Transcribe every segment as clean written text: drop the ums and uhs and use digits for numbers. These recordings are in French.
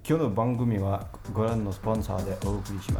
今日の番組はご覧のスポンサーでお送りします。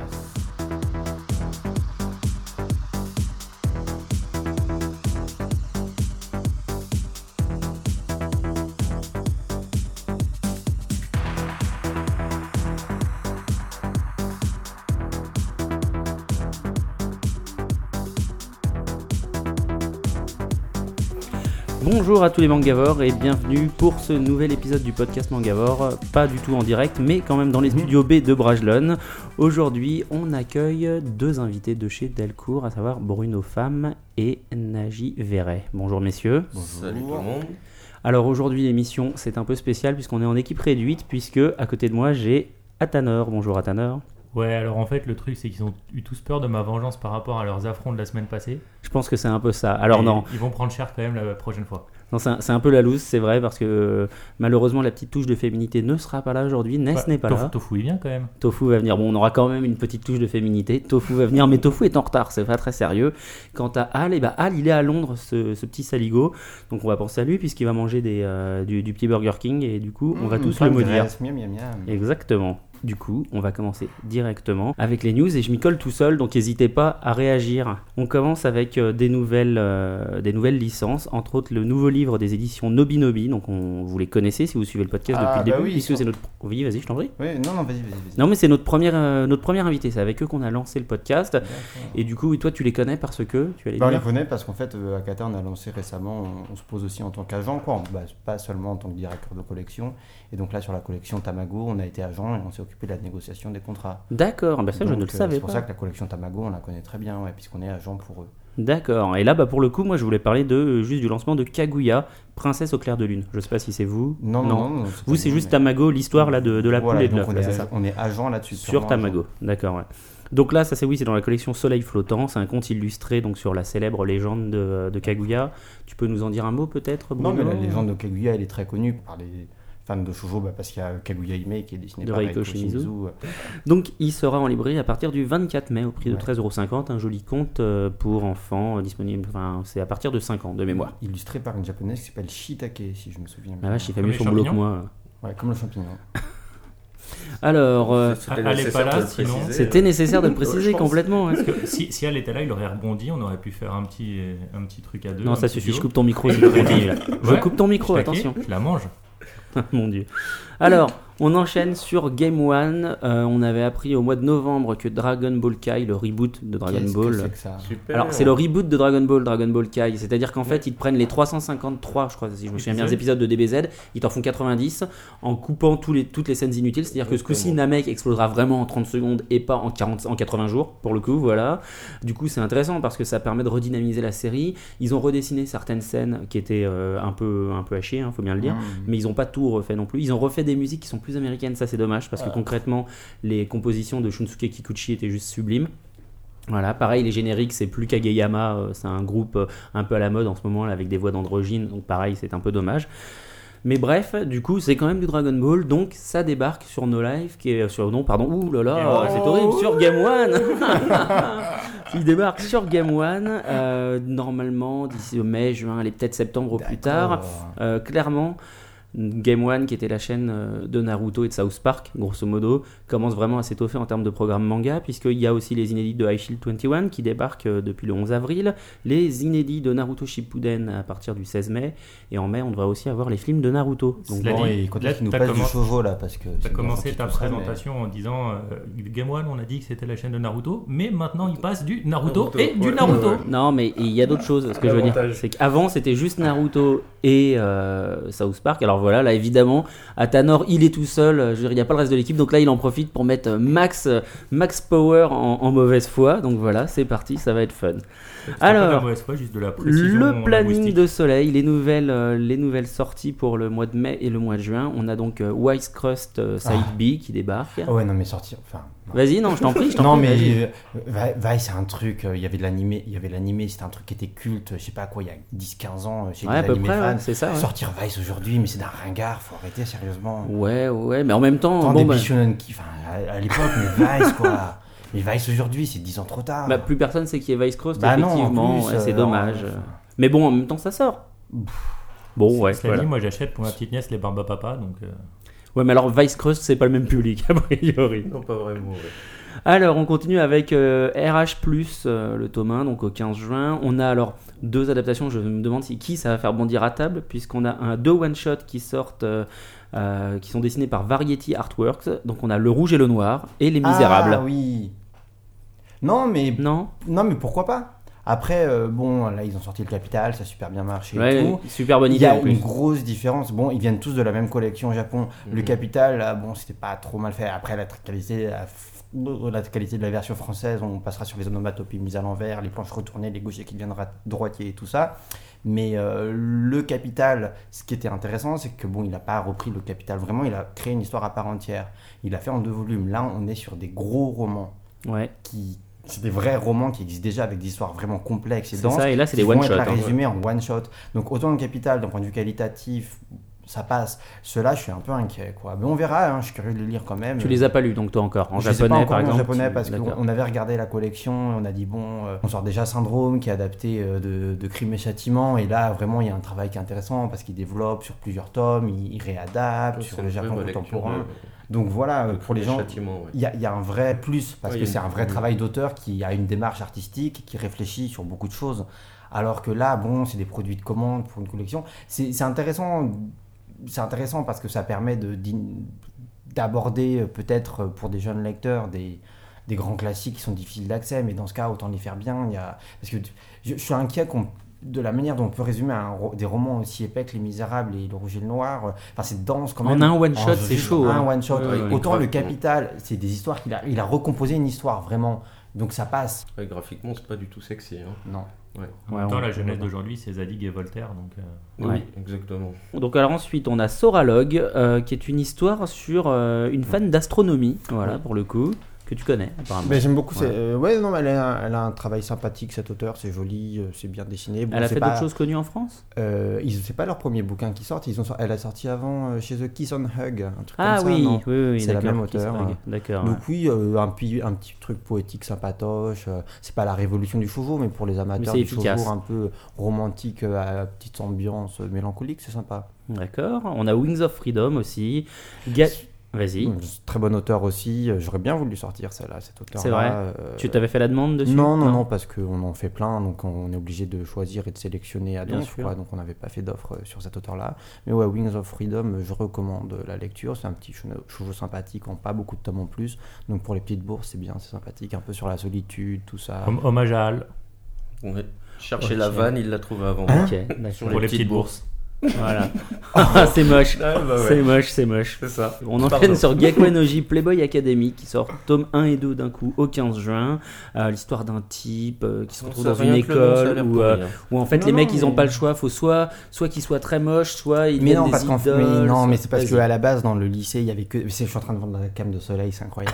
Bonjour à tous les Mangavores et bienvenue pour ce nouvel épisode du podcast Mangavore, pas du tout en direct mais quand même dans les studios B de Bragelonne. Aujourd'hui on accueille deux invités de chez Delcourt, à savoir Bruno Pham et Naji Verret. Bonjour messieurs. Bonjour. Salut tout le monde. Alors aujourd'hui l'émission c'est un peu spécial puisqu'on est en équipe réduite, puisque à côté de moi j'ai Athanor. Bonjour Athanor. Ouais, alors en fait, le truc, c'est qu'ils ont eu tous peur de ma vengeance par rapport à leurs affronts de la semaine passée. Je pense que c'est un peu ça. Alors non. Ils vont prendre cher quand même la prochaine fois. Non, c'est un peu la loose, c'est vrai, parce que malheureusement, la petite touche de féminité ne sera pas là aujourd'hui. Ness n'est pas là. Tofu, il vient quand même. Tofu va venir. Bon, on aura quand même une petite touche de féminité. Tofu va venir, mais Tofu est en retard, c'est pas très sérieux. Quant à Al, Al, il est à Londres, ce petit saligo. Donc on va penser à lui, puisqu'il va manger du petit Burger King, et du coup, on va tous le maudire. Miam, miam, miam. Exactement. Du coup, on va commencer directement avec les news et je m'y colle tout seul, donc n'hésitez pas à réagir. On commence avec des nouvelles licences, entre autres le nouveau livre des éditions Nobinobi, donc vous les connaissez si vous suivez le podcast depuis le début, oui, puisque c'est notre... Oui, vas-y, je t'en prie. Oui, non, vas-y. Non, mais c'est notre premier invité, c'est avec eux qu'on a lancé le podcast. D'accord. Et du coup, toi, tu les connais parce que tu allais On dire les connaît parce qu'en fait, à Qatar, on a lancé récemment, on se pose aussi en tant qu'agent, quoi. Pas seulement en tant que directeur de collection. Et donc là, sur la collection Tamago, on a été agent et on s'est occupé de la négociation des contrats. D'accord, ça donc, je ne le savais c'est pour pas. ça que la collection Tamago, on la connaît très bien, puisqu'on est agent pour eux. D'accord, et là pour le coup moi je voulais parler juste du lancement de Kaguya, Princesse au clair de lune. Je sais pas si c'est vous. Non, vous c'est juste Tamago, l'histoire là de la poule et de l'œuf, c'est ça. On est agent là-dessus. Sur Tamago, agent. D'accord, ouais. Donc là c'est dans la collection Soleil flottant, c'est un conte illustré donc sur la célèbre légende de Kaguya. Tu peux nous en dire un mot peut-être, Bruno? Non, mais la légende de Kaguya elle est très connue par les fans de shoujo, parce qu'il y a Kaguya Hime qui est dessiné par Reiko Shimizu. Donc il sera en librairie à partir du 24 mai au prix de 13,50€, un joli conte pour enfants disponible, enfin c'est à partir de 5 ans de mémoire. Illustré par une japonaise qui s'appelle Shiitake, si je me souviens bien. Ah vache, il fait mieux son boulot que moi. Ouais, comme le champignon. Alors, c'était nécessaire de le préciser complètement. Parce que si elle était là, il aurait rebondi, on aurait pu faire un petit truc à deux. Non, ça suffit, je coupe ton micro si tu continues là. Je coupe ton micro, attention. Je la mange. Mon Dieu. Alors, on enchaîne sur Game One. On avait appris au mois de novembre que Dragon Ball Kai, le reboot de Dragon Ball. Que c'est que ça ? Super. Alors, c'est le reboot de Dragon Ball Kai. C'est-à-dire qu'en fait, ils te prennent les 353, je crois, si je me souviens bien, épisodes de DBZ. Ils t'en font 90 en coupant toutes les scènes inutiles. C'est-à-dire que ce coup-ci, Namek explosera vraiment en 30 secondes et pas en 80 jours, pour le coup. Voilà. Du coup, c'est intéressant parce que ça permet de redynamiser la série. Ils ont redessiné certaines scènes qui étaient un peu hachées, faut bien le dire. Mais ils n'ont pas tout refait non plus. Ils ont refait des musiques qui sont plus américaines, ça c'est dommage parce que concrètement les compositions de Shunsuke Kikuchi étaient juste sublimes. Voilà, pareil, les génériques, c'est plus Kageyama, c'est un groupe un peu à la mode en ce moment là, avec des voix d'androgyne, donc pareil, c'est un peu dommage. Mais bref, du coup, c'est quand même du Dragon Ball, donc ça débarque sur No Life, qui est sur c'est horrible, sur Game One. Il débarque sur Game One, normalement d'ici au mai, juin, allez peut-être septembre au plus tard. Clairement. Game One, qui était la chaîne de Naruto et de South Park, grosso modo, commence vraiment à s'étoffer en termes de programme manga, puisqu'il y a aussi les inédits de High Shield 21 qui débarquent depuis le 11 avril, les inédits de Naruto Shippuden à partir du 16 mai, et en mai on devrait aussi avoir les films de Naruto. Donc il nous passe du shoujo là, parce que tu as commencé ta présentation en disant Game One, on a dit que c'était la chaîne de Naruto, mais maintenant il passe du Naruto et du Naruto. Non, mais il y a d'autres choses. Ce que je veux dire, c'est qu'avant c'était juste Naruto et South Park. Alors voilà, là évidemment, Athanor il est tout seul, je veux dire, il n'y a pas le reste de l'équipe, donc là il en profite pour mettre Max Power en mauvaise foi, donc voilà, c'est parti, ça va être fun. Alors, le planning de Soleil, les nouvelles sorties pour le mois de mai et le mois de juin, on a donc Wise Crust Side B qui débarque. Ouais, non mais sorti, enfin... Vas-y, non, je t'en prie. Non, mais Vice, c'est un truc, il y avait l'animé, c'était un truc qui était culte, je sais pas quoi, il y a 10-15 ans, chez les animés fans. C'est ça, ouais. Sortir Vice aujourd'hui, mais c'est d'un ringard, faut arrêter sérieusement. Ouais, mais en même temps... des Bishonen qui, à l'époque, mais Vice, quoi. Mais Vice aujourd'hui, c'est 10 ans trop tard. Plus personne sait qui est Vice Crust, effectivement, non, en plus, c'est dommage. Mais bon, en même temps, ça sort. Bon, ouais. Cela dit, moi j'achète pour ma petite nièce les Barba Papa, donc... Ouais, mais alors Vice Crust, c'est pas le même public, a priori. Non, pas vraiment. Ouais. Alors, on continue avec RH+, le tome 1, donc au 15 juin. On a alors 2 adaptations, je me demande qui ça va faire bondir à table, puisqu'on a 2 one-shots qui sortent, qui sont dessinés par Variety Artworks. Donc on a Le Rouge et le Noir et Les Misérables. Ah oui. Non, mais pourquoi pas? Après, bon, là, ils ont sorti le Capital, ça a super bien marché et tout. Super bonne Il y idée a en plus. une grosse différence. Bon, ils viennent tous de la même collection au Japon. Le Capital, là, bon, c'était pas trop mal fait. Après, la qualité de la version française, on passera sur les onomatopées mises à l'envers, les planches retournées, les gauchers qui deviennent droitiers et tout ça. Mais le Capital, ce qui était intéressant, c'est que bon, il n'a pas repris le Capital vraiment, il a créé une histoire à part entière. Il l'a fait en 2 volumes. Là, on est sur des gros romans c'est des vrais romans qui existent déjà avec des histoires vraiment complexes et denses. C'est ça, et là, c'est des one-shots. one-shots. Résumés en one-shot. Donc, autant le Capital, d'un point de vue qualitatif, ça passe. Ceux-là, je suis un peu inquiet, quoi. Mais on verra, hein, je suis curieux de les lire quand même. Tu les as pas lus, donc toi encore, en je sais japonais pas encore par exemple. En japonais, parce qu'on avait regardé la collection, on a dit, bon, on sort déjà Syndrome, qui est adapté de Crime et Châtiment, et là, vraiment, il y a un travail qui est intéressant, parce qu'il développe sur plusieurs tomes, il réadapte sur le Japon contemporain. Donc voilà, pour les gens, il y a un vrai plus, parce que c'est un vrai travail d'auteur qui a une démarche artistique, qui réfléchit sur beaucoup de choses. Alors que là, bon, c'est des produits de commande pour une collection. C'est intéressant parce que ça permet d'aborder peut-être pour des jeunes lecteurs des grands classiques qui sont difficiles d'accès, mais dans ce cas, autant les faire bien. Parce que je suis inquiet de la manière dont on peut résumer des romans aussi épais que Les Misérables et Le Rouge et le Noir. Enfin, c'est dense quand même. En un one-shot, c'est chaud. Un one-shot. Autant le Capital, c'est des histoires il a recomposé une histoire, vraiment. Donc ça passe. Ouais, graphiquement, c'est pas du tout sexy. Hein. Non. En même temps, la jeunesse d'aujourd'hui, c'est Zadig et Voltaire. Donc, Oui, exactement. Donc alors ensuite, on a Soralogue, qui est une histoire sur une fan d'astronomie, voilà, pour le coup, que tu connais apparemment. Mais j'aime beaucoup. Non, mais elle a un travail sympathique, cette auteure, c'est joli, c'est bien dessiné. Bon, elle a fait d'autres choses connues en France. C'est pas leur premier bouquin qui sort. Elle a sorti avant chez The Kiss on Hug, un truc comme ça. Oui, c'est la même auteure. D'accord. Donc oui, un petit truc poétique sympatoche. C'est pas la révolution du shoujo, mais pour les amateurs du shoujo un peu romantique, à petite ambiance mélancolique, c'est sympa. D'accord. On a Wings of Freedom aussi. Vas-y. Très bon auteur aussi. J'aurais bien voulu sortir celle-là, cet auteur-là. C'est vrai. Tu t'avais fait la demande dessus? Non, parce qu'on en fait plein, donc on est obligé de choisir et de sélectionner à donf, quoi. Donc on n'avait pas fait d'offre sur cet auteur-là. Mais ouais, Wings of Freedom, je recommande la lecture. C'est un petit shoujo sympathique, en pas beaucoup de tomes en plus. Donc pour les petites bourses, c'est bien, c'est sympathique, un peu sur la solitude, tout ça. Hommage à Al. Ouais. Chercher la vanne, il l'a trouvé avant. Pour les petites bourses. Voilà. C'est moche. C'est moche. C'est ça. On enchaîne sur Gekkoenoji Playboy Academy qui sort tome 1 et 2 d'un coup au 15 juin. L'histoire d'un type qui se retrouve dans une école où en fait les mecs ils ont pas le choix. Faut soit qu'ils soient très moches, soit ils deviennent des idoles. Mais c'est parce qu'à la base dans le lycée il y avait que. Je suis en train de vendre la cam de soleil, c'est incroyable.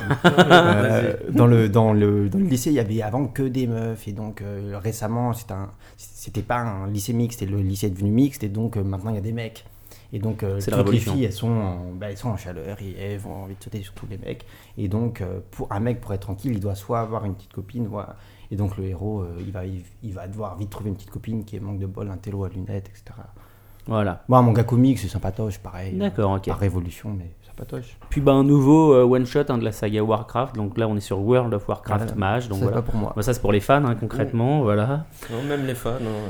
Dans le lycée il y avait avant que des meufs et donc récemment c'était pas un lycée mixte, et le lycée est devenu mixte et donc maintenant il y a des mecs et donc toutes les filles elles sont en chaleur et elles ont envie de sauter sur tous les mecs et donc pour un mec pour être tranquille il doit soit avoir une petite copine et donc le héros il va devoir vite trouver une petite copine qui est manque de bol, un télo à lunettes, etc. Voilà. Bon, un manga comique c'est sympatoche pareil. D'accord, ok. Par révolution mais sympatoche. Puis un nouveau one shot de la saga Warcraft, donc là on est sur World of Warcraft Mage, donc ça voilà. C'est pas pour moi. Ça c'est pour les fans concrètement, voilà. Non, même les fans,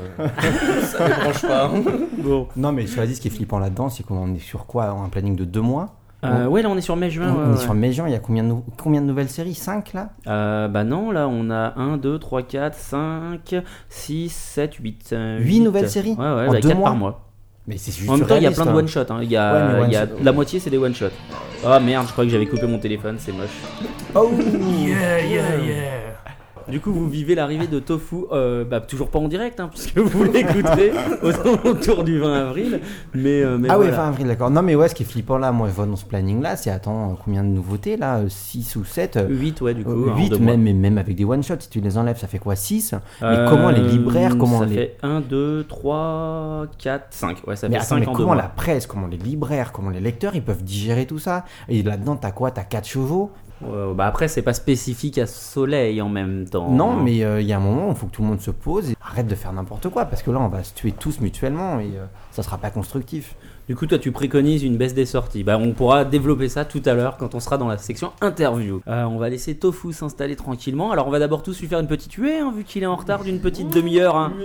ça ne branche pas. Bon. Non mais cela dit, ce qui est flippant là-dedans, c'est qu'on est sur quoi, un planning de 2 mois. Ouais, là on est sur mai-juin. On est sur mai-juin, il y a combien de nouvelles séries? 5 là? Non, là on a 1, 2, 3, 4, 5, 6, 7, 8. 8 nouvelles séries? Ouais, en 2 4 mois par mois. Mais c'est juste en même temps, il y a plein de one-shots. Il y a la moitié, c'est des one-shots. Oh merde, je crois que j'avais coupé mon téléphone, c'est moche. Oh yeah. Du coup, vous vivez l'arrivée de Tofu, toujours pas en direct, puisque vous l'écouterez autour du 20 avril. Mais voilà. Ouais, 20 avril, d'accord. Non, mais ouais, ce qui est flippant là, moi je vois dans ce planning-là, c'est combien de nouveautés là? 6 ou 7 8, ouais, du coup. 8, même avec des one-shots, si tu les enlèves, ça fait quoi? 6 Mais comment les libraires, ça fait 1, 2, 3, 4, 5. Ouais, ça fait 5 mais en 2 comment mois. La presse, comment les libraires, comment les lecteurs, ils peuvent digérer tout ça? Et là-dedans, t'as quoi? T'as 4 chevaux? Après, c'est pas spécifique à Soleil en même temps. Non, mais il y a un moment où il faut que tout le monde se pose. arrête de faire n'importe quoi, parce que là, on va se tuer tous mutuellement et ça sera pas constructif. Du coup, toi, tu préconises une baisse des sorties. On pourra développer ça tout à l'heure quand on sera dans la section interview. On va laisser Tofu s'installer tranquillement. Alors, on va d'abord tous lui faire une petite huée, hein, vu qu'il est en retard d'une petite demi-heure. Hein.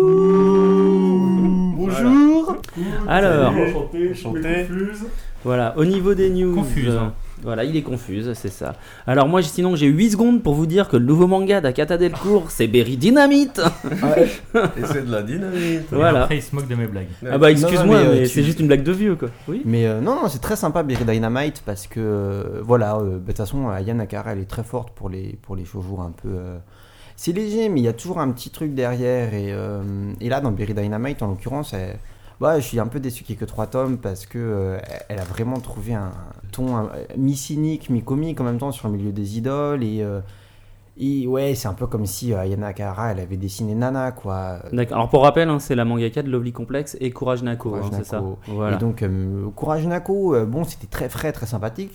Bonjour. Alors, Enchanté. Voilà, au niveau des news. Confuse. Voilà, il est confuse, c'est ça. Alors moi, sinon, j'ai 8 secondes pour vous dire que le nouveau manga d'Akata Delcourt, c'est Berry Dynamite. Et c'est de la dynamite. Voilà. Après, il se moque de mes blagues. Ah bah excuse-moi, Non, mais tu- c'est juste une blague de vieux, quoi. Oui. Mais non, c'est très sympa Berry Dynamite parce que de toute façon, Aya Nakahara, elle est très forte pour les shoujo un peu. C'est léger, mais il y a toujours un petit truc derrière. Et là, dans Berry Dynamite, en l'occurrence, je suis un peu déçu qu'il n'y ait que 3 tomes parce que elle a vraiment trouvé un ton mi-cynique, mi-comique en même temps sur le milieu des idoles. Et ouais, c'est un peu comme si Aya Nakahara, elle avait dessiné Nana, quoi. D'accord. Alors pour rappel, hein, c'est la mangaka de Lovely Complex et Courage Nako, Courage c'est ça. Nako. Voilà. Et donc, Courage Nako, c'était très frais, très sympathique.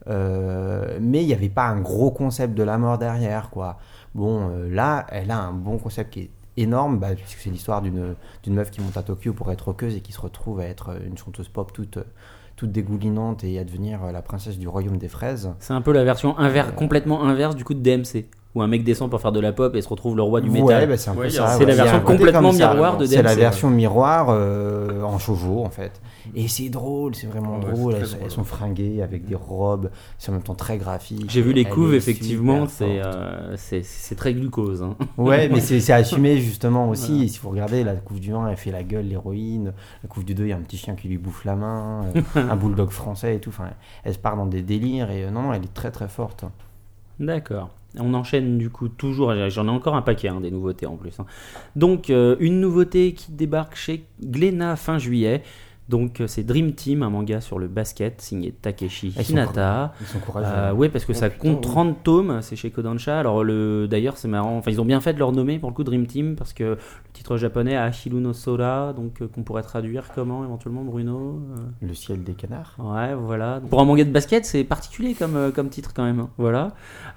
Mais il n'y avait pas un gros concept de la mort derrière, quoi. Bon, là, elle a un bon concept qui est énorme, puisque c'est l'histoire d'une meuf qui monte à Tokyo pour être rockeuse et qui se retrouve à être une chanteuse pop toute dégoulinante et à devenir la princesse du royaume des fraises. C'est un peu la version complètement inverse du coup de DMC, où un mec descend pour faire de la pop et se retrouve le roi du métal. Ouais, c'est un peu Ouais, ça. c'est la Il y a version un côté complètement comme ça. miroir de DMC. C'est la version miroir en shoujo en fait. Et c'est drôle, c'est vraiment Ouais, drôle. c'est Elles, très drôle. elles sont fringuées avec des robes, c'est en même temps très graphique. J'ai vu les Elle couves, est effectivement, super forte. c'est très glucose. Hein. Ouais, mais c'est assumé justement aussi. Voilà. Et si vous regardez, la couve du 1, elle fait la gueule, l'héroïne. La couve du 2, il y a un petit chien qui lui bouffe la main, un bulldog français et tout. Enfin, elle se part dans des délires et non, elle est très très forte. D'accord. On enchaîne du coup toujours, j'en ai encore un paquet des nouveautés en plus. Hein. Donc une nouveauté qui débarque chez Glénat fin juillet. Donc c'est Dream Team, un manga sur le basket signé Takeshi Hinata. Ils sont courageux. Ouais, parce que ça compte 30 tomes, c'est chez Kodansha. Alors d'ailleurs c'est marrant, enfin ils ont bien fait de leur nommer pour le coup Dream Team parce que le titre japonais Ahiru no Sora, donc qu'on pourrait traduire comment éventuellement Bruno Le ciel des canards. Ouais, voilà. Pour un manga de basket, c'est particulier comme titre quand même. Hein. Voilà.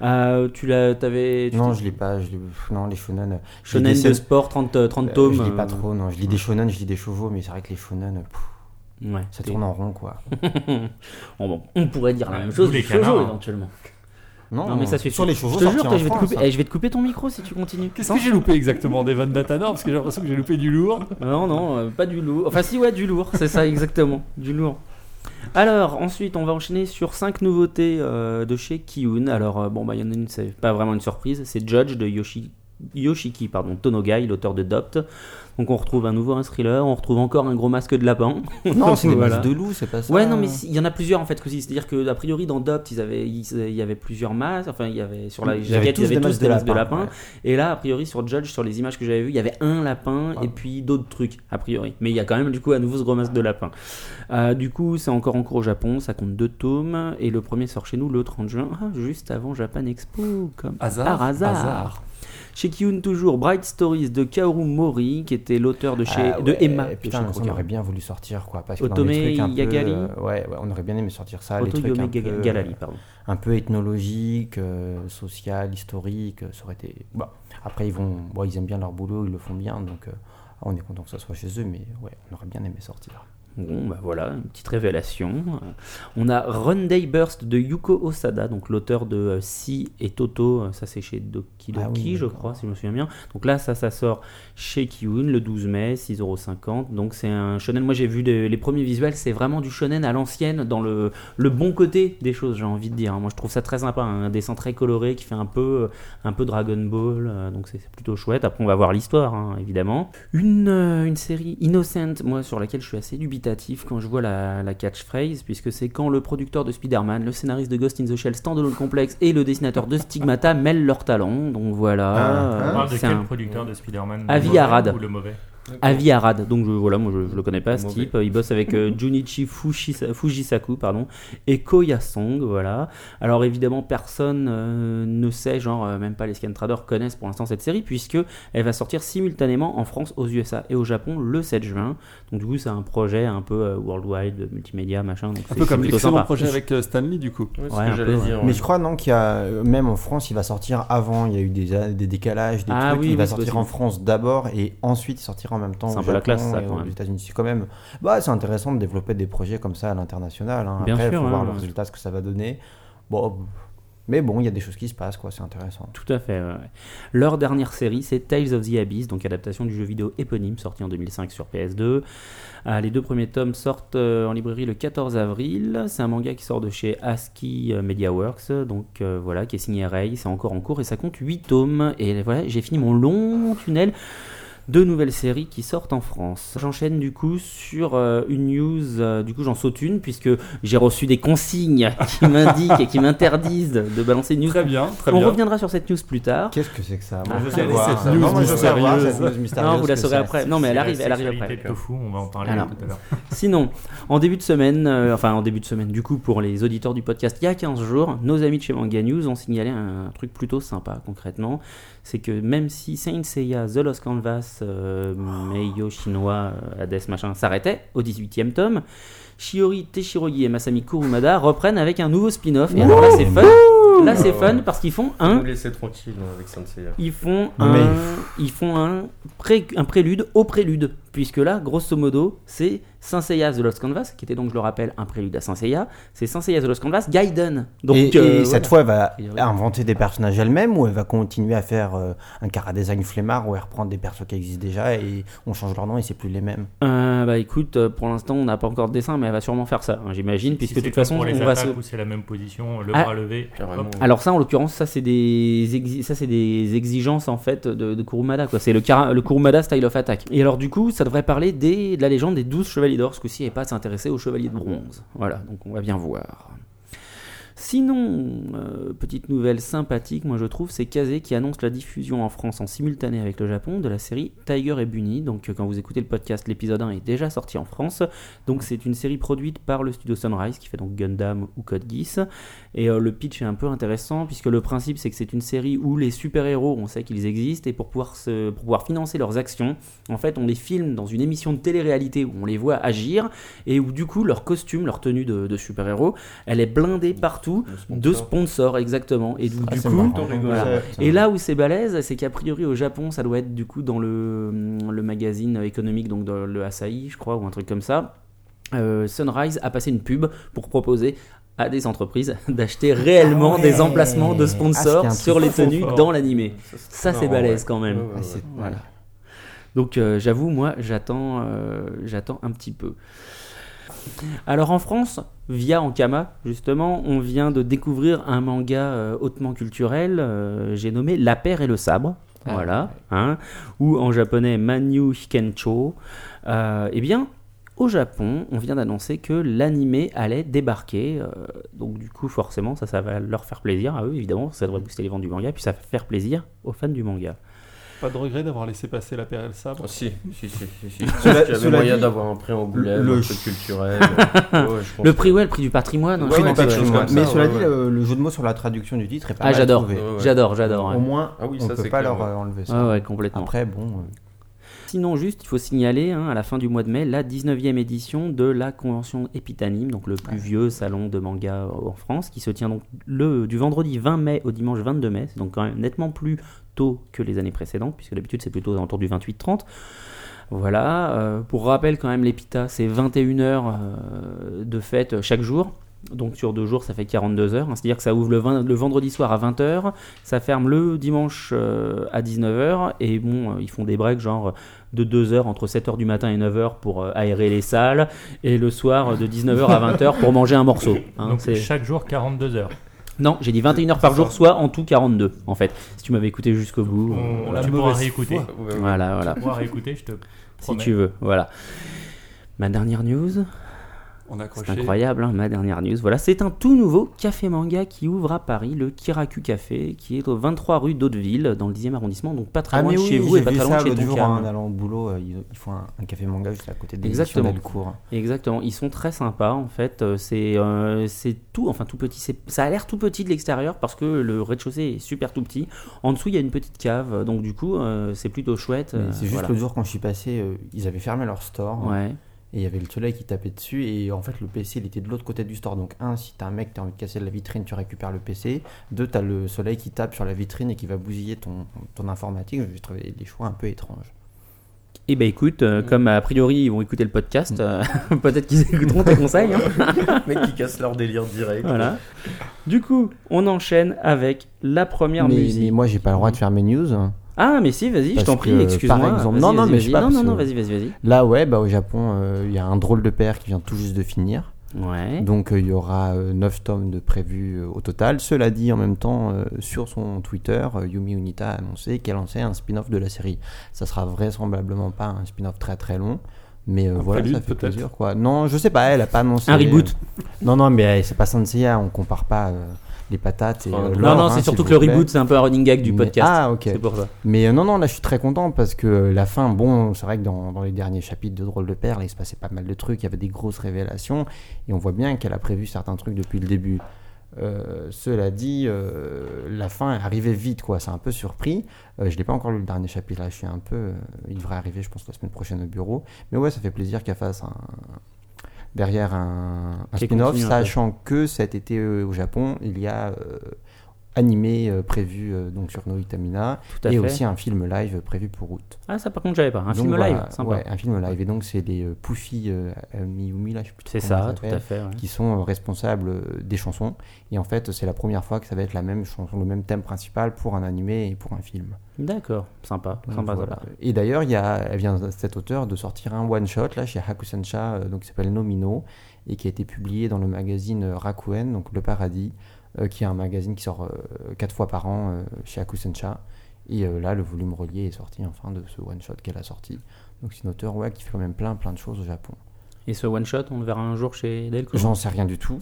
Non, je lis pas. Non, les shonen. Shonen de sport, 30 tomes. Je lis pas trop. Non, je lis des shonen, je lis des shoujo, mais c'est vrai que les shonen. Ouais, ça tourne en rond, quoi. Bon, on pourrait dire la même chose du shoujo éventuellement. Non, mais ça suffit. Sur les shoujo, je te jure que je vais te couper ton micro si tu continues. Qu'est-ce que j'ai loupé exactement d'Evan Datanor? Parce que j'ai l'impression que j'ai loupé du lourd. Non, pas du lourd. Enfin, si, ouais, du lourd, c'est ça exactement. Du lourd. Alors, ensuite, on va enchaîner sur 5 nouveautés de chez Kiyun. Alors, il y en a une, c'est pas vraiment une surprise. C'est Judge de Yoshiki Tonogai, l'auteur de Dopt. Donc on retrouve à nouveau un thriller, on retrouve encore un gros masque de lapin. Non, c'est des masques de loup, c'est pas ça. Ouais, non, mais il y en a plusieurs en fait. C'est-à-dire que a priori dans Dopt, il y avait plusieurs masques. Enfin, il y avait sur la jaquette, il y avait tous des masques de lapin. Ouais. Et là, a priori sur Judge, sur les images que j'avais vues, il y avait un lapin et puis d'autres trucs a priori. Mais il y a quand même du coup à nouveau ce gros masque de lapin. Du coup, c'est encore en cours au Japon. Ça compte 2 tomes et le premier sort chez nous le 30 juin, juste avant Japan Expo, comme par hasard. Chez Kiyun toujours, Bright Stories de Kaoru Mori, qui était l'auteur de Emma. Putain, on aurait bien voulu sortir quoi. Parce que Otome Yagali. On aurait bien aimé sortir ça. Otome Yagali, pardon. Un peu ethnologique, social, historique, ça aurait été. Bon, après ils aiment bien leur boulot, ils le font bien, donc on est content que ça soit chez eux, mais ouais, on aurait bien aimé sortir. Bon, voilà, une petite révélation. On a Run Day Burst de Yuko Osada, donc l'auteur de Si et Toto, ça c'est chez Doki Doki, je crois, si je me souviens bien. Donc là, ça sort chez Kiyun le 12 mai, 6,50€. Donc c'est un shonen, moi j'ai vu les premiers visuels, c'est vraiment du shonen à l'ancienne, dans le bon côté des choses, j'ai envie de dire. Moi je trouve ça très sympa, un dessin très coloré qui fait un peu Dragon Ball, donc c'est plutôt chouette. Après on va voir l'histoire, évidemment. Une série Innocent, moi sur laquelle je suis assez dubitatif quand je vois la catchphrase, puisque c'est quand le producteur de Spider-Man, le scénariste de Ghost in the Shell Standalone Complex et le dessinateur de Stigmata mêlent leurs talents. Donc voilà. On parle de quel producteur de Spider-Man? Avi Arad. Ou le mauvais? Avi Arad, donc moi je le connais pas ce type, il bosse avec Junichi Fujisaku et Koya Song, voilà. Alors évidemment personne ne sait, même pas les scan traders connaissent pour l'instant cette série, puisque elle va sortir simultanément en France, aux USA et au Japon le 7 juin, donc du coup c'est un projet un peu worldwide, multimédia, machin. Donc un peu comme l'excellent sympa. Projet avec Stanley du coup. Ouais, ce que j'allais dire. Mais je crois non qu'il y a, même en France il va sortir avant, il y a eu des décalages, des trucs, il va sortir en France d'abord et ensuite il sortira en même temps c'est au un peu Japon la classe, ça, et quand aux même. États-Unis. C'est quand même, c'est intéressant de développer des projets comme ça à l'international. Hein. Bien Après, il sûr, faut voir hein. le résultat, ce que ça va donner. Mais bon, il y a des choses qui se passent, quoi. C'est intéressant. Tout à fait. Ouais. Leur dernière série, c'est Tales of the Abyss, donc adaptation du jeu vidéo éponyme sorti en 2005 sur PS2. Les 2 premiers tomes sortent en librairie le 14 avril. C'est un manga qui sort de chez ASCII MediaWorks, donc qui est signé Ray. C'est encore en cours et ça compte 8 tomes. Et voilà, j'ai fini mon long tunnel. 2 nouvelles séries qui sortent en France. J'enchaîne du coup sur une news, du coup j'en saute une puisque j'ai reçu des consignes qui m'indiquent et qui m'interdisent de balancer une news. Très bien. On reviendra sur cette news plus tard. Qu'est-ce que c'est que ça? Moi, je sais voir cette news mystérieuse. Non, vous la saurez après. Non, mais elle arrive Sexualité après. de tofu, on va en parler Alors, tout à l'heure. Sinon, en début de semaine, du coup, pour les auditeurs du podcast, il y a 15 jours, nos amis de chez Manga News ont signalé un truc plutôt sympa, concrètement. C'est que même si Saint Seiya, The Lost Canvas, Meiyo chinois, Hades, machin, s'arrêtait au 18e tome, Shiori Teshirogi et Masami Kurumada reprennent avec un nouveau spin-off. Et alors là, c'est fun. Là, c'est fun parce qu'ils font Vous laissez tranquille avec Saint Seiya. Ils font un prélude au prélude, puisque là, grosso modo, c'est Saint Seiya The Lost Canvas, qui était donc, je le rappelle, un prélude à Saint Seiya. C'est Saint Seiya The Lost Canvas Gaiden. Donc, et cette fois, elle va inventer des personnages elle-même ou elle va continuer à faire un chara-design flemmard où elle reprend des persos qui existent déjà et on change leur nom et c'est plus les mêmes? Écoute, pour l'instant, on n'a pas encore de dessin, mais elle va sûrement faire ça, hein, j'imagine, puisque de toute façon, pour les on va attaques où c'est la même position, le Ah. bras levé. Carrément. Alors ça, en l'occurrence, ça c'est des exigences en fait de Kurumada, quoi. C'est le Kurumada style of attack. Et alors du coup, ça devrait parler de la légende des 12 chevaliers d'or. Ce coup-ci, et pas s'intéresser aux chevaliers de bronze. Voilà, donc on va bien voir. Sinon, petite nouvelle sympathique, moi je trouve, c'est Kazé qui annonce la diffusion en France en simultané avec le Japon de la série Tiger et Bunny. Donc quand vous écoutez le podcast, l'épisode 1 est déjà sorti en France. Donc c'est une série produite par le studio Sunrise qui fait donc Gundam ou Code Geass. Et le pitch est un peu intéressant puisque le principe c'est que c'est une série où les super-héros, on sait qu'ils existent et pour pouvoir financer leurs actions, en fait on les filme dans une émission de télé-réalité où on les voit agir et où du coup leur costume, leur tenue de super-héros, elle est blindée partout de sponsors, exactement. Et du coup, voilà. Et là où c'est balèze, c'est qu'a priori au Japon, ça doit être du coup dans le magazine économique, donc dans le Asahi, je crois, ou un truc comme ça. Sunrise a passé une pub pour proposer à des entreprises d'acheter réellement des emplacements de sponsors sur les tenues dans l'animé. Ça c'est balèze quand même. Voilà. Donc j'avoue, moi j'attends un petit peu. Alors en France, via Ankama, justement, on vient de découvrir un manga hautement culturel, j'ai nommé La Paire et le Sabre, ou en japonais Manyu Hikencho. Eh bien, au Japon, on vient d'annoncer que l'animé allait débarquer, donc du coup forcément ça va leur faire plaisir à eux, évidemment, ça devrait booster les ventes du manga, puis ça va faire plaisir aux fans du manga. Pas de regret d'avoir laissé passer La Paire et le Sabre? Si. Il y avait moyen d'avoir un prix Angoulême, un prix culturel. Le prix du patrimoine. Mais cela dit, le jeu de mots sur la traduction du titre est pas mal j'adore. trouvé. J'adore. Au moins, oui, on ça, peut c'est pas clair, leur enlever ça. Ouais, complètement. Après, bon... Sinon, juste, il faut signaler à la fin du mois de mai la 19e édition de la convention Epitanime, donc le plus vieux salon de manga en France, qui se tient donc du vendredi 20 mai au dimanche 22 mai. C'est donc quand même nettement plus tôt que les années précédentes, puisque d'habitude c'est plutôt autour du 28-30. Voilà, pour rappel quand même, l'Epita, c'est 21 heures de fête chaque jour. Donc sur 2 jours, ça fait 42 heures. C'est-à-dire que ça ouvre le vendredi soir à 20h, ça ferme le dimanche à 19h, et bon, ils font des breaks genre de 2 heures entre 7h du matin et 9h pour aérer les salles, et le soir de 19h à 20h pour manger un morceau. Donc c'est chaque jour 42 heures. Non, j'ai dit 21 heures par jour, soit en tout 42 en fait. Si tu m'avais écouté jusqu'au bout. Tu pourras réécouter. Voilà. Tu pourras réécouter, je te promets. Si tu veux, voilà. Ma dernière news. C'est incroyable, hein, ma dernière news. Voilà, c'est un tout nouveau café manga qui ouvre à Paris, le Kiraku Café, qui est au 23 rue d'Hauteville, dans le 10e arrondissement, donc pas très loin de chez vous et pas très loin de chez ton jour, en allant au boulot, ils font un café manga juste à côté des cours. Exactement, ils sont très sympas en fait. C'est tout, enfin tout petit. Ça a l'air tout petit de l'extérieur parce que le rez-de-chaussée est super tout petit. En dessous, il y a une petite cave, donc du coup, c'est plutôt chouette. C'est juste le jour quand je suis passé, ils avaient fermé leur store. Ouais. Et il y avait le soleil qui tapait dessus et en fait le PC il était de l'autre côté du store, donc si t'as un mec t'as envie de casser la vitrine tu récupères le PC, t'as le soleil qui tape sur la vitrine et qui va bousiller ton informatique. J'ai trouvé les choix un peu étranges. Eh ben écoute, comme a priori ils vont écouter le podcast, peut-être qu'ils écouteront tes conseils. Hein. Mec qui casse leur délire direct. Voilà. Du coup on enchaîne avec la première musique. Mais moi j'ai pas le droit de faire mes news. Ah mais si, vas-y, je t'en prie, excuse-moi. Par exemple, vas-y. Là au Japon, il y a un drôle de père qui vient tout juste de finir. Ouais. Donc il y aura 9 tomes de prévus au total. Cela dit, en même temps, sur son Twitter, Yumi Unita a annoncé qu'elle lançait un spin-off de la série. Ça sera vraisemblablement pas un spin-off très très long. Mais voilà, ça fait plaisir quoi. Non, je sais pas, elle a pas annoncé. Un reboot. Non, mais c'est pas Saint Seiya, on compare pas les patates et non, c'est surtout que le reboot c'est un peu un running gag du podcast. Ah ok. C'est pour ça. Mais non, là je suis très content parce que la fin, bon, c'est vrai que dans les derniers chapitres de Drôle de Père, là, il se passait pas mal de trucs, il y avait des grosses révélations et on voit bien qu'elle a prévu certains trucs depuis le début. Cela dit, la fin est arrivée vite quoi, c'est un peu surpris. Je l'ai pas encore lu le dernier chapitre là, je suis un peu il devrait arriver je pense la semaine prochaine au bureau. Mais ouais, ça fait plaisir qu'elle fasse derrière un spin-off, sachant que cet été au Japon, il y a animé prévu donc sur No Itamina et aussi un film live prévu pour août. Ah ça par contre j'avais pas, un film live, sympa. Ouais, un film live et donc c'est les Puffy Miyumi là, je sais plus c'est ça, tout à fait, qui sont responsables des chansons et en fait c'est la première fois que ça va être la même chanson, le même thème principal pour un animé et pour un film. D'accord, sympa. Voilà. Et d'ailleurs, elle vient cet auteur de sortir un one-shot là chez Hakusensha, donc qui s'appelle Nomino, et qui a été publié dans le magazine Rakuen, donc Le Paradis, qui est un magazine qui sort 4 fois par an chez Hakusensha. Et là, le volume relié est sorti enfin de ce one-shot qu'elle a sorti. Donc c'est une auteure qui fait quand même plein de choses au Japon. Et ce one-shot, on le verra un jour chez Delco? J'en sais rien du tout.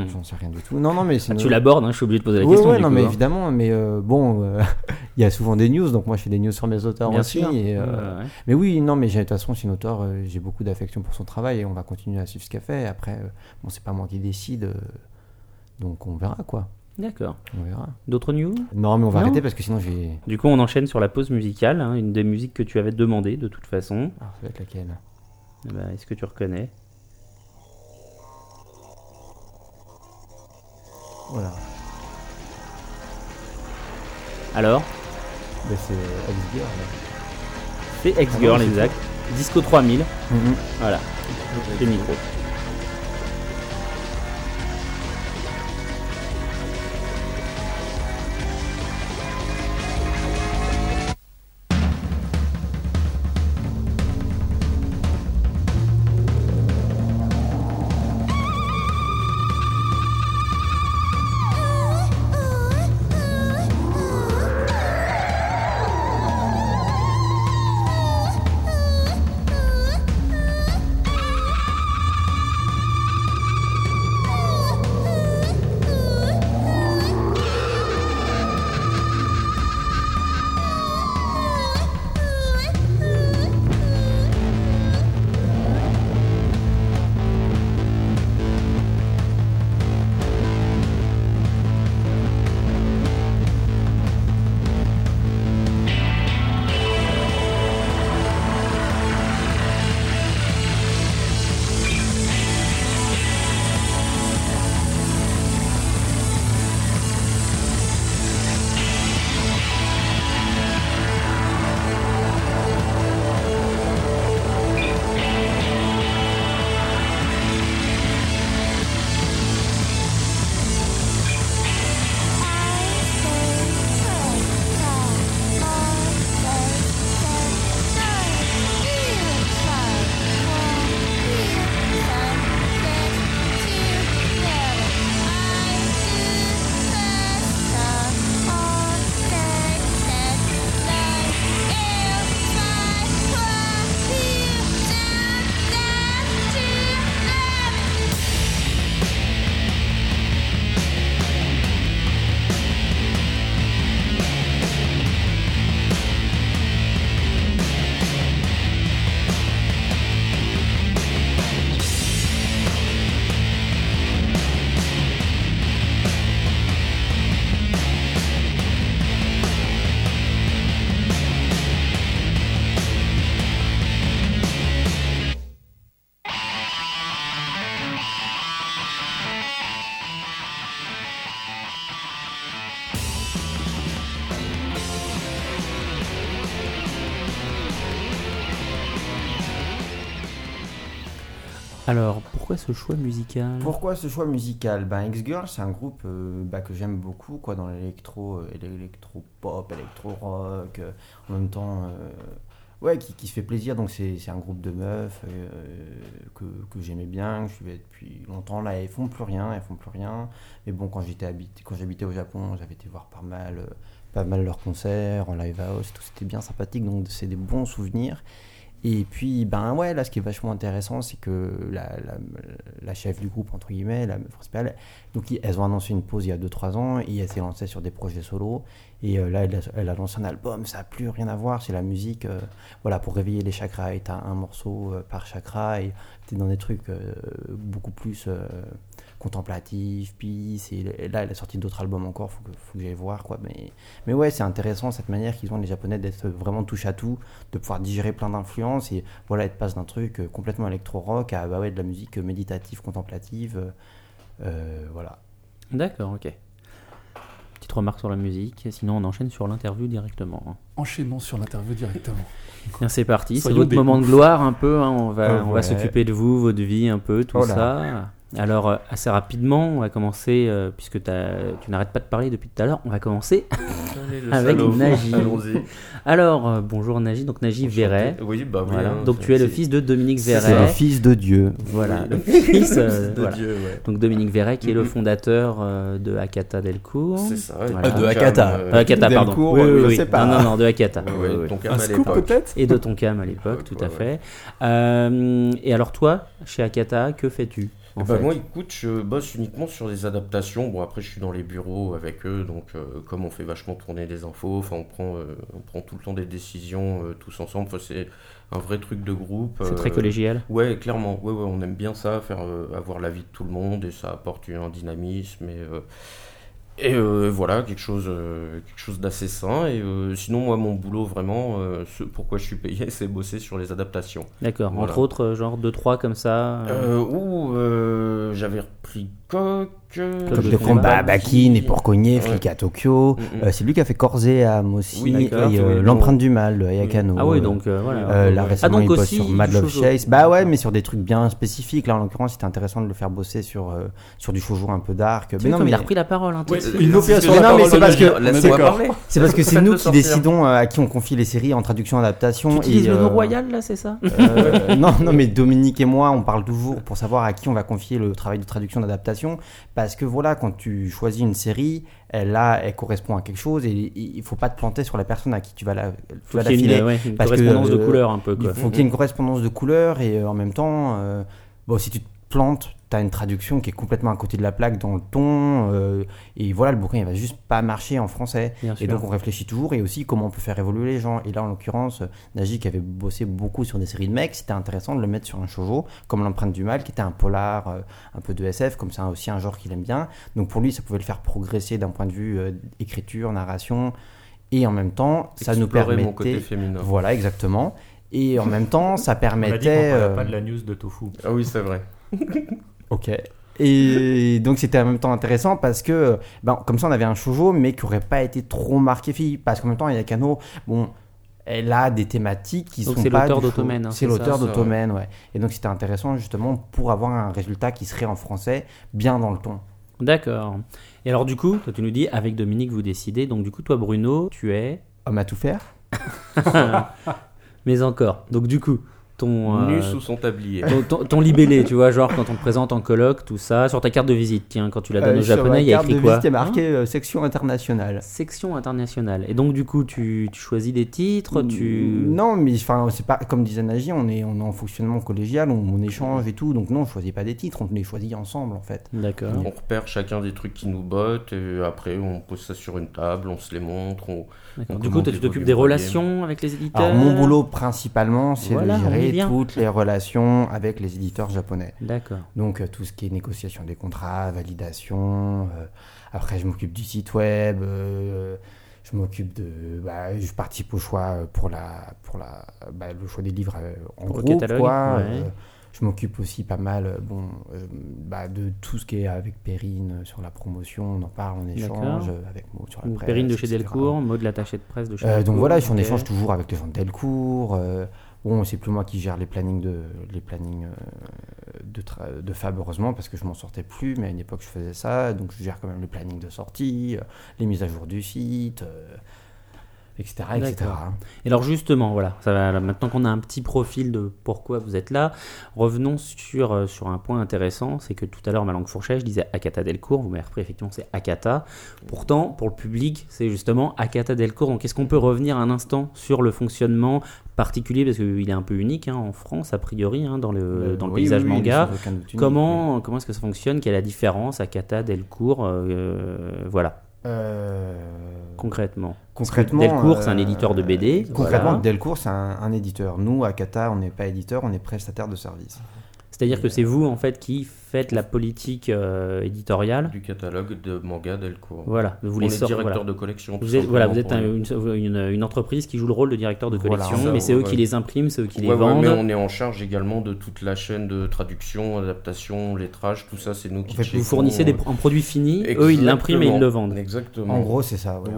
Non, mais c'est tu l'abordes, hein, je suis obligé de poser la question. Ouais, non, mais évidemment, mais il y a souvent des news, donc moi je fais des news sur mes auteurs bien aussi. Sûr. Mais oui, non, mais de toute façon, c'est une auteure, j'ai beaucoup d'affection pour son travail et on va continuer à suivre ce qu'elle fait. Après, c'est pas moi qui décide, donc on verra quoi. D'accord. On verra. D'autres news? Non, mais on va arrêter parce que sinon j'ai. Du coup, on enchaîne sur la pause musicale, hein, une des musiques que tu avais demandé de toute façon. Alors, ça va être laquelle? Est-ce que tu reconnais? Voilà. Alors? C'est X-Girl. C'est X-Girl, exact. Disco 3000. Voilà. Le micro. Alors, pourquoi ce choix musical ? Pourquoi ce choix musical ? X-Girls, c'est un groupe que j'aime beaucoup, quoi, dans l'électro-pop, électro-rock, en même temps, qui se fait plaisir. Donc c'est un groupe de meufs que j'aimais bien, que je suivais depuis longtemps. Là, elles font plus rien. Mais bon, quand j'habitais au Japon, j'avais été voir pas mal leurs concerts en live house, tout, c'était bien sympathique. Donc c'est des bons souvenirs. Et puis, là, ce qui est vachement intéressant, c'est que la chef du groupe, entre guillemets, la principale, donc elles ont annoncé une pause il y a 2-3 ans, et elle s'est lancée sur des projets solo. Et là, elle a lancé un album, ça n'a plus rien à voir, c'est la musique, pour réveiller les chakras. Et t'as un morceau par chakra, et t'es dans des trucs beaucoup plus contemplatifs, peace. Et là, elle a sorti d'autres albums encore, faut que j'aille voir, quoi. Mais ouais, c'est intéressant cette manière qu'ils ont, les Japonais, d'être vraiment touche à tout, de pouvoir digérer plein d'influences. Et voilà, elle passe d'un truc complètement électro-rock à de la musique méditative, contemplative. Voilà. D'accord, ok. Petite remarque sur la musique, sinon on enchaîne sur l'interview directement. Enchaînons sur l'interview directement. Bien, c'est parti, c'est votre moment de gloire un peu, on va s'occuper de vous, votre vie un peu, tout ça. Alors, assez rapidement, on va commencer, puisque tu n'arrêtes pas de parler depuis tout à l'heure, on va commencer avec Naji. Allons-y. Alors, bonjour Naji, donc Naji Verret. Oui, voilà. Donc tu es le fils de Dominique Verret. C'est le fils de Dieu. Voilà, le fils de Dieu, ouais. Donc Dominique Verret, qui est le fondateur de Akata Delcourt. C'est ça. Voilà. De Akata. Akata, pardon. Delcourt, oui. je sais pas. Non, de Akata. Ouais, Tonkam un à scoop l'époque. peut-être. Et de Tonkam à l'époque, tout à fait. Et alors toi, chez Akata, que fais-tu ? Moi, écoute, je bosse uniquement sur des adaptations. Bon, après, je suis dans les bureaux avec eux, donc comme on fait vachement tourner les infos, on prend tout le temps des décisions tous ensemble. C'est un vrai truc de groupe. C'est très collégial. Ouais, clairement. Ouais, on aime bien ça, avoir l'avis de tout le monde, et ça apporte un dynamisme et voilà, quelque chose d'assez sain. Et sinon, moi, mon boulot, vraiment, pourquoi je suis payé, c'est bosser sur les adaptations. D'accord. Voilà. Entre autres, genre 2-3 comme ça. J'avais repris Coq. Comme de combat, Bakin et pour cogner, Flic à Tokyo. C'est lui qui a fait Corséam aussi. Oui, et L'empreinte du mal, Ayakano. Ah oui, donc voilà. Là récemment, il bosse aussi, sur Mad Love Chase. Mais sur des trucs bien spécifiques. Là, en l'occurrence, c'était intéressant de le faire bosser sur du shoujo un peu dark. Mais non, mais il a repris la parole. Une opération. Non, mais c'est parce que c'est parce que c'est nous qui décidons à qui on confie les séries en traduction adaptation. Tu utilises le nom royal là, c'est ça? Non, mais Dominique et moi, on parle toujours pour savoir à qui on va confier le travail de traduction d'adaptation, parce que voilà, quand tu choisis une série, elle correspond à quelque chose et il faut pas te planter sur la personne à qui tu vas la filer. Une correspondance de couleur un peu. Il faut qu'il y ait une correspondance de couleur et en même temps, si tu te plantes, t'as une traduction qui est complètement à côté de la plaque dans le ton, et voilà, le bouquin il va juste pas marcher en français. Et donc on réfléchit toujours, et aussi comment on peut faire évoluer les gens. Et là en l'occurrence, Naji qui avait bossé beaucoup sur des séries de mecs, c'était intéressant de le mettre sur un shoujo comme L'empreinte du mal, qui était un polar, un peu de SF, comme c'est aussi un genre qu'il aime bien. Donc pour lui ça pouvait le faire progresser d'un point de vue écriture, narration, et en même temps ça nous permettait mon côté féminin. Voilà, exactement. Et en même temps ça permettait. On a dit qu'on parlait pas de la news de Tofu. Ah oui, c'est vrai. Ok. Et donc c'était en même temps intéressant parce que comme ça on avait un shoujo mais qui aurait pas été trop marqué fille, parce qu'en même temps Ayakano, elle a des thématiques qui donc sont c'est pas l'auteur d'Automène. C'est l'auteur d'Automène, ouais. Et donc c'était intéressant justement pour avoir un résultat qui serait en français bien dans le ton. D'accord. Et alors du coup, toi tu nous dis avec Dominique vous décidez. Donc du coup toi Bruno, tu es homme à tout faire. Mais encore. Donc du coup nu sous son tablier. Ton libellé, tu vois, genre quand on te présente en colloque, tout ça, sur ta carte de visite, tiens, quand tu la donnes aux Japonais, il y a écrit quoi? Il y a marqué section internationale. Section internationale. Et donc du coup, tu choisis des titres, Non, mais c'est pas comme disait Naji, on est en fonctionnement collégial, on échange et tout, donc non, on choisit pas des titres, on les choisit ensemble en fait. D'accord. On repère chacun des trucs qui nous bottent, et après on pose ça sur une table, on se les montre. Du coup, tu t'occupes des relations avec les éditeurs? Alors mon boulot principalement, c'est de gérer toutes les relations avec les éditeurs japonais. D'accord. Donc tout ce qui est négociation des contrats, validation. Après, je m'occupe du site web. Je m'occupe de. Je participe au choix pour le choix des livres en groupe, catalogue, quoi. Ouais. Je m'occupe aussi pas mal de tout ce qui est avec Perrine sur la promotion, on en parle, on échange avec Maud sur la presse. Perrine de chez Delcourt, Maud de l'attaché de presse de chez Delcourt. Donc voilà, on échange toujours avec les gens de Delcourt. C'est plus moi qui gère les plannings de Fab, heureusement, parce que je m'en sortais plus, mais à une époque je faisais ça, donc je gère quand même le planning de sortie, les mises à jour du site, etc. Et alors justement, voilà, ça va, maintenant qu'on a un petit profil de pourquoi vous êtes là, revenons sur un point intéressant, c'est que tout à l'heure, ma langue fourchait, je disais Akata Delcourt, vous m'avez repris, effectivement, c'est Akata. Pourtant, pour le public, c'est justement Akata Delcourt. Donc, est-ce qu'on peut revenir un instant sur le fonctionnement particulier, parce qu'il est un peu unique en France, a priori, dans le paysage manga. Comment est-ce que ça fonctionne? Quelle est la différence Akata, Delcourt, voilà. Concrètement, Delcourt, c'est un éditeur de BD. Concrètement, voilà. Delcourt, c'est un éditeur. Nous, Akata, on n'est pas éditeur, on est prestataire de service. C'est-à-dire que c'est vous, en fait, qui faites la politique éditoriale du catalogue de manga Delcourt. Voilà, vous les directeurs de collection. Vous êtes une entreprise qui joue le rôle de directeur de collection, voilà, mais c'est eux qui les impriment, c'est eux qui les vendent. Mais on est en charge également de toute la chaîne de traduction, adaptation, lettrage, tout ça, c'est nous qui checkons. Vous fournissez un produit fini, eux ils l'impriment et ils le vendent. Exactement. En gros, c'est ça.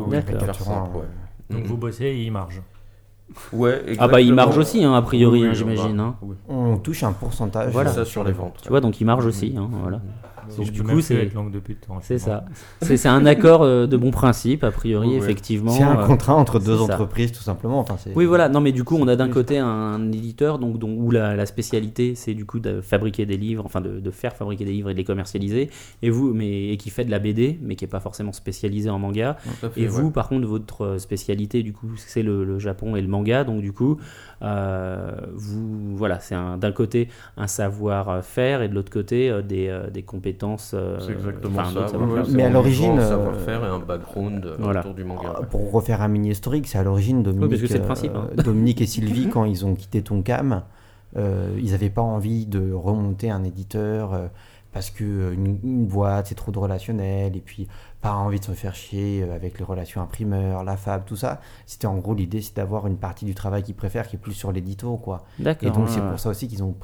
Donc vous bossez et ils margent. Ouais, exactement. Ah bah il marge aussi a priori, j'imagine. On touche un pourcentage. Voilà, ça sur les ventes. Tu vois, donc il marge aussi, voilà. Donc, du coup, c'est langue de pute. C'est ça. C'est un accord de bon principe, a priori, effectivement. C'est un contrat entre deux entreprises, tout simplement. Enfin, oui, voilà. Non, mais du coup, on a d'un côté un éditeur où la spécialité, c'est du coup de fabriquer des livres, enfin de faire fabriquer des livres et de les commercialiser. Et qui fait de la BD, mais qui n'est pas forcément spécialisé en manga. Et vous, par contre, votre spécialité, du coup, c'est le Japon et le manga. Donc, du coup, voilà, c'est d'un côté un savoir-faire et de l'autre côté des compétences. C'est exactement ça. Mais à l'origine, un savoir-faire et un background autour du manga. Pour refaire un mini historique, c'est à l'origine Dominique, c'est le principe, Dominique et Sylvie, quand ils ont quitté Tonkam, ils n'avaient pas envie de remonter un éditeur parce qu'une boîte, c'est trop de relationnel, et puis pas envie de se faire chier avec les relations imprimeurs, la fab, tout ça. C'était en gros l'idée, c'est d'avoir une partie du travail qu'ils préfèrent qui est plus sur l'édito, quoi. D'accord. Et donc c'est pour ça aussi qu'ils ont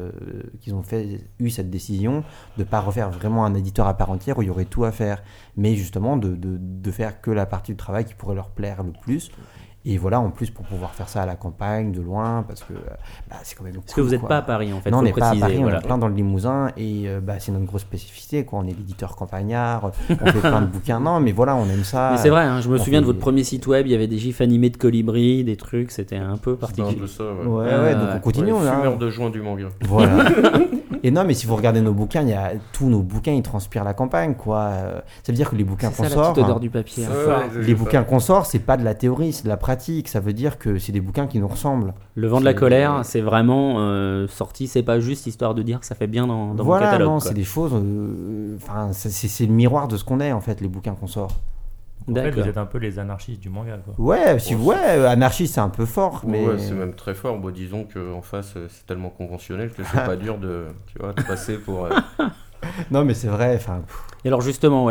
eu cette décision de pas refaire vraiment un éditeur à part entière où il y aurait tout à faire, mais justement de faire que la partie du travail qui pourrait leur plaire le plus. Et voilà, en plus, pour pouvoir faire ça à la campagne, de loin, parce que c'est quand même cool. Parce que vous n'êtes pas à Paris, en fait. Non, on n'est pas à Paris, on est plein dans le Limousin, et c'est notre grosse spécificité, quoi. On est l'éditeur campagnard, on fait plein de bouquins. Non, mais voilà, on aime ça. Mais c'est vrai, je me souviens de votre premier site web, il y avait des gifs animés de colibri, des trucs, c'était un peu particulier. C'était un peu ça, ouais. Donc on continue. Fumeur de joint du manga. Voilà. Et non, mais si vous regardez nos bouquins, tous nos bouquins, ils transpirent la campagne, quoi. Ça veut dire que les bouquins qu'on sort... C'est ça, la petite odeur du papier. Les bouquins qu'on sort, c'est pas de la théorie, c'est de la pratique. Ça veut dire que c'est des bouquins qui nous ressemblent. Le vent de la colère, c'est vraiment sorti, c'est pas juste histoire de dire que ça fait bien dans mon catalogue. Non, c'est des choses... c'est le miroir de ce qu'on est, en fait, les bouquins qu'on sort. En fait, vous êtes un peu les anarchistes du manga, quoi. Ouais, anarchiste, c'est un peu fort, mais... Ouais, c'est même très fort. Bon, disons qu'en face, c'est tellement conventionnel que c'est pas dur de passer pour... Non, mais c'est vrai, Et alors, justement,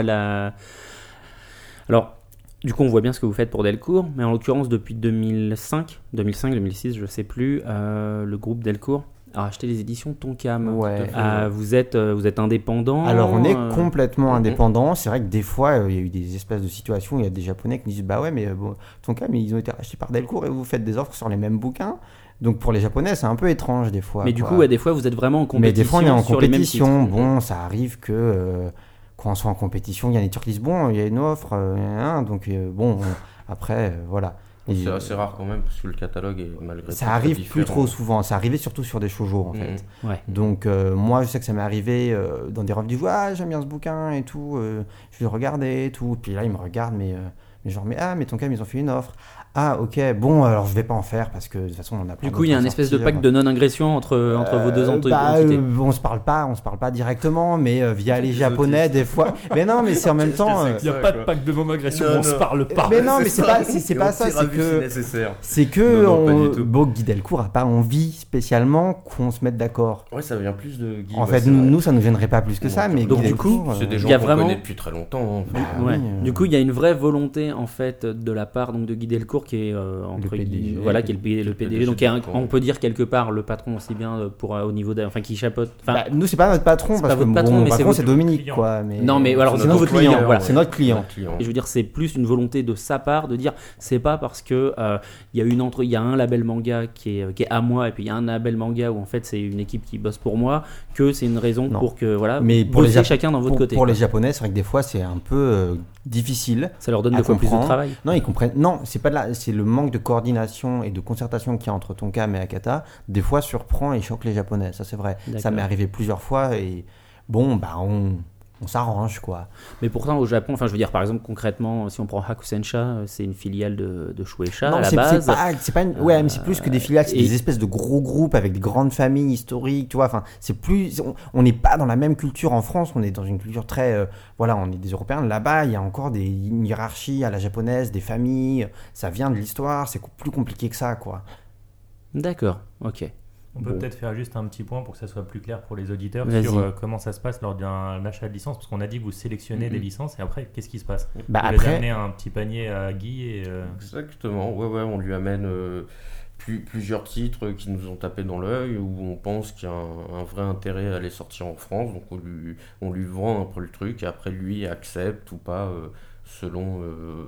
Alors, du coup, on voit bien ce que vous faites pour Delcourt, mais en l'occurrence, depuis 2005, 2006, je sais plus, le groupe Delcourt a acheté les éditions Tonkam. Ouais. Vous êtes indépendant. Alors on est complètement indépendant. C'est vrai que des fois il y a eu des espèces de situations où il y a des Japonais qui disent bah ouais mais Tonkam ils ont été rachetés par Delcourt et vous faites des offres sur les mêmes bouquins. Donc pour les Japonais c'est un peu étrange des fois. Mais du coup des fois vous êtes vraiment en compétition. Mais des fois on est en sur compétition. Les mêmes titres. Bon ça arrive que quand on soit en compétition il y a une éditeur qui disent bon il y a une offre donc après voilà. C'est assez rare quand même parce que le catalogue est malgré tout ça arrive plus trop souvent, ça arrivait surtout sur des shoujo en fait. Ouais. Donc moi je sais que ça m'est arrivé dans des revues du j'aime bien ce bouquin et tout, je vais le regarder et tout, puis là ils me regardent mais genre mais Tonkam ils ont fait une offre. Ah ok, bon alors je vais pas en faire parce que de toute façon on a plein. Du coup il y a un espèce de pacte de non-agression entre vos deux entités. On se parle pas directement, mais via les Japonais des fois. Mais non, mais c'est en même temps. Il n'y a pas de pacte de non-agression, on se parle pas. Mais non, mais c'est pas ça, c'est que Guy Delcourt a pas envie spécialement qu'on se mette d'accord. Ouais, ça vient plus de Guy. En fait, nous ça nous gênerait pas plus que ça, mais donc du coup, c'est des gens qu'on connaît depuis très longtemps. Du coup, il y a une vraie volonté en fait de la part donc de Guy Delcourt qui est entre PDG, guillemets, voilà, qui est le PDG, donc qui est on peut dire quelque part le patron aussi bien pour au niveau enfin qui chapeaute. Enfin, nous c'est pas notre patron parce que votre patron, mais patron c'est Dominique client. quoi. Mais non mais alors c'est notre client. Voilà, c'est notre client. Et je veux dire, c'est plus une volonté de sa part de dire, c'est pas parce que il y a un label manga qui est à moi et puis il y a un label manga où en fait c'est une équipe qui bosse pour moi que c'est une raison pour que voilà. Mais pour bossez chacun dans votre côté. Pour les Japonais, c'est vrai que des fois c'est un peu difficile. Ça leur donne deux fois plus de travail. Non, ils comprennent. Non, c'est pas de là. C'est le manque de coordination et de concertation qu'il y a entre Tonkam et Akata. Des fois surprend et choque les Japonais. Ça c'est vrai. D'accord. Ça m'est arrivé plusieurs fois et bon on s'arrange quoi. Mais pourtant au Japon, enfin je veux dire par exemple concrètement, si on prend Hakusensha, c'est une filiale de Shueisha à la base. C'est pas ouais, mais c'est plus que des filiales, c'est des espèces de gros groupes avec des grandes familles historiques, tu vois. Enfin, c'est plus, on n'est pas dans la même culture en France. On est dans une culture très, voilà, on est des Européens. Là-bas, il y a encore une hiérarchie à la japonaise, des familles. Ça vient de l'histoire. C'est plus compliqué que ça, quoi. D'accord. Ok. On peut peut-être faire juste un petit point pour que ça soit plus clair pour les auditeurs Vas-y. sur comment ça se passe lors d'un achat de licence, parce qu'on a dit que vous sélectionnez des licences et après, qu'est-ce qui se passe? Vous Après, amenez un petit panier à Guy et... Exactement, ouais, on lui amène plusieurs titres qui nous ont tapé dans l'œil, où on pense qu'il y a un vrai intérêt à les sortir en France, donc on lui vend un peu le truc, et après lui accepte ou pas, selon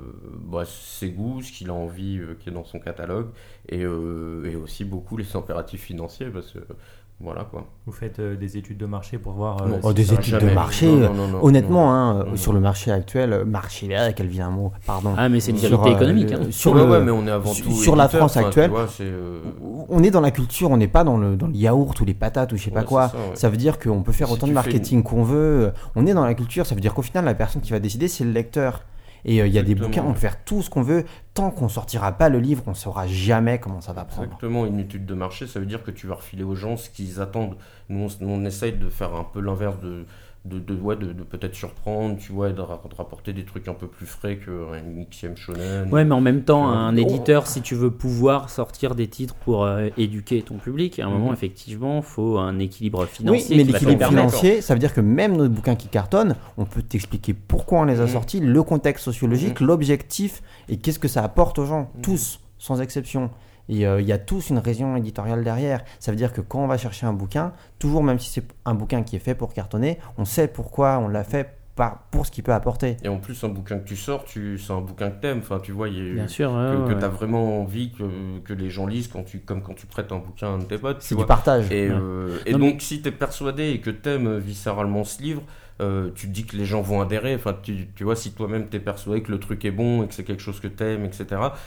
ses goûts, ce qu'il a envie qui est dans son catalogue, et aussi beaucoup les impératifs financiers, parce que voilà quoi. Vous faites des études de marché pour voir... des études de marché, non, honnêtement, sur le marché actuel, marché, quel vient un mot, pardon. Ah mais c'est une vérité économique. Mais on est avant tout sur la éditeur, France actuelle, vois, on est dans la culture, on n'est pas dans le yaourt ou les patates ou je sais pas quoi. Ça, ouais. Ça veut dire qu'on peut faire autant de marketing qu'on veut. On est dans la culture, ça veut dire qu'au final, la personne qui va décider, c'est le lecteur. Et il y a des bouquins, on peut faire tout ce qu'on veut. Tant qu'on sortira pas le livre, on saura jamais comment ça va prendre. Exactement, une étude de marché, ça veut dire que tu vas refiler aux gens ce qu'ils attendent. Nous, on essaye de faire un peu l'inverse de peut-être surprendre, tu vois, et de rapporter des trucs un peu plus frais qu'un Xème shonen. Ouais, mais en même temps, un éditeur, si tu veux pouvoir sortir des titres pour éduquer ton public, à un moment, effectivement, il faut un équilibre financier. Oui, mais l'équilibre financier, ça veut dire que même nos bouquins qui cartonnent, on peut t'expliquer pourquoi on les a sortis, le contexte sociologique, l'objectif, et qu'est-ce que ça apporte aux gens, tous, sans exception. Et il y a tous une raison éditoriale derrière. Ça veut dire que quand on va chercher un bouquin, toujours même si c'est un bouquin qui est fait pour cartonner, on sait pourquoi on l'a fait pour ce qu'il peut apporter. Et en plus, un bouquin que tu sors, c'est un bouquin que t'aimes. Enfin, tu vois, bien sûr, que t'as vraiment envie que les gens lisent comme quand tu prêtes un bouquin à un de tes potes. C'est du partage. Et donc, si t'es persuadé et que t'aimes viscéralement ce livre, tu te dis que les gens vont adhérer. Enfin, tu vois, si toi-même t'es persuadé que le truc est bon et que c'est quelque chose que t'aimes, etc.,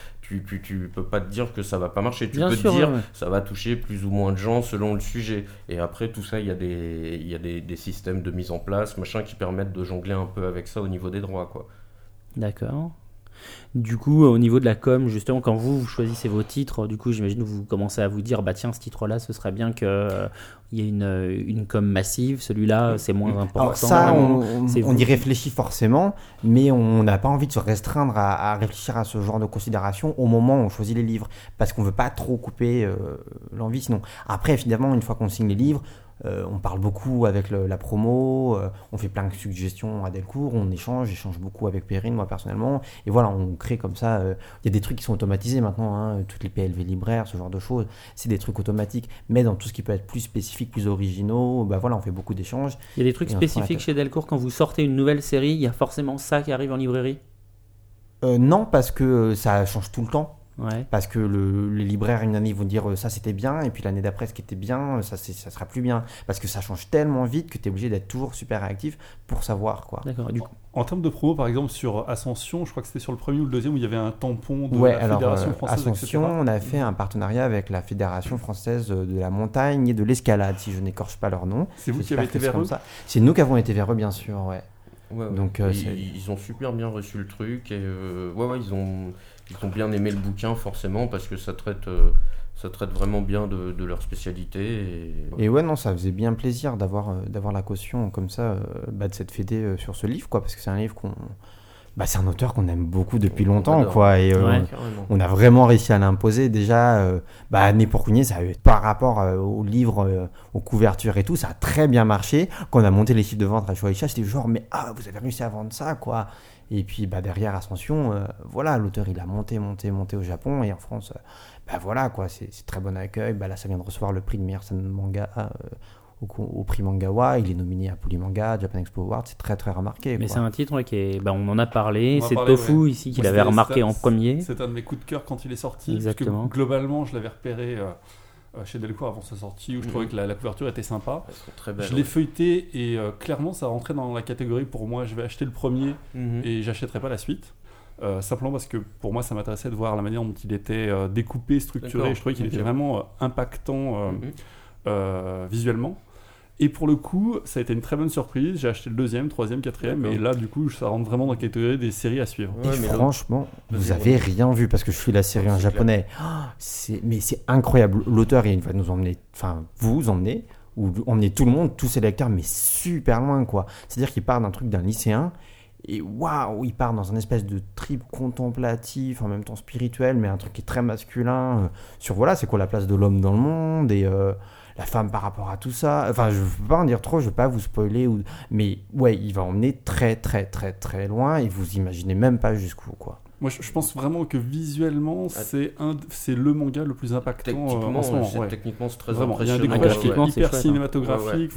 tu peux pas te dire que ça va pas marcher. Tu peux te dire ça va toucher plus ou moins de gens selon le sujet. Et après tout ça, il y a des systèmes de mise en place, machin, qui permettent de jongler un peu avec ça au niveau des droits, quoi. D'accord. Du coup, au niveau de la com, justement, quand vous choisissez vos titres, du coup, j'imagine que vous commencez à vous dire, bah tiens, ce titre-là, ce serait bien qu'il y ait une com massive, celui-là, c'est moins important. Alors ça, on y réfléchit forcément, mais on n'a pas envie de se restreindre à réfléchir à ce genre de considération au moment où on choisit les livres, parce qu'on veut pas trop couper l'envie, sinon. Après, évidemment, une fois qu'on signe les livres, on parle beaucoup avec la promo, on fait plein de suggestions à Delcourt, j'échange beaucoup avec Perrine, moi personnellement, et voilà, on crée comme ça. Il y a des trucs qui sont automatisés maintenant, toutes les PLV libraires, ce genre de choses, c'est des trucs automatiques, mais dans tout ce qui peut être plus spécifique, plus originaux, bah voilà, on fait beaucoup d'échanges. Il y a des trucs spécifiques chez Delcourt, quand vous sortez une nouvelle série, il y a forcément ça qui arrive en librairie? Non, parce que ça change tout le temps. Ouais. Parce que les libraires une année vont dire ça c'était bien, et puis l'année d'après ce qui était bien ça sera plus bien, parce que ça change tellement vite que tu es obligé d'être toujours super réactif pour savoir quoi. D'accord. Du coup, en termes de promo, par exemple sur Ascension, je crois que c'était sur le premier ou le deuxième où il y avait un tampon de la Fédération française, Ascension, etc. on a fait un partenariat avec la Fédération française de la montagne et de l'escalade, si je n'écorche pas leur nom. C'est vous qui avez été vers eux? C'est nous qui avons été vers eux, bien sûr, ouais. Donc ils ont super bien reçu le truc, et ils ont bien aimé le bouquin forcément, parce que ça traite vraiment bien de leur spécialité. Et ouais, non, ça faisait bien plaisir d'avoir la caution comme ça de cette fédé sur ce livre, quoi, parce que c'est un livre c'est un auteur qu'on aime beaucoup depuis longtemps, quoi, et on a vraiment réussi à l'imposer déjà. Né pour Cugner, ça a eu, par rapport au livre, aux couvertures et tout, ça a très bien marché. Quand on a monté les chiffres de vente à Shueisha, c'était genre, mais vous avez réussi à vendre ça, quoi. Et puis derrière Ascension, voilà, l'auteur il a monté au Japon, et en France, voilà quoi, c'est très bon accueil. Là, ça vient de recevoir le prix de meilleur scène manga au prix Mangawa, il est nominé à Polymanga, Japan Expo Award, c'est très très remarqué. Mais quoi. c'est un titre qui est, on en a parlé, c'est Tofu ici qu'il avait remarqué en premier. C'est un de mes coups de cœur quand il est sorti. Exactement. Parce que globalement, je l'avais repéré chez Delcourt avant sa sortie, où je trouvais que la couverture était sympa. Très belles, je l'ai feuilleté et clairement ça rentrait dans la catégorie pour moi, je vais acheter le premier et j'achèterai pas la suite. Simplement parce que pour moi ça m'intéressait de voir la manière dont il était découpé, structuré. Je trouvais qu'il était vraiment impactant visuellement. Et pour le coup, ça a été une très bonne surprise. J'ai acheté le 2e, 3e, 4e, et là, du coup, ça rentre vraiment dans la catégorie des séries à suivre. Et franchement, vous avez rien vu parce que je suis la série en japonais. Mais c'est incroyable. L'auteur, il va nous emmener, vous emmener, ou emmener tout le monde, tous ses lecteurs, mais super loin, quoi. C'est-à-dire qu'il part d'un truc d'un lycéen, et waouh, il part dans un espèce de trip contemplatif, en même temps spirituel, mais un truc qui est très masculin, sur c'est quoi la place de l'homme dans le monde, et la femme par rapport à tout ça. Enfin, je ne veux pas en dire trop, je ne veux pas vous spoiler, mais ouais, il va emmener très très très très loin, et vous imaginez même pas jusqu'où, quoi. Moi, je pense vraiment que visuellement, c'est le manga le plus impactant en ce moment. Techniquement, c'est très vraiment. impressionnant. Il y a un découpage hyper chouette, cinématographique.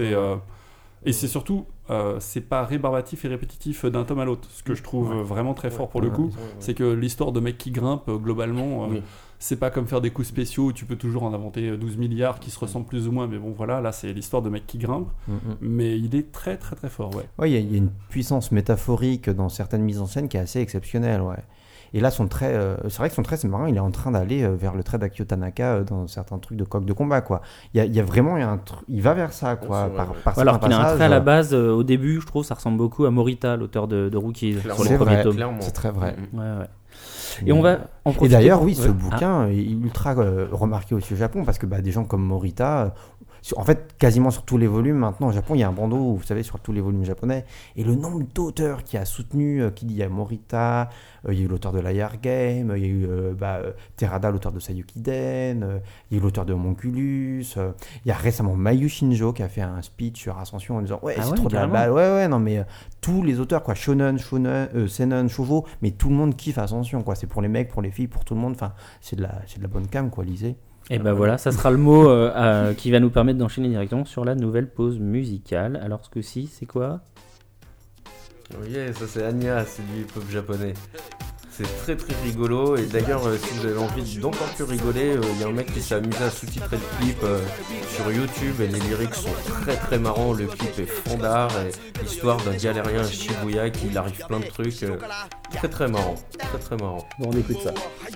Et c'est surtout, c'est pas rébarbatif et répétitif d'un tome à l'autre. Ce que je trouve vraiment très fort pour le coup, c'est que l'histoire de mec qui grimpe, globalement, c'est pas comme faire des coups spéciaux où tu peux toujours en inventer 12 milliards qui se ressemblent plus ou moins. Mais bon, voilà, là, c'est l'histoire de mec qui grimpe. Mais il est très, très, très fort, il y a une puissance métaphorique dans certaines mises en scène qui est assez exceptionnelle, Et là, son trait, c'est vrai que son trait, c'est marrant, il est en train d'aller vers le trait d'Akio Tanaka dans certains trucs de coq de combat, quoi. Il y a vraiment il va vers ça, quoi. Alors qu'il a un trait à la base, au début, je trouve, ça ressemble beaucoup à Morita, l'auteur de Rookies, sur les premiers tomes. C'est très vrai. Et on va en profiter. Et d'ailleurs, ce bouquin est ultra remarqué aussi au Japon, parce que des gens comme Morita... En fait, quasiment sur tous les volumes, maintenant, au Japon, il y a un bandeau, vous savez, sur tous les volumes japonais. Et le nombre d'auteurs qui a soutenu, il y a Morita, il y a eu l'auteur de l'Air Game, il y a eu Terada, l'auteur de Sayukiden, il y a eu l'auteur de Homunculus, il y a récemment Mayu Shinjo qui a fait un speech sur Ascension en disant c'est trop de la balle. Non, mais tous les auteurs, quoi, Shonen, Seinen, Shoujo, mais tout le monde kiffe Ascension, quoi. C'est pour les mecs, pour les filles, pour tout le monde. Enfin, c'est de la bonne cam, quoi, lisez. Et voilà, ça sera le mot qui va nous permettre d'enchaîner directement sur la nouvelle pause musicale. Alors ce coup-ci, c'est quoi ? Ça c'est Anya, c'est du hip-hop japonais. C'est très très rigolo, et d'ailleurs si vous avez envie d'encore plus rigoler, il y a un mec qui s'est amusé à sous-titrer le clip sur YouTube, et les lyrics sont très très marrants. Le clip est fondard, et l'histoire d'un galérien à Shibuya qui il arrive plein de trucs, très très marrant, très très marrant. Bon, on écoute ça.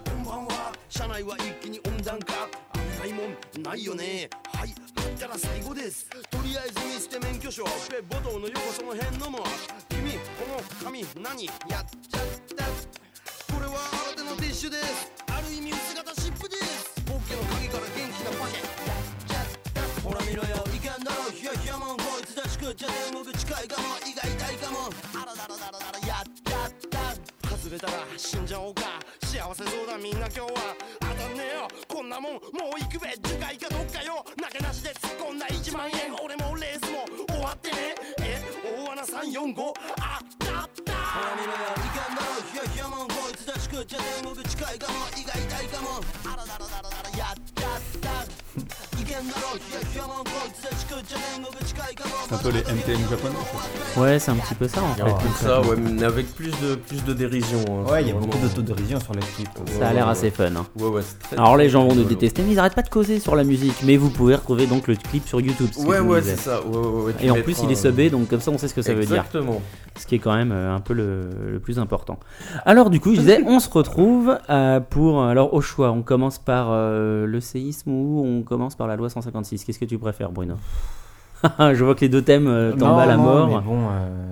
ないよねはいだったら最後ですとりあえず見捨て免許証ペッボトルの横その辺のも君この紙何やっちゃったこれは新手のティッシュですある意味薄型湿布ですポッケの鍵から元気なパケやっちゃったほら見ろよいけんだろヒヤヒヤマンこいつだしくっちゃ天国近いかも意外痛いかもあらだらだらだらやっちゃった外れたら死んじゃおうか幸せそうだみんな今日は当たんねえよこんなもんもう行くべ樹海かどっかよ投げなしですこんな1万円俺もレースも終わってね大穴345あったったほら見ろよいけんだろヒヤヒヤマンこいつだしくっちゃ天国近いかも意外痛いかもあらだらだらだらやっちゃったいけんだろヒヤヒヤマンこいつだしくっちゃ天国近いかも C'est un peu les MTM japonais. Ouais, c'est un petit peu ça en fait. Ça, mais avec plus de dérision. Il y a beaucoup d'autodérision sur les clips. Ça a l'air assez fun. C'est très, alors les gens vont nous détester, mais ils arrêtent pas de causer sur la musique. Mais vous pouvez retrouver donc le clip sur YouTube. C'est ça. Et en plus, il est subé, donc comme ça, on sait ce que ça veut dire. Exactement. Ce qui est quand même un peu le plus important. Alors du coup, je disais, on se retrouve pour... Alors au choix, on commence par le séisme ou on commence par la loi 156. Qu'est-ce que tu préfères, Bruno? Je vois que les deux thèmes tombent à la mort. Mais bon,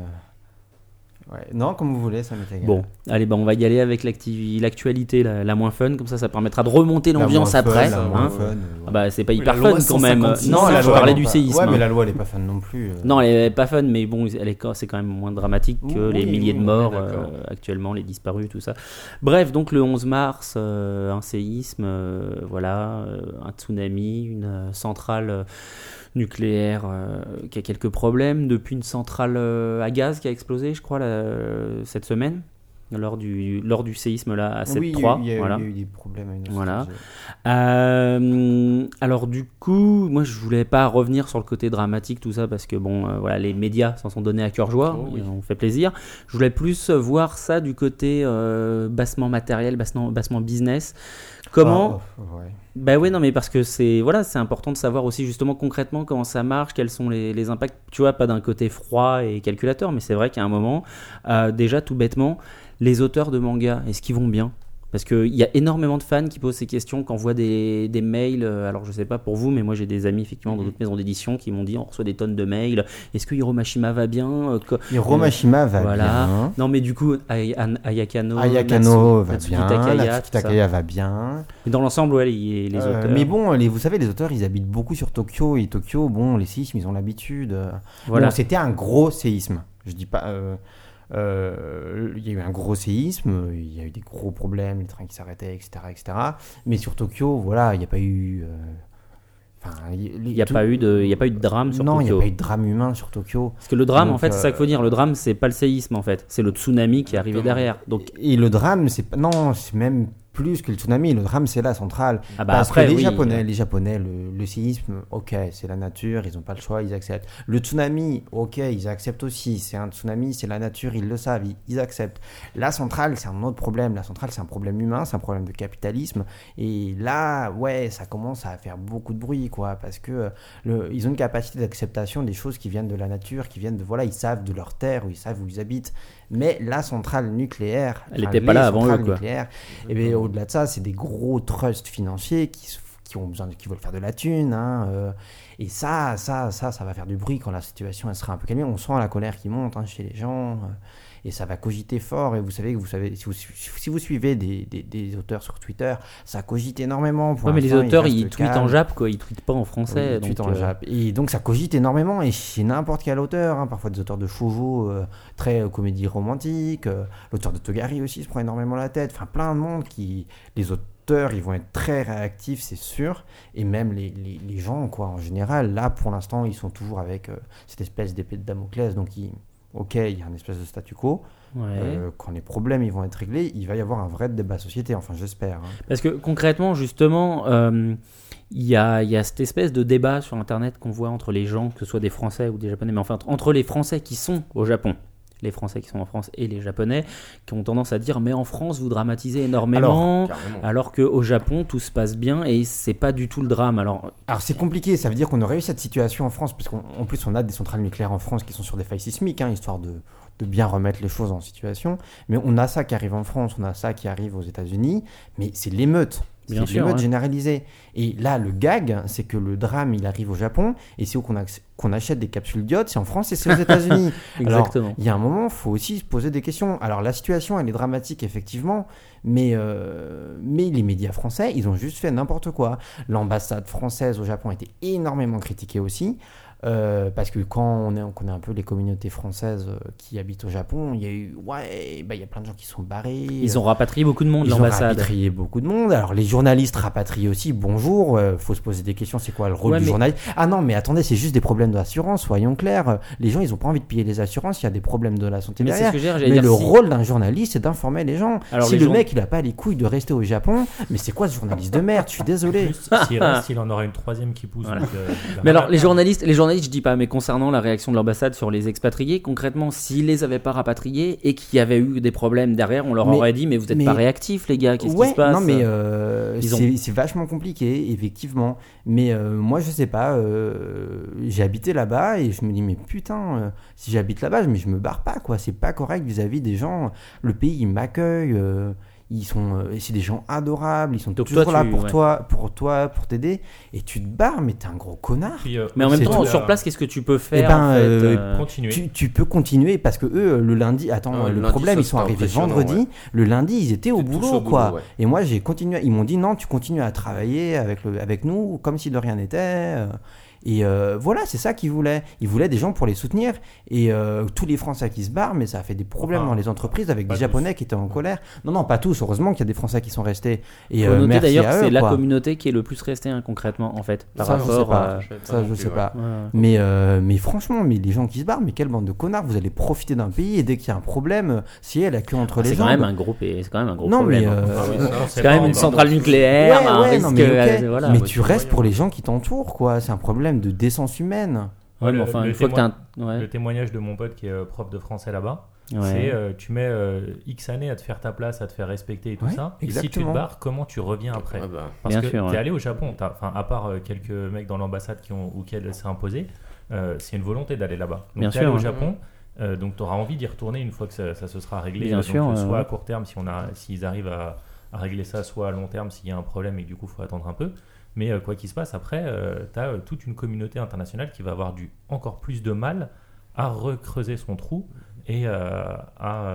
non, comme vous voulez, ça m'est égal. Bon, allez, on va y aller avec l'actualité la moins fun, comme ça permettra de remonter l'ambiance après. C'est pas hyper fun quand même. Non, là, je parlais du séisme. Ouais, mais la loi elle est pas fun non plus. Non, elle est pas fun, mais bon, c'est quand même moins dramatique que les milliers de morts actuellement, les disparus, tout ça. Bref, donc le 11 mars, un séisme, un tsunami, une centrale nucléaire qui a quelques problèmes, depuis une centrale à gaz qui a explosé, je crois, cette semaine. Lors du séisme là à 7.3. Oui, il y a eu des problèmes. Voilà. Alors du coup, moi je voulais pas revenir sur le côté dramatique tout ça parce que voilà, les médias s'en sont donnés à cœur joie, on fait plaisir. Je voulais plus voir ça du côté bassement matériel, bassement business. Comment Bah ouais, non, mais parce que c'est important de savoir aussi justement concrètement comment ça marche, quels sont les impacts. Tu vois, pas d'un côté froid et calculateur, mais c'est vrai qu'à un moment, déjà tout bêtement, les auteurs de manga, est-ce qu'ils vont bien ? Parce qu'il y a énormément de fans qui posent ces questions, qui envoient des mails. Alors je sais pas pour vous, mais moi j'ai des amis effectivement dans d'autres maisons d'édition qui m'ont dit on reçoit des tonnes de mails. Est-ce que Hiro Mashima va bien Hiro-Mashima va bien. Non mais du coup Ayakano va bien. Natsuki Takaya va bien. Et dans l'ensemble, les auteurs. Mais bon, vous savez, les auteurs ils habitent beaucoup sur Tokyo, et Tokyo, les séismes ils ont l'habitude. Voilà. Bon, c'était un gros séisme. Je dis pas. Il y a eu un gros séisme, il y a eu des gros problèmes, les trains qui s'arrêtaient, etc. Mais sur Tokyo, voilà, il n'y a pas eu. Il n'y a pas eu de drame sur Tokyo. Non, il n'y a pas eu de drame humain sur Tokyo. Parce que le drame, en fait, c'est ça qu'il faut dire. Le drame, c'est pas le séisme, en fait. C'est le tsunami qui est arrivé derrière. Donc... Et le drame, c'est même plus que le tsunami. Le drame, c'est la centrale. Parce que les Japonais, le séisme, ok, c'est la nature, ils n'ont pas le choix, ils acceptent. Le tsunami, ok, ils acceptent aussi. C'est un tsunami, c'est la nature, ils le savent, ils acceptent. La centrale, c'est un autre problème. La centrale, c'est un problème humain, c'est un problème de capitalisme. Et là, ça commence à faire beaucoup de bruit, quoi, parce que ils ont une capacité d'acceptation des choses qui viennent de la nature, qui viennent de, ils savent de leur terre, ils savent où ils habitent. Mais la centrale nucléaire, elle n'était pas là avant eux, quoi. Et bien, au-delà de ça, c'est des gros trusts financiers qui veulent faire de la thune. Et ça va faire du bruit quand la situation elle sera un peu calmée. On sent la colère qui monte chez les gens. Et ça va cogiter fort. Et vous savez, si vous suivez des auteurs sur Twitter, ça cogite énormément. Mais les auteurs, ils tweetent en jap, quoi. Ils tweetent pas en français. Ils tweetent en jap. Et donc, ça cogite énormément. Et chez n'importe quel auteur, parfois des auteurs de shoujo, très comédie romantique. L'auteur de Togari aussi se prend énormément la tête. Enfin, plein de monde les auteurs, ils vont être très réactifs, c'est sûr. Et même les gens, quoi, en général, là, pour l'instant, ils sont toujours avec cette espèce d'épée de Damoclès. Donc, ok, il y a un espèce de statu quo. Quand les problèmes ils vont être réglés, il va y avoir un vrai débat société, enfin j'espère. Parce que concrètement, justement, il y a cette espèce de débat sur Internet qu'on voit entre les gens, que ce soit des Français ou des Japonais, mais enfin entre les Français qui sont au Japon. Les Français qui sont en France et les Japonais qui ont tendance à dire mais en France vous dramatisez énormément alors qu'au Japon tout se passe bien et c'est pas du tout le drame. Alors c'est compliqué, ça veut dire qu'on aurait eu cette situation en France parce qu'en plus on a des centrales nucléaires en France qui sont sur des failles sismiques, histoire de bien remettre les choses en situation, mais on a ça qui arrive en France, on a ça qui arrive aux États-Unis, mais c'est l'émeute. C'est l'émeute généralisée. Et là, le gag, c'est que le drame, il arrive au Japon, et c'est où qu'on achète des capsules d'iode, c'est en France et c'est aux États-Unis. Exactement. Alors, il y a un moment, il faut aussi se poser des questions. Alors, la situation, elle est dramatique, effectivement, mais les médias français, ils ont juste fait n'importe quoi. L'ambassade française au Japon a été énormément critiquée aussi. Parce que quand on connaît un peu les communautés françaises qui habitent au Japon, il y a eu il y a plein de gens qui sont barrés. Ils ont rapatrié beaucoup de monde, l'ambassade. Ils ont rapatrié beaucoup de monde. Alors les journalistes rapatrient aussi. Bonjour, faut se poser des questions. C'est quoi le rôle du journaliste ? Ah non, mais attendez, c'est juste des problèmes d'assurance. Soyons clairs. Les gens, ils ont pas envie de payer les assurances. Il y a des problèmes de la santé derrière. Mais le rôle d'un journaliste, c'est d'informer les gens. Alors, si le mec, il a pas les couilles de rester au Japon, mais c'est quoi ce journaliste de merde ? Je suis désolé. S'il en aura une troisième qui pousse. Voilà. Mais alors les journalistes, je dis pas, mais concernant la réaction de l'ambassade sur les expatriés, concrètement, s'ils les avaient pas rapatriés et qu'il y avait eu des problèmes derrière, on leur aurait dit mais vous êtes pas réactifs les gars, qu'est-ce qui se passe ? Non mais c'est vachement compliqué effectivement, mais moi je sais pas, j'ai habité là-bas et je me dis mais putain, si j'habite là-bas, mais je me barre pas quoi, c'est pas correct vis-à-vis des gens, le pays il m'accueille. C'est des gens adorables, ils sont toujours là pour toi, pour t'aider, et tu te barres, mais t'es un gros connard. Puis, mais en même temps, sur place, qu'est-ce que tu peux faire continuer. Tu peux continuer parce que eux, le lundi, le problème, ils sont arrivés vendredi, le lundi, ils étaient au boulot, quoi. Ouais. Et moi, j'ai continué. Ils m'ont dit non, tu continues à travailler avec nous comme si de rien n'était. Et voilà, c'est ça qu'ils voulaient. Ils voulaient des gens pour les soutenir. Et tous les Français qui se barrent, mais ça a fait des problèmes dans les entreprises avec des Japonais qui étaient en colère. Non, pas tous. Heureusement qu'il y a des Français qui sont restés. Et faut noter merci d'ailleurs à que eux, c'est la quoi. communauté qui est le plus restée concrètement en fait. Par Ça, je sais rapport pas. à... Ça, je sais pas. Ouais. Mais franchement, les gens qui se barrent, mais quelle bande de connards. Vous allez profiter d'un pays et dès qu'il y a un problème, si elle a que entre les c'est jambes. quand même un gros Non, problème. mais c'est quand même une centrale nucléaire, un risque. non, mais, ok. Voilà. Mais tu restes pour les gens qui t'entourent, quoi. C'est un problème de décence humaine. Ouais, mais enfin, une fois que t'as le témoignage de mon pote qui est prof de français là-bas, Ouais. c'est tu mets X années à te faire ta place, à te faire respecter et tout ça. Et si tu te barres, comment tu reviens après? Parce bien que sûr, t'es allé au Japon, à part quelques mecs dans l'ambassade auxquels c'est imposé, c'est une volonté d'aller là-bas. Donc t'es allé au Japon, donc t'auras envie d'y retourner une fois que ça se sera réglé. Bien donc, sûr, soit à court terme, s'ils arrivent à régler ça, soit à long terme s'il y a un problème et que du coup il faut attendre un peu. Mais quoi qu'il se passe, après, tu as toute une communauté internationale qui va avoir encore plus de mal à recreuser son trou et à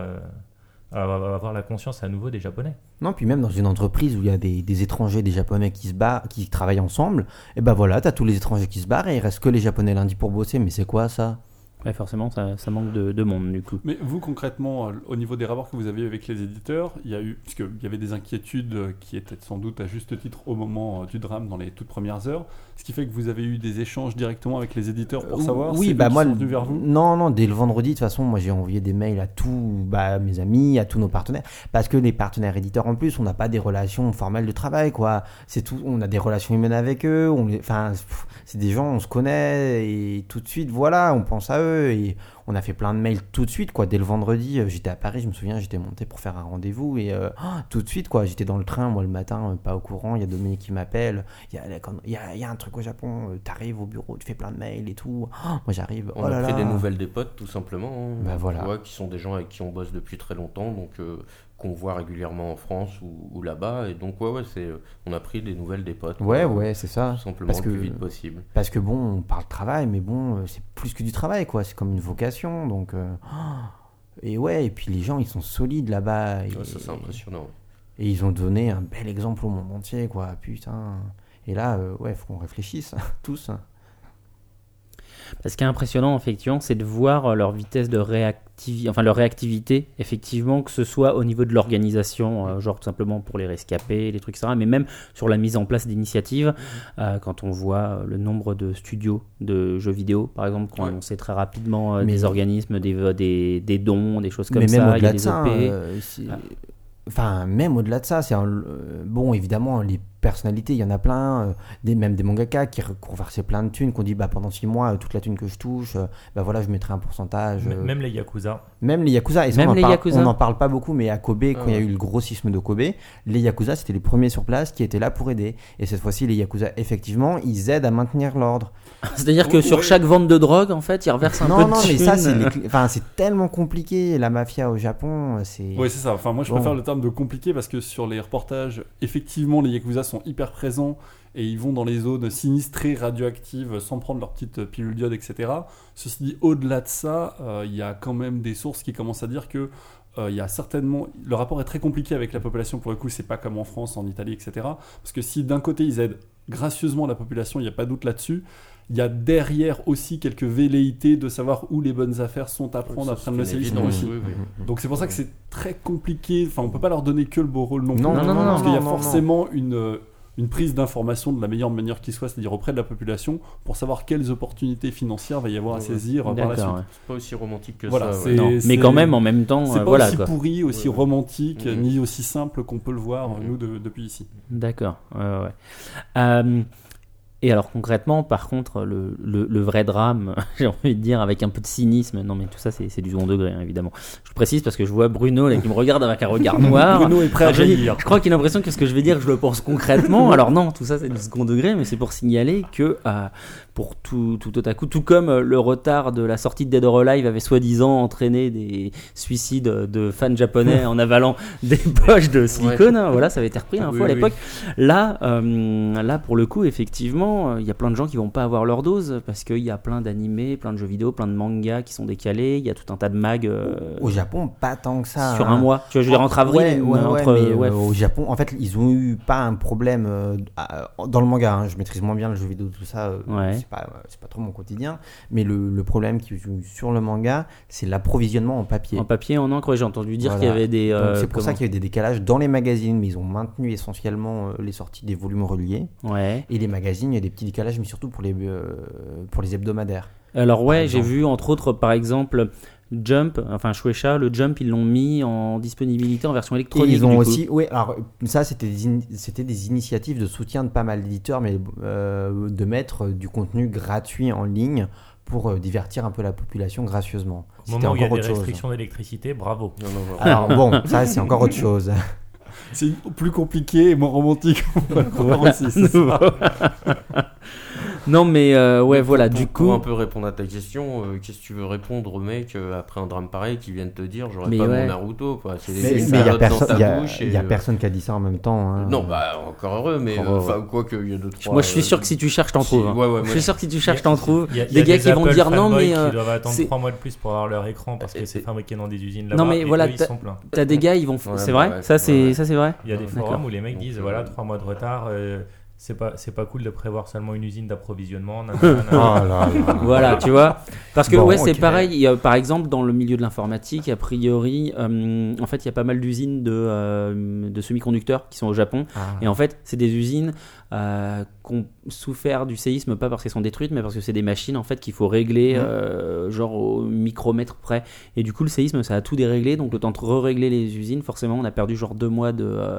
avoir la conscience à nouveau des Japonais. Non, puis même dans une entreprise où il y a des étrangers, des Japonais qui se barrent, qui travaillent ensemble, et ben voilà, t'as tous les étrangers qui se barrent et il reste que les Japonais lundi pour bosser. Mais c'est quoi ça? Ouais, forcément, ça manque de monde du coup. Mais vous, concrètement, au niveau des rapports que vous avez eu avec les éditeurs, il y a eu, puisqu'il y avait des inquiétudes qui étaient sans doute à juste titre au moment du drame, dans les toutes premières heures, ce qui fait que vous avez eu des échanges directement avec les éditeurs pour savoir oui, si bah ils moi, sont venus vers vous. Non, dès le vendredi, de toute façon, moi j'ai envoyé des mails à tous mes amis, à tous nos partenaires, parce que les partenaires éditeurs en plus, on n'a pas des relations formelles de travail, quoi. C'est tout, on a des relations humaines avec eux, c'est des gens, on se connaît et tout de suite, voilà, on pense à eux et on a fait plein de mails tout de suite, quoi. Dès le vendredi, j'étais à Paris, je me souviens, j'étais monté pour faire un rendez-vous et tout de suite, quoi. J'étais dans le train, moi le matin, pas au courant. Il y a Dominique qui m'appelle. Il y a un truc au Japon. T'arrives au bureau, tu fais plein de mails et tout. Moi j'arrive. On a pris des nouvelles des potes, tout simplement. Bah, voilà. Tu vois, qui sont des gens avec qui on bosse depuis très longtemps, donc qu'on voit régulièrement en France ou là-bas. Et donc on a pris des nouvelles des potes. Ouais, c'est ça. Tout simplement le plus vite possible. Parce que bon, on parle travail, mais bon, c'est plus que du travail, quoi. C'est comme une vocation, donc. Et ouais, et puis les gens, ils sont solides là-bas. Ça, c'est impressionnant. Et ils ont donné un bel exemple au monde entier, quoi. Putain. Et là, faut qu'on réfléchisse, tous. Ce qui est impressionnant, effectivement, c'est de voir leur vitesse de leur réactivité, effectivement, que ce soit au niveau de l'organisation, genre tout simplement pour les rescapés, les trucs, etc., mais même sur la mise en place d'initiatives, quand on voit le nombre de studios de jeux vidéo, par exemple, qui ont annoncé très rapidement des organismes, des dons, des choses comme ça, il y a des OP. Enfin, même au-delà de ça, bon, évidemment, les personnalités, il y en a plein, même des mangaka qui ont versé plein de thunes, qu'on dit pendant 6 mois, toute la thune que je touche, voilà, je mettrai un pourcentage. Même les Yakuza. Même les Yakuza. Et ça, on n'en parle pas beaucoup, mais à Kobe, quand il y a eu le gros sisme de Kobe, les Yakuza, c'était les premiers sur place qui étaient là pour aider. Et cette fois-ci, les Yakuza, effectivement, ils aident à maintenir l'ordre. C'est-à-dire que sur chaque vente de drogue, en fait, ils reversent un peu de thunes. Non, mais ça, c'est tellement compliqué, la mafia au Japon, c'est... Oui, c'est ça. Enfin, moi, je préfère le terme de compliqué parce que sur les reportages, effectivement, les Yakuza sont hyper présents et ils vont dans les zones sinistrées, radioactives, sans prendre leur petite pilule d'iode, etc. Ceci dit, au-delà de ça, il y a quand même des sources qui commencent à dire que il y a certainement... Le rapport est très compliqué avec la population, pour le coup, c'est pas comme en France, en Italie, etc. Parce que si d'un côté, ils aident gracieusement la population, il n'y a pas de doute là-dessus, il y a derrière aussi quelques velléités de savoir où les bonnes affaires sont à prendre après le séisme aussi. Oui. Donc c'est pour ça que c'est très compliqué. Enfin, on peut pas leur donner que le beau rôle non plus. Parce qu'il y a forcément une prise d'information de la meilleure manière qui soit, c'est-à-dire auprès de la population, pour savoir quelles opportunités financières va y avoir à saisir par la suite. C'est pas aussi romantique que ça. Mais quand même, en même temps, c'est pas aussi pourri, aussi romantique, ni aussi simple qu'on peut le voir, nous, depuis ici. D'accord. Et alors concrètement, par contre, le vrai drame, j'ai envie de dire avec un peu de cynisme, non mais tout ça c'est du second degré, hein, évidemment. Je précise parce que je vois Bruno là, qui me regarde avec un regard noir. Bruno est prêt à jaillir. Je crois qu'il a l'impression que ce que je vais dire, je le pense concrètement. Alors non, tout ça c'est du second degré, mais c'est pour signaler que pour tout otaku, tout comme le retard de la sortie de Dead or Alive avait soi-disant entraîné des suicides de fans japonais en avalant des poches de silicone, voilà, ça avait été repris une fois à l'époque. Là, pour le coup, effectivement, gens, il y a plein de gens qui vont pas avoir leur dose parce qu'il y a plein d'animés, plein de jeux vidéo, plein de mangas qui sont décalés. Il y a tout un tas de mags. Au Japon, pas tant que ça. Sur un mois. Tu vois, je veux dire entre avril. Mais au Japon, en fait, ils ont eu pas un problème dans le manga. Hein, je maîtrise moins bien le jeu vidéo, tout ça. C'est pas trop mon quotidien. Mais le problème qui joue sur le manga, c'est l'approvisionnement en papier. En papier, en encre. J'ai entendu dire qu'il y avait des. Donc, c'est pour ça qu'il y a eu des décalages dans les magazines, mais ils ont maintenu essentiellement les sorties des volumes reliés. Ouais. Et les magazines, il y a des petits décalages, mais surtout pour les hebdomadaires. Alors j'ai vu entre autres par exemple Jump, enfin Shueisha, le Jump ils l'ont mis en disponibilité en version électronique. Et ils ont aussi, oui, alors ça c'était des initiatives de soutien de pas mal d'éditeurs, mais de mettre du contenu gratuit en ligne pour divertir un peu la population gracieusement. Au moment où il y a des restrictions d'électricité, bravo. Alors bon, ça c'est encore autre chose. C'est plus compliqué et moins romantique. Aussi, c'est ça. Non mais voilà, du coup pour un peu répondre à ta question, qu'est-ce que tu veux répondre au mec après un drame pareil qui vient de te dire j'aurais pas mon Naruto quoi. Mais il y a personne qui a dit ça en même temps hein. Non bah encore heureux, mais quoi qu'il y a d'autres. Moi je suis sûr que si tu cherches t'en trouves. Ouais, je suis sûr que si tu cherches t'en trouves. Des gars qui vont dire non mais qui doivent attendre 3 mois de plus pour avoir leur écran parce que c'est fabriqué dans des usines là-bas. Non mais voilà, ils sont pleins. T'as des gars ils vont c'est vrai, ça c'est vrai. Il y a des forums où les mecs disent voilà 3 mois de retard. C'est pas cool de prévoir seulement une usine d'approvisionnement. Voilà, tu vois. Parce que c'est pareil. Il y a, par exemple, dans le milieu de l'informatique, a priori, en fait, il y a pas mal d'usines de semi-conducteurs qui sont au Japon. Et en fait, c'est des usines qui ont souffert du séisme, pas parce qu'elles sont détruites, mais parce que c'est des machines en fait qu'il faut régler genre au micromètre près. Et du coup, le séisme, ça a tout déréglé. Donc, le temps de re-régler les usines, forcément, on a perdu genre 2 mois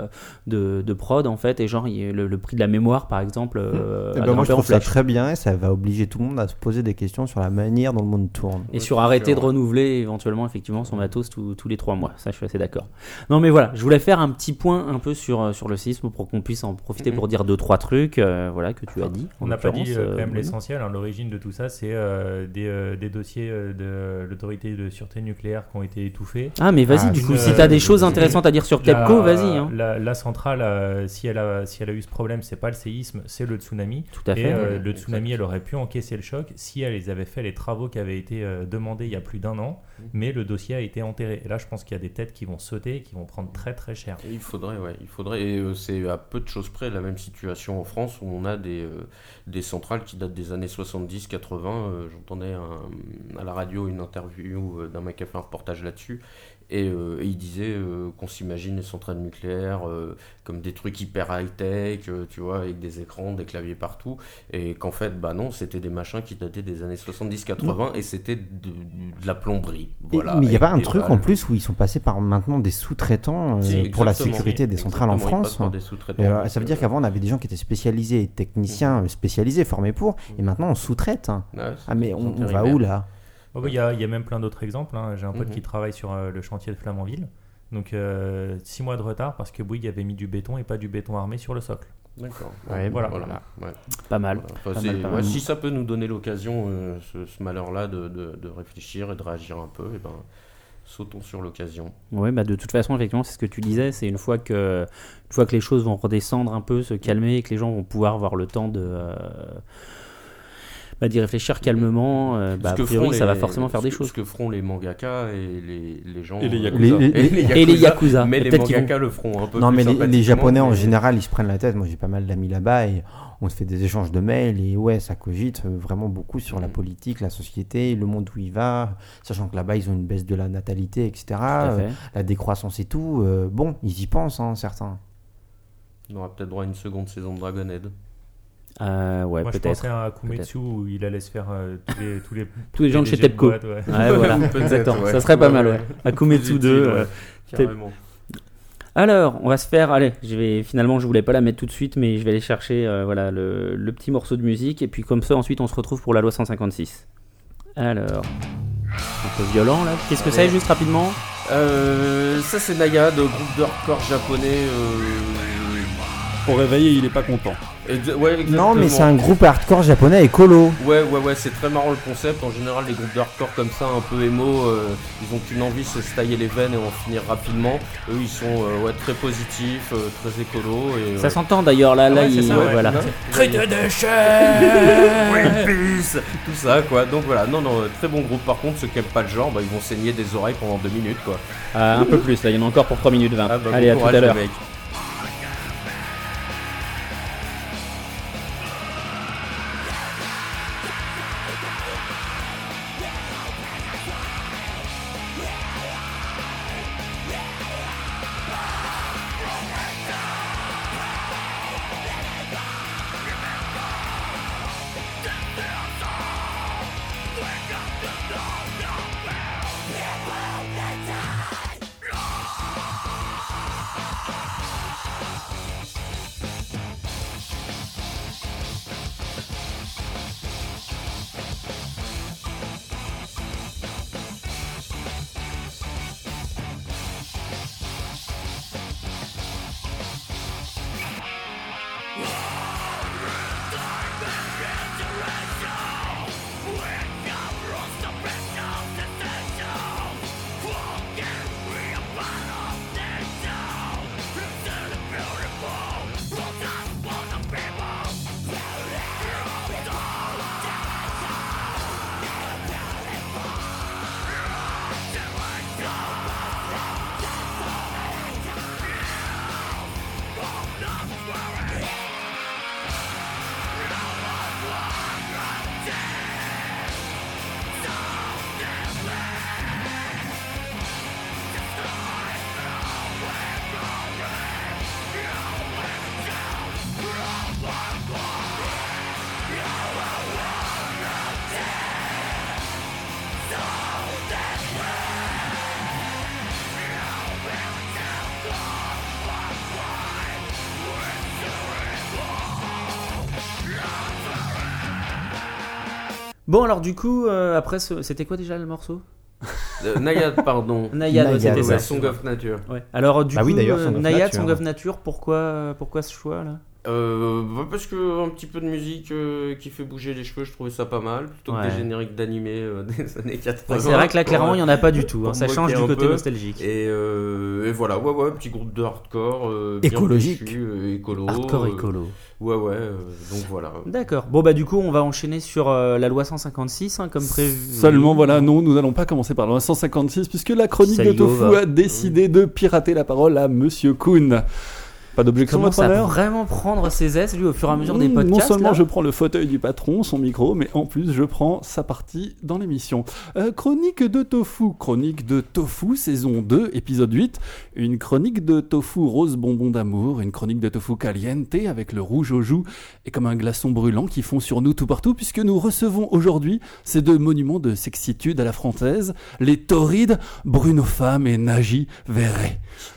de prod en fait. Et genre, le prix de la mémoire, par exemple. Moi, je trouve ça très bien et ça va obliger tout le monde à se poser des questions sur la manière dont le monde tourne. Et sur arrêter de renouveler éventuellement, effectivement, son matos tous les 3 mois. Ça, je suis assez d'accord. Non, mais voilà, je voulais faire un petit point un peu sur le séisme pour qu'on puisse en profiter pour dire 2-3 trucs que tu as dit. On n'a pas dit quand même l'essentiel. L'origine de tout ça, c'est des dossiers de l'autorité de sûreté nucléaire qui ont été étouffés. Ah, mais vas-y, du coup, si tu as des choses intéressantes à dire sur TEPCO, vas-y. Hein. La centrale, si elle a eu ce problème, c'est pas le séisme, c'est le tsunami. Tout à fait. Et le tsunami, elle aurait pu encaisser le choc si elle avait fait les travaux qui avaient été demandés il y a plus d'1 an, mais le dossier a été enterré. Et là, je pense qu'il y a des têtes qui vont sauter et qui vont prendre très très cher. Il faudrait. Et c'est à peu de choses près la même situation en France où on a des centrales qui datent des années 70-80. J'entendais à la radio une interview d'un mec qui a fait un reportage là-dessus. Et il disait qu'on s'imagine les centrales nucléaires comme des trucs hyper high-tech, tu vois, avec des écrans, des claviers partout, et qu'en fait, bah non, c'était des machins qui dataient des années 70-80, et c'était de la plomberie. Voilà, mais il n'y a pas un truc en plus où ils sont passés par maintenant des sous-traitants pour la sécurité des centrales en France. Ça veut dire qu'avant, on avait des gens qui étaient spécialisés, techniciens spécialisés, formés pour, et maintenant on sous-traite. Mais on va où là ? Il y a même plein d'autres exemples. J'ai un pote qui travaille sur le chantier de Flamanville. Donc 6 mois de retard parce que Bouygues avait mis du béton et pas du béton armé sur le socle. D'accord. Voilà. Pas mal. Pas mal. Si ça peut nous donner l'occasion, ce malheur-là, de réfléchir et de réagir un peu, sautons sur l'occasion. Oui, de toute façon, effectivement, c'est ce que tu disais. C'est une fois que les choses vont redescendre un peu, se calmer, et que les gens vont pouvoir avoir le temps d'y réfléchir calmement, a priori ça va forcément faire des choses. Ce que feront les mangaka et les gens... Et les Yakuza. Et les Yakuza. Mais les mangaka le feront un peu plus. Non, mais les Japonais en général, ils se prennent la tête. Moi j'ai pas mal d'amis là-bas et on se fait des échanges de mails et ça cogite vraiment beaucoup sur la politique, la société, le monde où il va, sachant que là-bas ils ont une baisse de la natalité, etc. La décroissance et tout. Ils y pensent, certains. On aura peut-être droit à une seconde saison de Dragonhead. Moi peut-être. Je pensais à Akumetsu où il allait se faire tous les gens de chez TEPCO. Voilà, exactement. Ça serait pas mal. Akumetsu 2. Carrément. Alors, on va se faire. Allez, je voulais pas la mettre tout de suite, mais je vais aller chercher le petit morceau de musique et puis comme ça ensuite on se retrouve pour la loi 156. Alors, un peu violent là. Qu'est-ce que c'est juste rapidement? Ça c'est Naya, de groupe de hardcore japonais. Au réveil, il est pas content. Non, mais c'est un groupe hardcore japonais écolo. Ouais, c'est très marrant le concept. En général, les groupes de hardcore comme ça, un peu émo, ils ont qu'une envie, c'est se tailler les veines et en finir rapidement. Eux, ils sont très positifs, très écolos. Et, ça s'entend d'ailleurs, là, voilà. Cri de déchets Greenpeace tout ça, quoi. Donc voilà, non, très bon groupe. Par contre, ceux qui n'aiment pas le genre, ils vont saigner des oreilles pendant 2 minutes, quoi. Un peu plus, là, il y en a encore pour 3 minutes 20. Allez, à tout à l'heure. Bon, alors du coup, après, c'était quoi déjà le morceau Naiad, pardon. Naiad, c'était ça. Song of Nature. Ouais. Alors du coup, Naiad, Song of Nature. Nature, pourquoi ce choix là? Parce que un petit peu de musique qui fait bouger les cheveux, je trouvais ça pas mal, plutôt que des génériques d'animés des années 80. Ouais, c'est vrai que là, clairement, il n'y en a pas du tout. Hein. Ça change du côté nostalgique. Et voilà, petit groupe de hardcore. Écologique. Bien fichu, écolo. Hardcore écolo. Donc voilà. D'accord. Bon, du coup, on va enchaîner sur la loi 156, comme prévu. Seulement, non, nous n'allons pas commencer par la loi 156, puisque la chronique de Tofu a décidé de pirater la parole à Monsieur Kuhn. Pas d'objection, votre honneur. Vraiment prendre ses aises, lui, au fur et à mesure des podcasts. Non seulement là. je prends le fauteuil du patron, son micro, mais en plus je prends sa partie dans l'émission. Chronique de Tofu, saison 2, épisode 8. Une chronique de tofu rose bonbon d'amour, une chronique de tofu caliente avec le rouge aux joues et comme un glaçon brûlant qui fond sur nous tout partout, puisque nous recevons aujourd'hui ces deux monuments de sexitude à la française, les torrides Bruno Femme et Nagy Verret.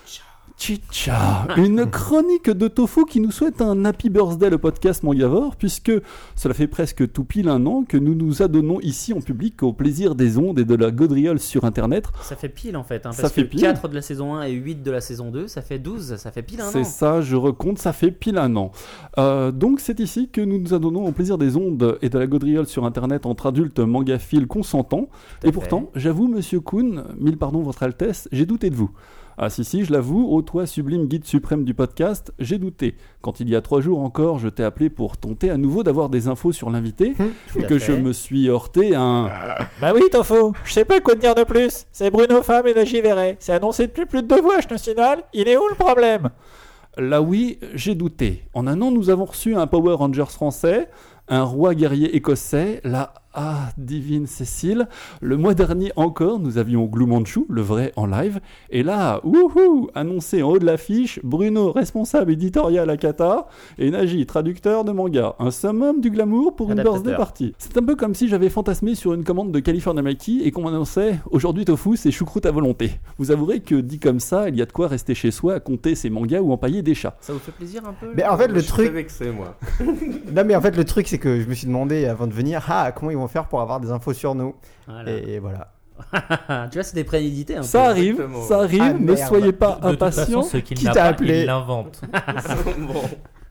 Chicha, une chronique de Tofu qui nous souhaite un happy birthday le podcast Mangavore, puisque cela fait presque tout pile 1 an que nous nous adonnons ici en public au plaisir des ondes et de la gaudriole sur internet. Ça fait pile en fait, parce ça fait que pile. 4 de la saison 1 et 8 de la saison 2, ça fait 12, ça fait pile 1 an. C'est ça, je recompte, ça fait pile 1 an. Donc c'est ici que nous nous adonnons au plaisir des ondes et de la gaudriole sur internet entre adultes mangaphiles consentants. Et pourtant, j'avoue, monsieur Kuhn, mille pardons votre Altesse, j'ai douté de vous. Ah si, je l'avoue, ô toi sublime guide suprême du podcast, j'ai douté. Quand il y a 3 jours encore, je t'ai appelé pour tenter à nouveau d'avoir des infos sur l'invité, et que je me suis heurté à un... Bah oui, Tofu, je sais pas quoi te dire de plus. C'est Bruno Femme et Nagy Verret. C'est annoncé depuis plus de 2 voix, je te signale. Il est où le problème? Là oui, j'ai douté. En 1 an, nous avons reçu un Power Rangers français, un roi guerrier écossais, la divine Cécile. Le mois dernier encore, nous avions Glou Manchu, le vrai en live. Et là, annoncé en haut de l'affiche, Bruno, responsable éditorial à Kata, et Nagy, traducteur de manga. Un summum du glamour pour une birthday party. C'est un peu comme si j'avais fantasmé sur une commande de California Mikey et qu'on m'annonçait « Aujourd'hui Tofu, c'est choucroute à volonté ». Vous avouerez que dit comme ça, il y a de quoi rester chez soi à compter ses mangas ou empailler des chats. Ça vous fait plaisir un peu? Mais en fait, le truc... Je suis vexé, moi. Non, mais en fait, le truc, c'est que je me suis demandé avant de venir, comment ils vont faire pour avoir des infos sur nous. Voilà. Et voilà. Tu vois, c'est des prémédités. Ça arrive, ne Ah, soyez pas De toute façon, impatients. ce qu'il Qui n'a t'a pas, appelé il l'invente. Bon.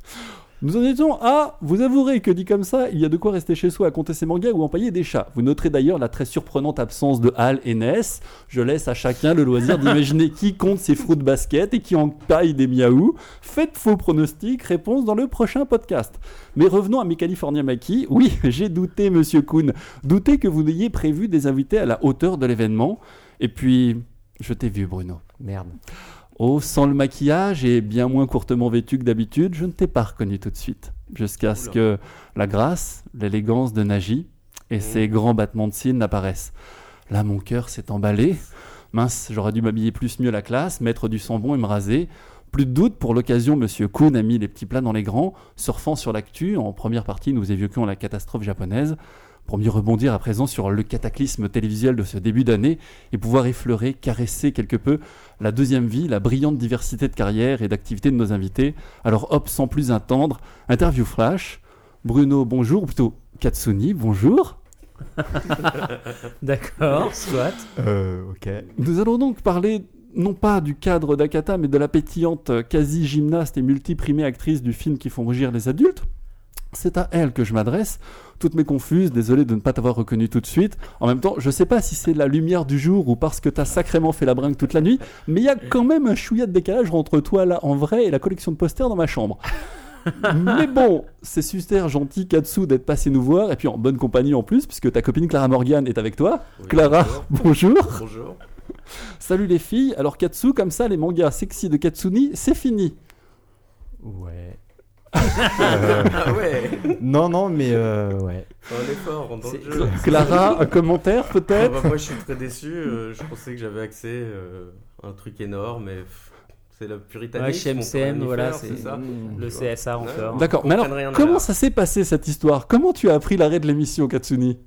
Nous en étions à vous avouerez que dit comme ça, il y a de quoi rester chez soi à compter ses mangas ou empailler des chats. Vous noterez d'ailleurs la très surprenante absence de Hal et Ness. Je laisse à chacun le loisir d'imaginer qui compte ses fruits de basket et qui empaille des miaou. Faites vos pronostics, réponse dans le prochain podcast. Mais revenons à mes California Maki. Oui, j'ai douté, monsieur Kuhn. Douté que vous n'ayez prévu des invités à la hauteur de l'événement. Et puis, je t'ai vu, Bruno. Merde. Oh, sans le maquillage et bien moins courtement vêtu que d'habitude, je ne t'ai pas reconnu tout de suite. Jusqu'à ce que la grâce, l'élégance de Nagy et ses grands battements de cils n'apparaissent. Là, mon cœur s'est emballé. Mince, j'aurais dû m'habiller plus mieux la classe, mettre du sang bon et me raser. Plus de doute, pour l'occasion, monsieur Kuhn a mis les petits plats dans les grands, surfant sur l'actu. En première partie, nous évoquions la catastrophe japonaise. Pour mieux rebondir à présent sur le cataclysme télévisuel de ce début d'année et pouvoir effleurer, caresser quelque peu la deuxième vie, la brillante diversité de carrière et d'activités de nos invités. Alors hop, sans plus attendre, interview flash. Bruno, bonjour, ou plutôt Katsuni, bonjour. D'accord, soit. Ok. Nous allons donc parler non pas du cadre d'Akata, mais de la pétillante quasi-gymnaste et multiprimée actrice du film qui font rougir les adultes. C'est à elle que je m'adresse. Toutes mes confuses, désolé de ne pas t'avoir reconnu tout de suite. En même temps, je sais pas si c'est la lumière du jour ou parce que t'as sacrément fait la bringue toute la nuit, mais il y a quand même un chouïa de décalage entre toi là en vrai et la collection de posters dans ma chambre. Mais bon, c'est super gentil Katsu d'être passé nous voir, et puis en bonne compagnie en plus, puisque ta copine Clara Morgan est avec toi. Oui, Clara, bonjour. Bonjour. Salut les filles. Alors Katsu, comme ça, les mangas sexy de Katsuni, c'est fini. Ouais. Ah ouais. Non, mais ouais. Un effort dans le jeu. Clara, un commentaire peut-être? Moi je suis très déçu, je pensais que j'avais accès à un truc énorme, mais c'est le puritanisme. Ouais, chez MCM, voilà, c'est ça. Le CSA encore. D'accord, mais alors comment ça s'est passé cette histoire? Comment tu as appris l'arrêt de l'émission, Katsuni?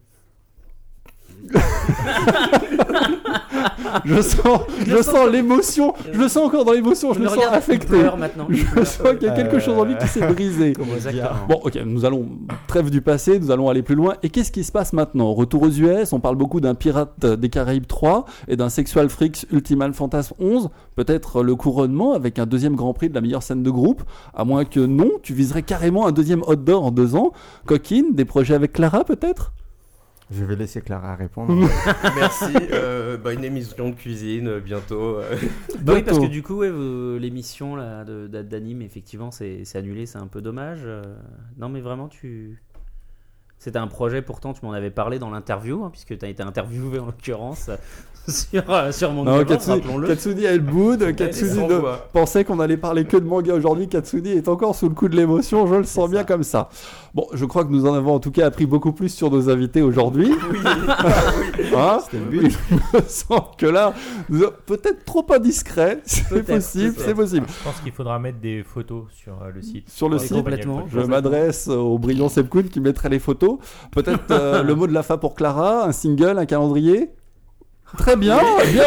Je sens l'émotion, je le sens encore dans l'émotion, je le sens affecté. Je sens qu'il y a quelque chose en lui qui s'est brisé. Bon, ok, nous allons, trêve du passé, nous allons aller plus loin. Et qu'est-ce qui se passe maintenant? Retour aux US, on parle beaucoup d'un Pirate des Caraïbes 3 et d'un Sexual Freaks Ultimate Fantasme 11. Peut-être le couronnement avec un deuxième Grand Prix de la meilleure scène de groupe. À moins que non, tu viserais carrément un deuxième Hot d'Or en 2 ans. Coquine, des projets avec Clara peut-être? Je vais laisser Clara répondre. Merci. Une émission de cuisine bientôt. Oui, parce que du coup, ouais, l'émission là, d'anime, effectivement, c'est annulé, c'est un peu dommage. Non, mais vraiment, c'était un projet, pourtant, tu m'en avais parlé dans l'interview, hein, puisque tu as été interviewé en l'occurrence sur mon numéro, rappelons-le. Katsuni a le boud. Katsuni pensait qu'on allait parler que de manga aujourd'hui. Katsuni est encore sous le coup de l'émotion, je le sens bien comme ça. Bon, je crois que nous en avons en tout cas appris beaucoup plus sur nos invités aujourd'hui. Oui. Hein, c'était le but. Je sens que là, peut-être trop indiscret. C'est possible. Je pense qu'il faudra mettre des photos sur le site. Sur le site, complètement. Je m'adresse au brillant Seb Kuhn qui mettrait les photos. Peut-être le mot de la fin pour Clara, un single, un calendrier. Très bien, bien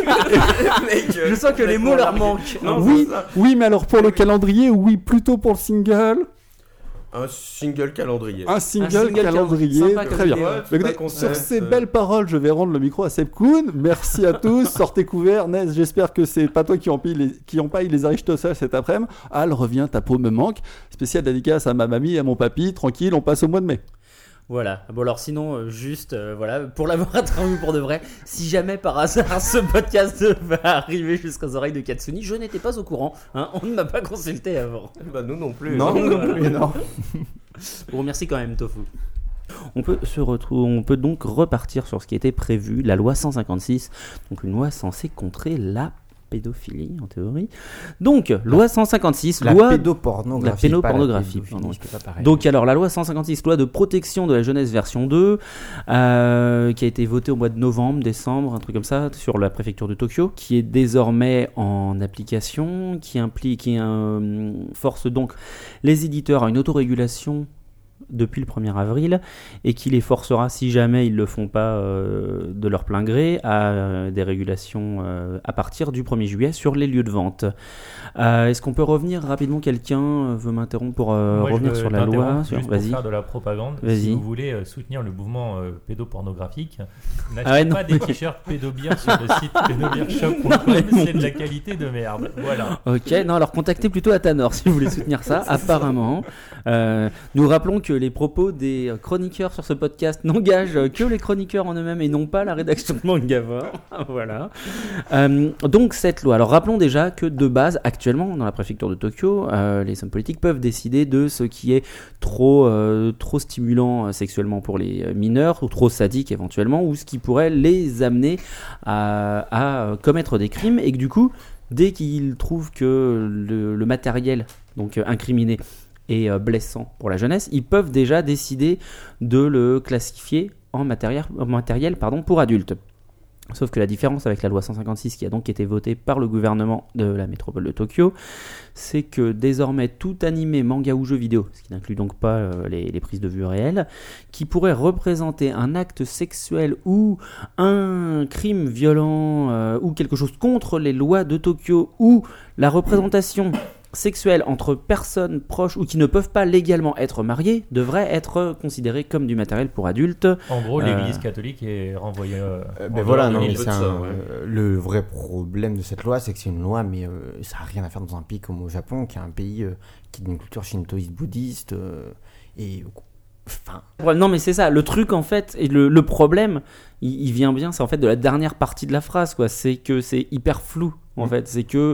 je sens que les mots leur manquent. Oui, mais alors pour le calendrier, oui, plutôt pour le single. Un single calendrier. Un single calendrier, sympa, très bien. Sur ces belles paroles, je vais rendre le micro à Seb Kuhn. Merci à tous, sortez couverts. Ness, j'espère que c'est pas toi qui empaille les Aristoteles cet après-midi. Al, reviens, ta peau me manque. Spécial dédicace à ma mamie et à mon papy. Tranquille, on passe au mois de mai. Voilà. Bon alors sinon voilà, pour l'avoir interviewé pour de vrai, si jamais par hasard ce podcast va arriver jusqu'aux oreilles de Katsuni, je n'étais pas au courant, hein, on ne m'a pas consulté avant. Bah nous non plus. Non. Bon, merci quand même Tofu. On peut donc repartir sur ce qui était prévu, la loi 156, donc une loi censée contrer la pédophilie en théorie. Donc, loi 156, la loi pédopornographie. La pédopornographie, pardon. Donc, alors, la loi 156, loi de protection de la jeunesse version 2, qui a été votée au mois de novembre, décembre, un truc comme ça, sur la préfecture de Tokyo, qui est désormais en application, qui force donc les éditeurs à une autorégulation depuis le 1er avril et qui les forcera, si jamais ils ne le font pas de leur plein gré, à des régulations à partir du 1er juillet sur les lieux de vente. Est-ce qu'on peut revenir rapidement? Quelqu'un veut m'interrompre pour revenir sur la loi? Juste pour faire de la propagande. Vas-y. Si vous voulez soutenir le mouvement pédopornographique, n'achetez pas des t-shirts pédobières sur le site pédobeershop.com, c'est de la qualité de merde. Voilà. Ok, non, alors contactez plutôt Athanor si vous voulez soutenir ça, apparemment. Nous rappelons que les propos des chroniqueurs sur ce podcast n'engagent que les chroniqueurs en eux-mêmes et non pas la rédaction de Mangavore. Voilà. Donc cette loi, alors rappelons déjà que de base, actuellement, dans la préfecture de Tokyo, les hommes politiques peuvent décider de ce qui est trop stimulant sexuellement pour les mineurs, ou trop sadique éventuellement, ou ce qui pourrait les amener à commettre des crimes, et que du coup, dès qu'ils trouvent que le matériel donc incriminé est blessant pour la jeunesse, ils peuvent déjà décider de le classifier en matériel pour adultes. Sauf que la différence avec la loi 156 qui a donc été votée par le gouvernement de la métropole de Tokyo, c'est que désormais tout animé, manga ou jeu vidéo, ce qui n'inclut donc pas les prises de vue réelles, qui pourrait représenter un acte sexuel ou un crime violent ou quelque chose contre les lois de Tokyo, ou la représentation sexuelle entre personnes proches ou qui ne peuvent pas légalement être mariées, devrait être considéré comme du matériel pour adultes. En gros, l'Église catholique est renvoyée. Voilà, non, mais le vrai problème de cette loi, c'est que c'est une loi, mais ça n'a rien à faire dans un pays comme au Japon, qui est un pays qui a une culture shintoïste bouddhiste Non, mais c'est ça, le truc en fait, et le problème, il vient bien, c'est en fait de la dernière partie de la phrase, quoi. C'est que c'est hyper flou, en fait.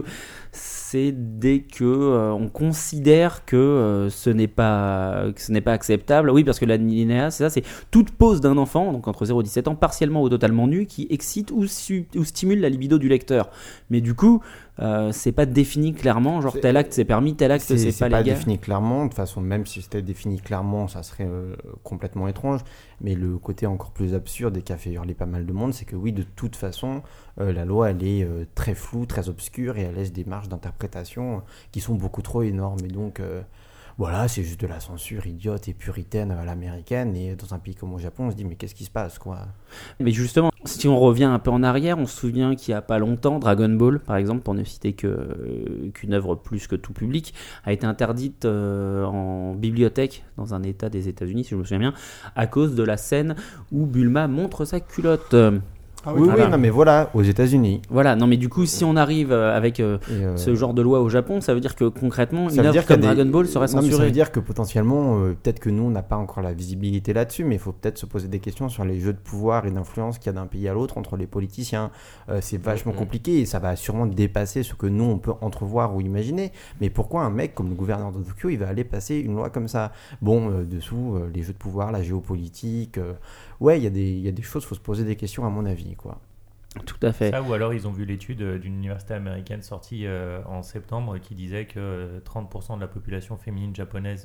C'est dès que on considère que ce n'est pas acceptable. Oui, parce que l'alinéa, c'est ça, c'est toute pose d'un enfant, donc entre 0 et 17 ans, partiellement ou totalement nu, qui excite ou stimule la libido du lecteur. Mais du coup, c'est pas défini clairement, genre tel acte c'est permis, tel acte c'est pas légal. C'est pas défini clairement, de toute façon, même si c'était défini clairement, ça serait complètement étrange. Mais le côté encore plus absurde et qui a fait hurler pas mal de monde, c'est que oui, de toute façon, la loi elle est très floue, très obscure, et elle laisse des marges d'interprétation qui sont beaucoup trop énormes. Et donc voilà, c'est juste de la censure idiote et puritaine à l'américaine, et dans un pays comme au Japon, on se dit mais qu'est-ce qui se passe, quoi. Mais justement, si on revient un peu en arrière, on se souvient qu'il n'y a pas longtemps, Dragon Ball, par exemple, pour ne citer qu'une œuvre plus que tout public, a été interdite en bibliothèque dans un état des États-Unis, si je me souviens bien, à cause de la scène où Bulma montre sa culotte. Ah oui, non mais voilà, aux États-Unis. Voilà, non mais du coup, si on arrive avec ce genre de loi au Japon, ça veut dire que concrètement, une œuvre comme Dragon Ball serait censurée. Non, mais ça veut dire que potentiellement, peut-être que nous, on n'a pas encore la visibilité là-dessus, mais il faut peut-être se poser des questions sur les jeux de pouvoir et d'influence qu'il y a d'un pays à l'autre entre les politiciens. C'est vachement compliqué et ça va sûrement dépasser ce que nous, on peut entrevoir ou imaginer. Mais pourquoi un mec comme le gouverneur de Tokyo, il va aller passer une loi comme ça? Bon, dessous, les jeux de pouvoir, la géopolitique... Ouais, il y a des choses, il faut se poser des questions à mon avis, quoi. Tout à fait. Ça, ou alors ils ont vu l'étude d'une université américaine sortie en septembre qui disait que 30% de la population féminine japonaise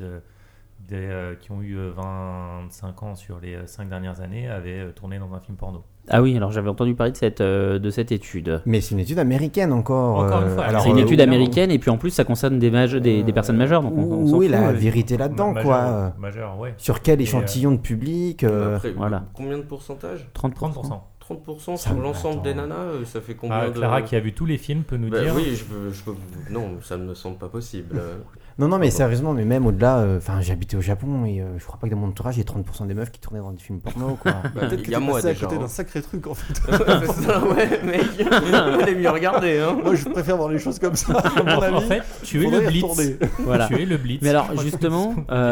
qui ont eu 25 ans sur les 5 dernières années avaient tourné dans un film porno. Ah oui, alors j'avais entendu parler de cette étude. Mais c'est une étude américaine encore. Encore une fois. Alors, c'est une étude américaine et puis en plus ça concerne des personnes majeures. Donc on s'en oui, fout, la vérité là-dedans, quoi. Majeur, ouais. Sur quel échantillon de public Après, voilà. Combien de pourcentage? 30%. 30% sur l'ensemble des nanas, ça fait combien Clara qui a vu tous les films peut nous dire. Oui, non, ça ne me semble pas possible. Non, mais sérieusement, mais même au-delà, j'ai habité au Japon et je crois pas que dans mon entourage, il y ait 30% des meufs qui tournaient dans des films porno, quoi. Peut-être que il y a moi passé à déjà. côté d'un sacré truc, en fait. C'est ça, ouais, mec. Allez mieux regarder, hein. Moi, je préfère voir les choses comme ça. À mon avis, en fait, tu es le Blitz. Voilà. Tu es le Blitz. Mais alors, justement,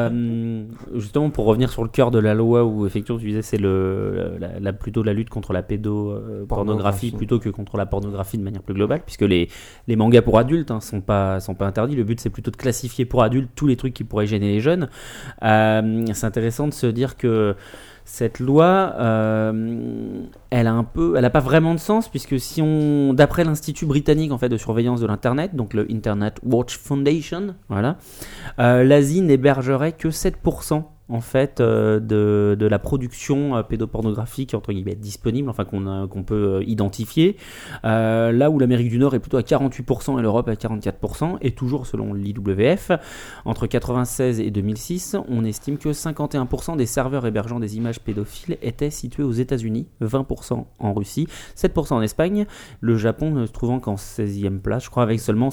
pour revenir sur le cœur de la loi où effectivement tu disais c'est plutôt la lutte contre la pédopornographie plutôt que contre la pornographie de manière plus globale, puisque les mangas pour adultes sont pas interdits. Le but c'est plutôt de classifier pour adultes tous les trucs qui pourraient gêner les jeunes. C'est intéressant de se dire que cette loi, elle a pas vraiment de sens, puisque d'après l'Institut britannique en fait de surveillance de l'internet, donc le Internet Watch Foundation, voilà, l'Asie n'hébergerait que 7% en fait de la production pédopornographique entre guillemets disponible, enfin qu'on peut identifier, là où l'Amérique du Nord est plutôt à 48% et l'Europe à 44%, et toujours selon l'IWF, entre 1996 et 2006, on estime que 51% des serveurs hébergeant des images pédophiles étaient situés aux États-Unis, 20% en Russie, 7% en Espagne, le Japon ne se trouvant qu'en 16e place, je crois, avec seulement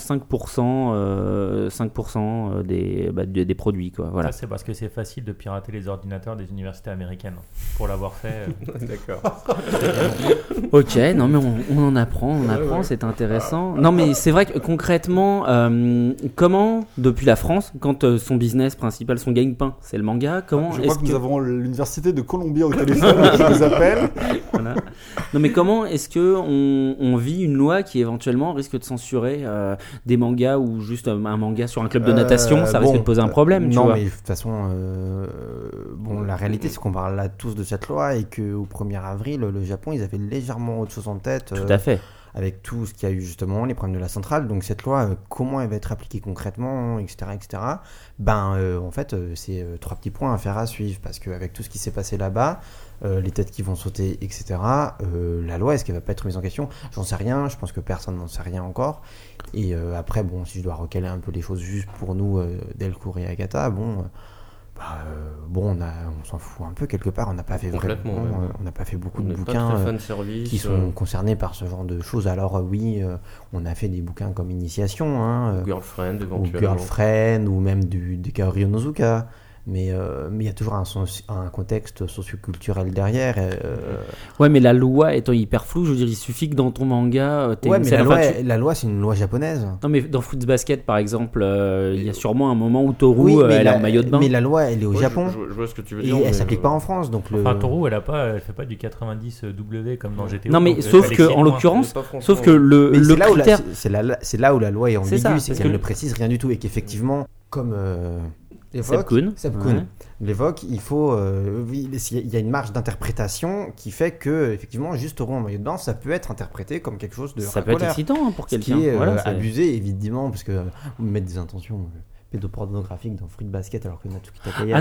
5% des produits, quoi. Voilà. Ça, c'est parce que c'est facile de pirater les ordinateurs des universités américaines. Pour l'avoir fait. D'accord. Ok, non mais on en apprend, c'est intéressant. Non mais c'est vrai que concrètement, comment, depuis la France, quand son business principal, son gagne-pain, c'est le manga, comment Je crois que nous avons l'université de Columbia au téléphone, je vous appelle. Voilà. Non mais comment est-ce que on vit une loi qui éventuellement risque de censurer des mangas ou juste un manga sur un club de natation, ça risque de poser un problème, tu vois. Non mais de toute façon, la réalité c'est qu'on parle là tous de cette loi et qu'au 1er avril, le Japon, ils avaient légèrement autre chose en tête. Tout à fait. Avec tout ce qu'il y a eu justement, les problèmes de la centrale. Donc cette loi, comment elle va être appliquée concrètement, etc. En fait, c'est 3 petits points à faire à suivre, parce qu'avec tout ce qui s'est passé là-bas, les têtes qui vont sauter, etc., la loi, est-ce qu'elle va pas être mise en question ? J'en sais rien, je pense que personne n'en sait rien encore. Et après, si je dois recaler un peu les choses juste pour nous, Delcourt et Agatha, on s'en fout un peu quelque part. On n'a pas fait Complètement, on n'a pas fait beaucoup de On n'est pas bouquins très fan service, qui sont concernés par ce genre de choses. Alors on a fait des bouquins comme Initiation, Girlfriend ou éventuellement. Girlfriend, ou même du Kaori Onozuka. Mais il y a toujours un contexte socioculturel derrière. Ouais, mais la loi étant hyper floue, je veux dire, il suffit que dans ton manga, mais la loi, c'est une loi japonaise. Non, mais dans Fruits Basket, par exemple, il y a sûrement un moment où Toru, elle est en maillot de bain. Mais la loi, elle est au Japon. Je vois ce que tu veux Et dire. elle s'applique pas en France. Donc Enfin, Toru, elle fait pas du 90W comme dans GTO. Non, mais sauf que, en l'occurrence, le critère... c'est là où la loi est ambiguë, c'est qu'elle que ne précise rien du tout. Et qu'effectivement, comme... Sebkun l'évoque, il faut, il y a une marge d'interprétation qui fait que effectivement, juste Toru en maillot de bain, ça peut être interprété comme quelque chose de ça peut être excitant pour quelqu'un. Ce qui est abusé évidemment, parce que mettre des intentions pédopornographiques dans Fruits Basket alors que Natsuki Takaya,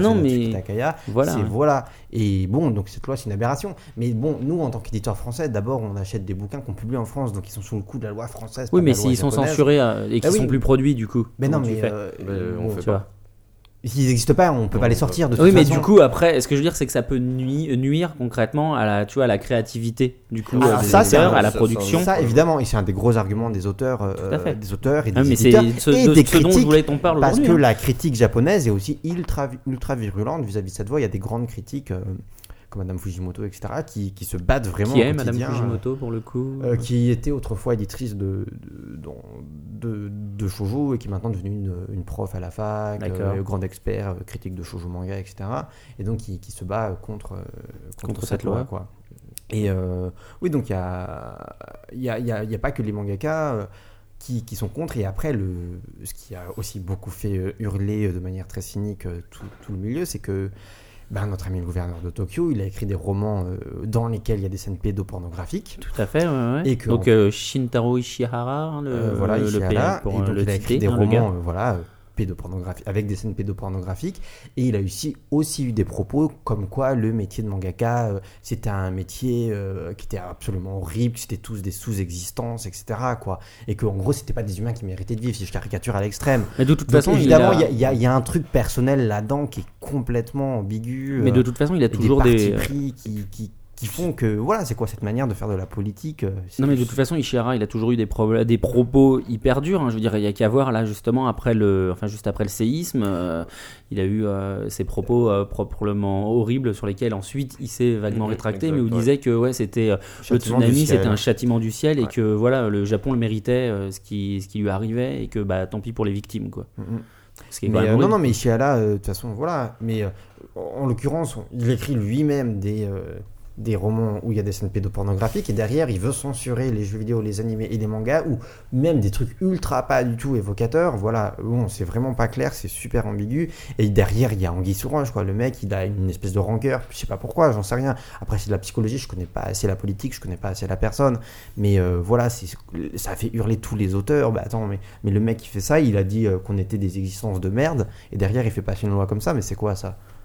voilà. Et donc cette loi c'est une aberration. Mais nous en tant qu'éditeurs français, d'abord on achète des bouquins qu'on publie en France, donc ils sont sous le coup de la loi française. Oui, mais s'ils sont censurés et qu'ils sont plus produits du coup. Mais non, mais on fait pas. S'ils n'existent pas, on peut pas les sortir de toute façon. Oui, mais du coup, après, ce que je veux dire, c'est que ça peut nuire concrètement à la créativité du coup, des auteurs, à la production. Ça, évidemment, et c'est un des gros arguments des auteurs, et des éditeurs et des critiques, dont je voulais qu'on parle parce aujourd'hui. Que la critique japonaise est aussi ultra virulente vis-à-vis de cette voie. Il y a des grandes critiques. Comme Madame Fujimoto, etc., qui se battent vraiment. Qui est Madame Fujimoto pour le coup qui était autrefois éditrice de shoujo et qui est maintenant devenue une prof à la fac, grande expert, critique de shoujo manga, etc. Et donc qui se bat contre cette loi, quoi. Et oui, donc il y a pas que les mangaka qui sont contre. Et après, ce qui a aussi beaucoup fait hurler de manière très cynique tout le milieu, c'est que notre ami le gouverneur de Tokyo, il a écrit des romans dans lesquels il y a des scènes pédopornographiques. Tout à fait, ouais. Et donc Shintaro Ishihara, Ishihara, pour et donc le il a écrit citer, des romans pédopornographiques, avec des scènes pédopornographiques, et il a aussi eu des propos comme quoi le métier de mangaka, c'était un métier qui était absolument horrible, que c'était tous des sous-existences, etc., quoi. Et qu'en gros, c'était pas des humains qui méritaient de vivre, si je caricature à l'extrême. Mais de toute façon, évidemment, il y a un truc personnel là-dedans qui est complètement ambigu. Mais de toute façon, il a toujours des partis pris qui font que, voilà, c'est quoi cette manière de faire de la politique Non, mais de toute façon, Ishihara, il a toujours eu des propos hyper durs, hein. Je veux dire, il y a qu'à voir là, justement, juste après le séisme, il a eu ces propos proprement horribles sur lesquels ensuite il s'est vaguement rétracté, mais où il disait que c'était le tsunami, c'était un châtiment du ciel, et que voilà, le Japon le méritait, ce qui lui arrivait, et que tant pis pour les victimes, quoi. Non, mais Ishihara, de toute façon, voilà. Mais en l'occurrence, il écrit lui-même des romans où il y a des scènes pédopornographiques, et derrière il veut censurer les jeux vidéo, les animés et les mangas, ou même des trucs ultra pas du tout évocateurs. Voilà, c'est vraiment pas clair, c'est super ambigu, et derrière il y a Anguille sous roche, quoi. Le mec il a une espèce de rancœur, je sais pas pourquoi, j'en sais rien. Après c'est de la psychologie, je connais pas assez la politique, je connais pas assez la personne, mais voilà, ça a fait hurler tous les auteurs. Mais le mec qui fait ça, il a dit qu'on était des existences de merde, et derrière il fait passer une loi comme ça, mais c'est quoi ça?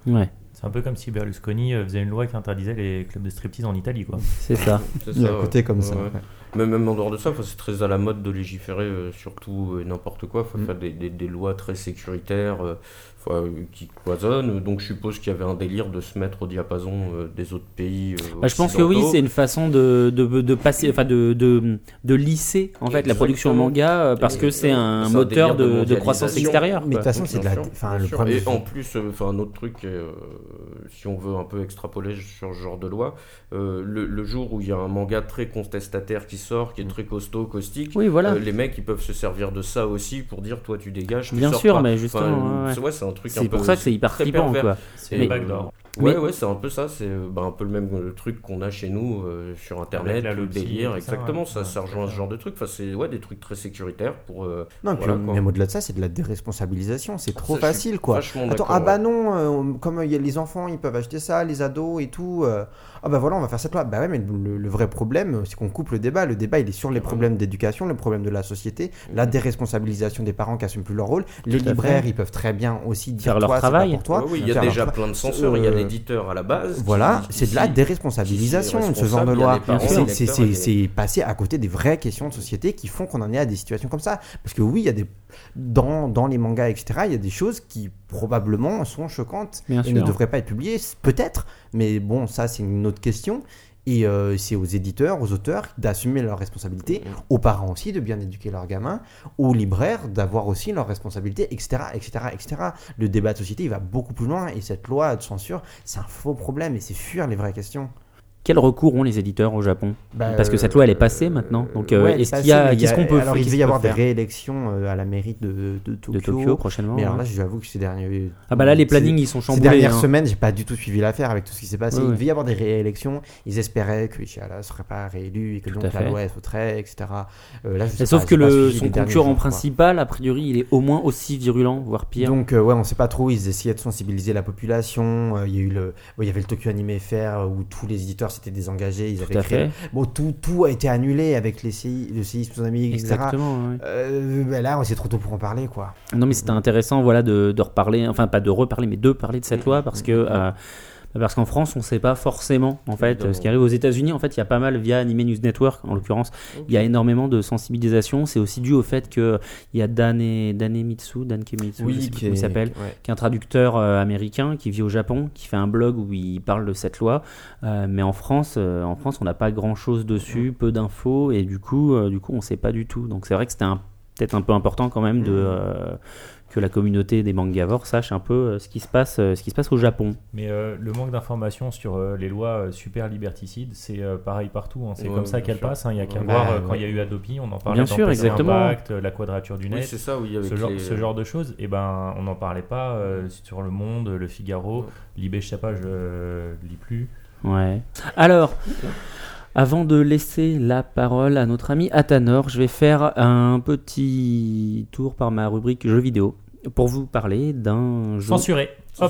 Ouais. C'est un peu comme si Berlusconi faisait une loi qui interdisait les clubs de striptease en Italie, quoi. C'est ça. Il y a un côté comme ça. Ouais. Mais même en dehors de ça, c'est très à la mode de légiférer sur tout et n'importe quoi. Faut faire des lois très sécuritaires qui cloisonnent. Donc je suppose qu'il y avait un délire de se mettre au diapason des autres pays. Je pense que oui, c'est une façon de passer, enfin de lisser en fait la production de manga parce que c'est un moteur de croissance extérieure. Mais de toute façon, c'est de la. Le problème. Et en plus, un autre truc, si on veut un peu extrapoler sur ce genre de loi, le jour où il y a un manga très contestataire qui sort, qui est très costaud, caustique, oui, voilà. Les mecs ils peuvent se servir de ça aussi pour dire toi tu dégages. Bien tu sûr, sors pas. mais justement, c'est un truc. C'est pour ça que c'est hyper flippant, quoi. C'est les backdoors. Ouais, c'est un peu ça, c'est un peu le même truc qu'on a chez nous sur internet, le délire, exactement, ça rejoint ce genre de truc. Enfin, c'est des trucs très sécuritaires pour. Non, voilà, même au-delà de ça, c'est de la déresponsabilisation, c'est trop facile, quoi. Attends, d'accord, comme il y a les enfants, ils peuvent acheter ça, les ados et tout. On va faire cette loi. Bah ouais, mais le vrai problème, c'est qu'on coupe le débat. Le débat, il est sur les problèmes d'éducation, les problèmes de la société, la déresponsabilisation des parents qui n'assument plus leur rôle. Les libraires, ils peuvent très bien aussi dire faire leur travail. Pour toi. Oui, il y a déjà plein de censeurs, il y a l'éditeur à la base. Voilà, c'est de la déresponsabilisation de ce genre de loi. C'est passer à côté des vraies questions de société qui font qu'on en est à des situations comme ça. Parce que oui, il y a dans les mangas, etc., il y a des choses qui probablement sont choquantes et ne devraient pas être publiées, peut-être, mais bon, ça c'est une autre question. Et c'est aux éditeurs, aux auteurs d'assumer leurs responsabilités, aux parents aussi de bien éduquer leurs gamins, aux libraires d'avoir aussi leurs responsabilités, etc., etc., etc. Le débat de société, il va beaucoup plus loin et cette loi de censure, c'est un faux problème et c'est fuir les vraies questions. Quel recours ont les éditeurs au Japon ? Parce que cette loi elle est passée maintenant. Donc qu'est-ce qu'on peut faire ? Alors il devait y avoir des réélections à la mairie de Tokyo prochainement. Mais alors là, j'avoue que ces derniers. Là les plannings ils sont chamboulés. Ces dernières semaines, j'ai pas du tout suivi l'affaire avec tout ce qui s'est passé. Il devait y avoir des réélections. Ils espéraient que Ishihara serait pas réélu et que donc la loi elle sauterait, etc. Sauf que son concurrent principal, a priori, il est au moins aussi virulent, voire pire. Donc on sait pas trop. Ils essayaient de sensibiliser la population. Il y avait le Tokyo Anime Fair où tous les éditeurs s'étaient désengagés, ils avaient créé. Bon, tout a été annulé avec le séisme tsunami, etc. Exactement. Là, c'est trop tôt pour en parler, quoi. Non, mais c'était intéressant, de reparler, enfin pas de reparler, mais de parler de cette loi parce que. Parce qu'en France, on ne sait pas forcément en fait ce qui arrive aux États-Unis. En fait, il y a pas mal via Anime News Network, en l'occurrence, il y a énormément de sensibilisation. C'est aussi dû au fait que il y a Dan Kemitsu, je sais plus comment il s'appelle, qui est un traducteur américain qui vit au Japon, qui fait un blog où il parle de cette loi. Mais en France, on n'a pas grand-chose dessus, peu d'infos, et du coup, on ne sait pas du tout. Donc c'est vrai que c'était peut-être un peu important quand même que la communauté des mangavores sache un peu ce qui se passe au Japon. Mais le manque d'informations sur les lois super liberticides, c'est pareil partout. C'est comme ça qu'elles passent. Il n'y a qu'à voir quand il y a eu Adopi, on en parlait bien sûr, exactement. Impact, la quadrature du net. Oui, c'est ça, ce genre de choses. Et on n'en parlait pas sur Le Monde, Le Figaro, Libé, je sais pas, je lis plus. Ouais. Alors. Avant de laisser la parole à notre ami Athanor, je vais faire un petit tour par ma rubrique jeux vidéo pour vous parler d'un jeu... Censuré.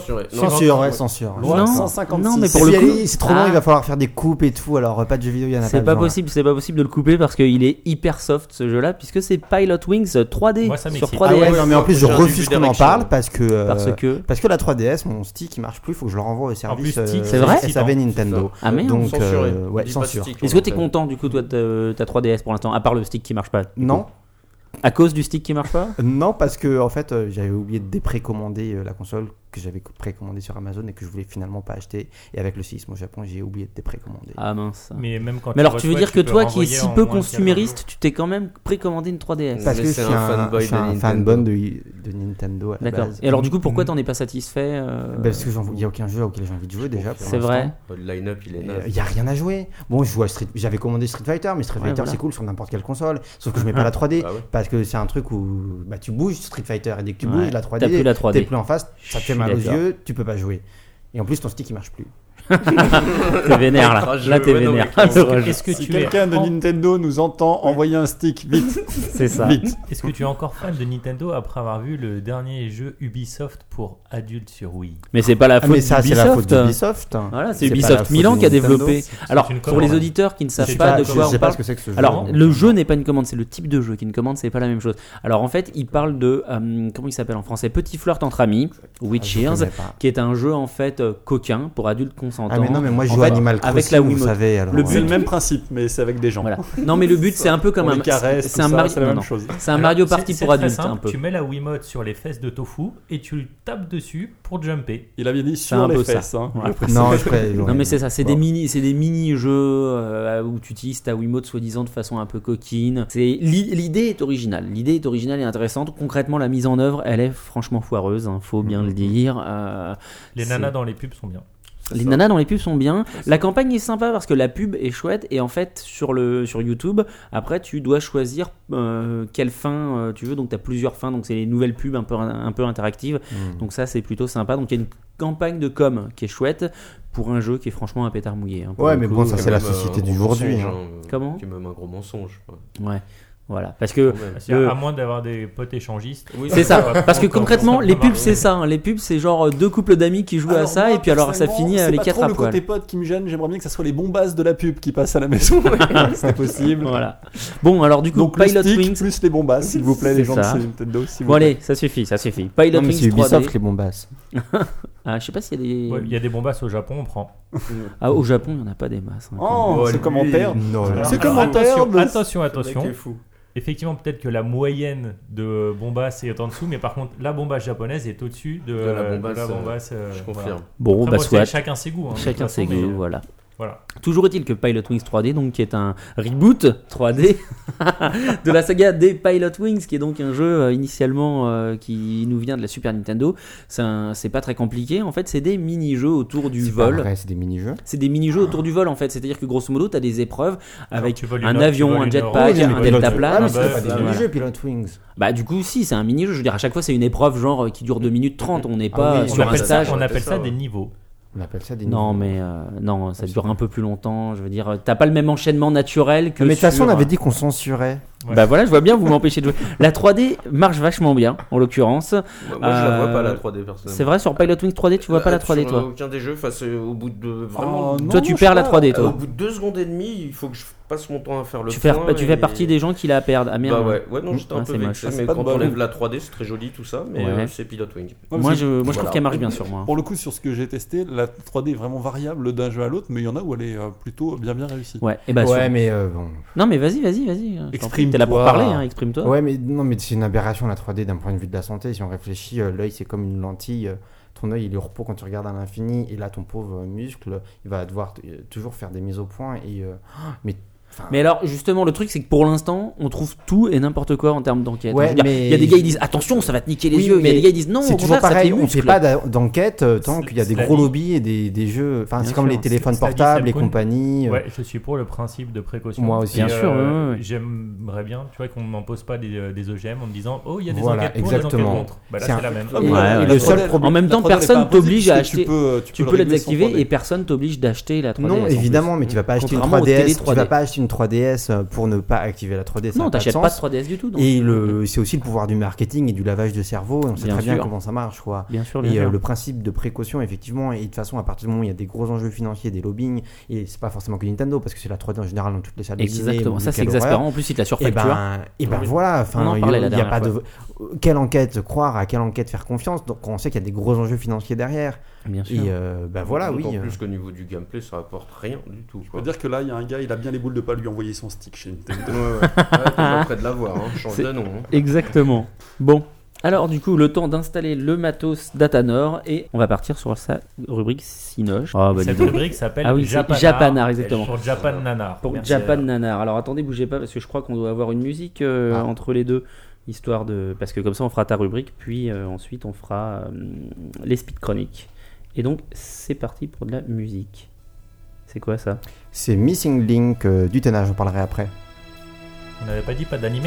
Censure. Loi 156. Non, mais pour le coup, c'est trop long, il va falloir faire des coupes et tout. Alors pas de jeux vidéo, il y en a pas. C'est pas possible de le couper parce qu'il est hyper soft ce jeu-là, puisque c'est Pilot Wings 3D. Moi, ça sur 3DS. Ah ouais, non, mais en plus je refuse qu'on en parle parce que la 3DS, mon stick, il marche plus. Il faut que je le renvoie au service. C'est vrai. SAV Nintendo. Ah merde. Donc censure. Est-ce que t'es content du coup toi de ta 3DS pour l'instant, à part le stick qui marche pas? Non. À cause du stick qui marche pas? Non, parce que en fait, j'avais oublié de déprécommander la console que j'avais précommandée sur Amazon et que je voulais finalement pas acheter. Et avec le séisme au Japon, j'ai oublié de déprécommander. Ah mince. Mais alors tu veux dire que toi qui es si peu consumériste, tu t'es quand même précommandé une 3DS? Parce que je suis un fanboy de Nintendo à la base. Et alors du coup, pourquoi t'en es pas satisfait? Parce que il y a aucun jeu auquel j'ai envie de jouer déjà. C'est vrai. Le line-up, il est neuf. Il y a rien à jouer. Bon, j'avais commandé Street Fighter, mais Street Fighter c'est cool sur n'importe quelle console. Sauf que je mets pas la 3D parce que c'est un truc où tu bouges Street Fighter et dès que tu bouges la 3D, t'es plus en face, ça te fait mal aux yeux, tu peux pas jouer. Et en plus ton stick il marche plus. T'es vénère là t'es vénère. Est-ce que quelqu'un de Nintendo nous entend, envoyer un stick vite? C'est ça. Vite. Est-ce que tu es encore fan de Nintendo après avoir vu le dernier jeu Ubisoft pour adultes sur Wii? Mais c'est pas la faute d'Ubisoft. C'est la faute d'Ubisoft. Voilà, c'est Ubisoft Milan qui a développé. Alors pour les auditeurs qui ne savent pas de quoi on parle, alors le jeu n'est pas une commande, c'est le type de jeu qui est une commande, c'est pas la même chose. Alors en fait, il parle de comment il s'appelle en français, Petit flirt entre amis. Witchers, qui est un jeu en fait coquin pour adultes consentants. Ah mais non, mais moi je joue à Animal Crossing, avec la vous Wiimote. savez. Alors, C'est le même principe, mais c'est avec des gens. Voilà. Non mais le but c'est un peu comme On les caresse, c'est un Mario, c'est la même chose. C'est un Mario Party C'est pour très adultes simple, un peu. Tu mets la Wiimote sur les fesses de Tofu et tu tapes dessus pour jumper. Il avait dit C'est sur un les peu ça. fesses. Hein, Voilà. je précise. Non mais c'est ça, c'est Bon. des mini jeux où tu utilises ta Wiimote soi-disant de façon un peu coquine. L'idée est originale, et intéressante. Concrètement la mise en œuvre, elle est franchement foireuse, hein, faut bien le dire. Les nanas dans les pubs sont bien. Les nanas dans les pubs sont bien. La campagne est sympa parce que la pub est chouette et en fait sur YouTube, après tu dois choisir quelle fin tu veux. Donc tu as plusieurs fins, donc c'est les nouvelles pubs un peu interactives. Donc ça c'est plutôt sympa. Donc il y a une campagne de com qui est chouette pour un jeu qui est franchement un pétard mouillé. Hein, ouais, mais bon, ça c'est la société d'aujourd'hui. Comment ? C'est même un gros mensonge. Ouais. Voilà, parce que à moins d'avoir des potes échangistes. Oui, c'est ça. Parce que concrètement, les pubs c'est ça. Hein. Les pubs c'est genre deux couples d'amis qui jouent à ça et puis alors ça finit les quatre à poil. C'est pas trop le côté pote qui me gêne. J'aimerais bien que ça soit les bombasses de la pub qui passent à la maison. C'est possible. Voilà. Bon, alors du coup, donc Pilot le stick Wings plus les bombasses, s'il vous plaît, les gens de Nintendo. Bon allez, ça suffit. Pilot Wings 3D. C'est Ubisoft les bombasses. Ah, je sais pas s'il y a des. Ouais, il y a des bombasses au Japon, on prend. Ah, au Japon, il n'y en a pas des masses. Hein, oh, ce commentaire. Ce commentaire. Attention. Effectivement, peut-être que la moyenne de bombasse est en dessous, mais par contre, la bombasse japonaise est au-dessus de la bombasse. Je confirme. Bon, après, soit. Chacun ses goûts. Hein, chacun ses goûts, voilà. Voilà. Toujours est-il que Pilot Wings 3D, donc, qui est un reboot 3D de la saga des Pilot Wings, qui est donc un jeu initialement qui nous vient de la Super Nintendo. C'est pas très compliqué, en fait, c'est des mini-jeux autour du vol. C'est vrai, c'est des mini-jeux. C'est des mini-jeux autour du vol, en fait. C'est-à-dire que grosso modo, tu as des épreuves avec un avion, un jetpack, un deltaplane. Ah, mais c'est pas des mini-jeux Pilot Wings. Bah, du coup, si, c'est un mini-jeu. Je veux dire, à chaque fois, c'est une épreuve genre qui dure 2 minutes 30. On n'est pas sur un stage. On appelle ça des niveaux. On appelle ça des non, mais non, ça dure un peu plus longtemps. Je veux dire, t'as pas le même enchaînement naturel que. Mais de toute façon, on avait dit qu'on censurait. Ouais. Bah voilà, je vois bien, vous m'empêchez de jouer. La 3D marche vachement bien, en l'occurrence. Moi, je la vois pas la 3D personnellement. C'est vrai, sur Pilot Wings 3D, tu vois pas la 3D, toi ? Aucun des jeux, au bout de vraiment. Toi, tu perds la 3D, toi. Au bout de 2 secondes et demie, il faut que je passe mon temps à faire le tu fais partie des gens qui la perdent. Ah merde. Bah ouais, non, j'étais un peu vexé, mais quand on enlève la 3D, c'est très joli tout ça, mais c'est Pilot Wings. Moi, je trouve qu'elle marche bien sur moi. Pour le coup, sur ce que j'ai testé, la 3D est vraiment variable d'un jeu à l'autre, mais il y en a où elle est plutôt bien réussie. Ouais, et bah mais bon. Non, mais vas-y. Exprime-toi. T'es là pour parler, hein, exprime-toi. Ouais, mais non, mais c'est une aberration la 3D d'un point de vue de la santé. Si on réfléchit, l'œil c'est comme une lentille. Ton œil il est au repos quand tu regardes à l'infini, et là ton pauvre muscle, il va devoir toujours faire des mises au point. Mais alors justement le truc c'est que pour l'instant on trouve tout et n'importe quoi en termes d'enquête. Ouais, il y a des gars qui disent attention ça va te niquer les yeux, il y a des gars qui disent non c'est toujours pareil, on fait pas d'enquête tant qu'il y a des gros lobbies et des jeux, enfin c'est comme les téléphones portables et compagnie. Ouais, je suis pour le principe de précaution. Moi aussi. Bien sûr. J'aimerais bien, tu vois, qu'on ne m'impose pas des OGM en me disant oh il y a des voilà, enquêtes pour, des enquêtes contre. Bah là c'est la même. Le seul problème. En même temps personne t'oblige à acheter. Tu peux la désactiver et et personne t'oblige d'acheter la 3DS. Non évidemment, mais tu vas pas acheter une 3DS. Tu vas pas acheter une 3DS pour ne pas activer la 3D. Non, t'achètes pas de 3DS du tout. Donc. Et c'est aussi le pouvoir du marketing et du lavage de cerveau. On sait très bien comment ça marche, quoi. Bien sûr. Et le principe de précaution, effectivement, et de toute façon, à partir du moment où il y a des gros enjeux financiers, des lobbying, et c'est pas forcément que Nintendo, parce que c'est la 3D en général dans toutes les salles de ciné. Exactement. Ça c'est exaspérant. En plus, il te la surfacture. Et ben voilà. Enfin, il n'y a pas de quelle enquête croire, à quelle enquête faire confiance. Donc on sait qu'il y a des gros enjeux financiers derrière. Bien sûr. Et voilà, oui. D'autant plus qu'au niveau du gameplay, ça apporte rien du tout. Je peux dire que là, il y a un gars, il a bien les boules de pas lui envoyer son stick chez Nintendo. Ouais, près de l'avoir, change de nom. Exactement. Bon. Alors du coup, le temps d'installer le matos Datanor et on va partir sur sa rubrique Cinoche. Cette rubrique s'appelle Japanar, exactement. Pour Japan Nanar. Pour Japan Nanar. Alors attendez, bougez pas parce que je crois qu'on doit avoir une musique entre les deux, histoire de parce que comme ça on fera ta rubrique, puis ensuite on fera les speed chroniques. Et donc c'est parti pour de la musique. C'est quoi ça ? C'est Missing Link du Ténage, j'en parlerai après. On n'avait pas dit pas d'animé ?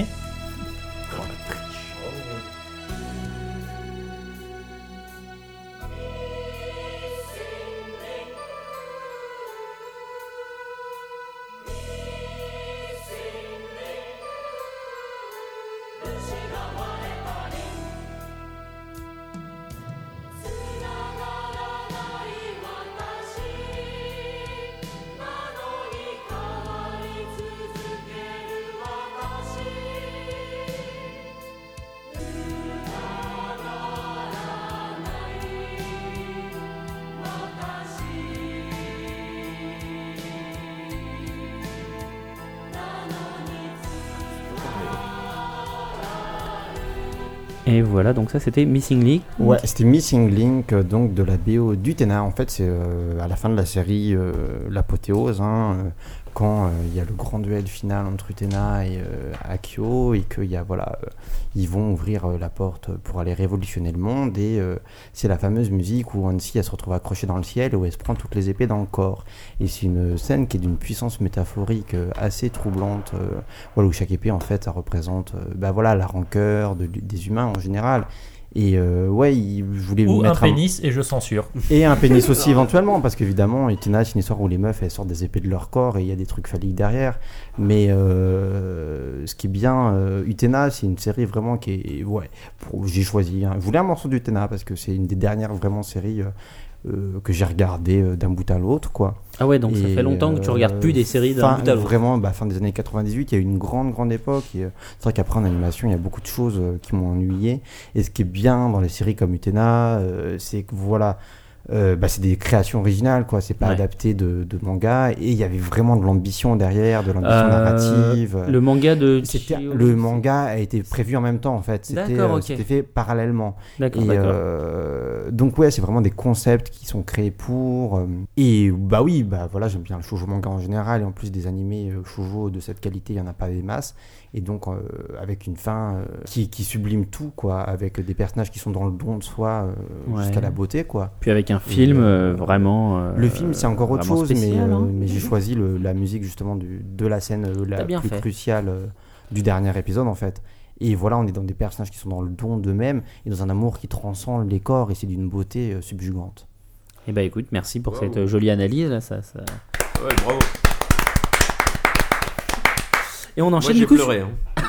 Et voilà, donc ça c'était Missing Link. Ouais, c'était Missing Link, donc de la BO d'Utena. En fait, c'est à la fin de la série l'apothéose, quand il y a le grand duel final entre Utena et Akio, et qu'il y a ils vont ouvrir la porte pour aller révolutionner le monde, et c'est la fameuse musique où Hansi elle se retrouve accrochée dans le ciel, où elle se prend toutes les épées dans le corps. Et c'est une scène qui est d'une puissance métaphorique assez troublante, où chaque épée en fait ça représente la rancœur des humains en général. Et je voulais Ou mettre un pénis, et je censure. Et un pénis aussi éventuellement, parce qu'évidemment Utena c'est une histoire où les meufs elles sortent des épées de leur corps et il y a des trucs phalliques derrière. Mais ce qui est bien, Utena c'est une série vraiment qui est j'ai choisi, je voulais un morceau d'Utena parce que c'est une des dernières vraiment séries que j'ai regardé d'un bout à l'autre, quoi. Ah ouais, donc ça fait longtemps que tu regardes plus des séries d'un bout à l'autre. Vraiment, fin des années 98, il y a eu une grande époque. Et, c'est vrai qu'après en animation, il y a beaucoup de choses qui m'ont ennuyé. Et ce qui est bien dans les séries comme Utena, c'est que c'est des créations originales, quoi. C'est pas adapté de manga, et il y avait vraiment de l'ambition derrière, de l'ambition narrative. Le manga le manga a été prévu en même temps, en fait. C'était fait parallèlement. D'accord. Donc c'est vraiment des concepts qui sont créés pour. Et j'aime bien le shoujo manga en général, et en plus des animés shoujo de cette qualité, il y en a pas des masses. Et donc avec une fin qui sublime tout, quoi, avec des personnages qui sont dans le don de soi jusqu'à la beauté, quoi. Puis avec un film vraiment le film c'est encore autre chose, spécial, mais j'ai choisi la musique justement de la scène la plus cruciale du dernier épisode, en fait. Et on est dans des personnages qui sont dans le don d'eux-mêmes et dans un amour qui transcende les corps, et c'est d'une beauté subjugante. Et écoute, merci pour cette jolie analyse là, ça... Ouais, bravo. Et on enchaîne. Moi, j'ai pleuré.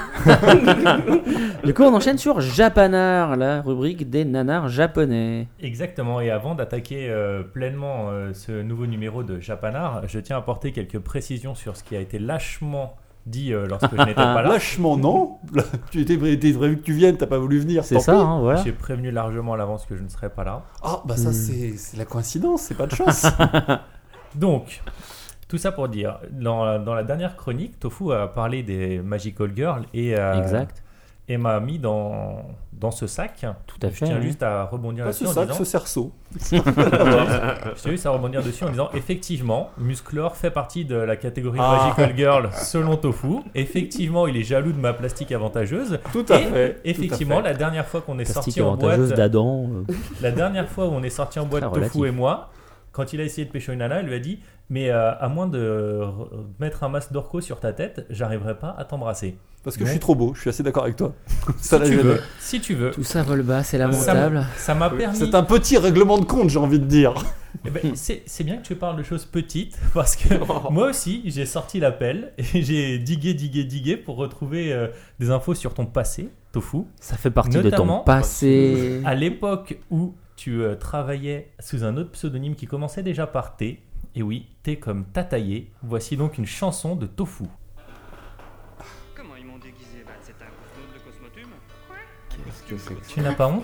Du coup, on enchaîne sur Japanar, la rubrique des nanars japonais. Exactement. Et avant d'attaquer pleinement ce nouveau numéro de Japanar, je tiens à apporter quelques précisions sur ce qui a été lâchement dit lorsque je n'étais pas là. Lâchement, non. Tu étais prévu que tu viennes, t'as pas voulu venir. C'est ça, voilà. J'ai prévenu largement à l'avance que je ne serais pas là. Ah, ça c'est la coïncidence, c'est pas de chance. Donc, tout ça pour dire, dans la dernière chronique, Tofu a parlé des Magical Girls et m'a mis dans ce sac. Tout à fait. Je tiens juste à rebondir pas dessus ce sac, en disant... ce cerceau. Je tiens juste à rebondir dessus en disant, effectivement, Musclor fait partie de la catégorie Magical Girl selon Tofu. Effectivement, il est jaloux de ma plastique avantageuse. Tout à fait. Effectivement, la dernière fois qu'on est plastique sorti en boîte... d'Adam. La dernière fois où on est sorti en boîte, Tofu et moi, quand il a essayé de pécho une nana, elle lui a dit... Mais à moins de mettre un masque d'orco sur ta tête, j'arriverai pas à t'embrasser. Parce que je suis trop beau, je suis assez d'accord avec toi. Si tu veux. Tout ça vole bas, c'est lamentable. Ça m'a permis... C'est un petit règlement de compte, j'ai envie de dire. C'est bien que tu parles de choses petites, parce que moi aussi, j'ai sorti l'appel et j'ai digué pour retrouver des infos sur ton passé, Tofu. Ça fait partie de ton passé. À l'époque où tu travaillais sous un autre pseudonyme qui commençait déjà par T. Et oui, T comme Tataillé. Voici donc une chanson de Tofu. Comment ils m'ont déguisé ? C'est un costume de cosmotume ? Qu'est-ce que c'est ? Tu n'as pas honte ?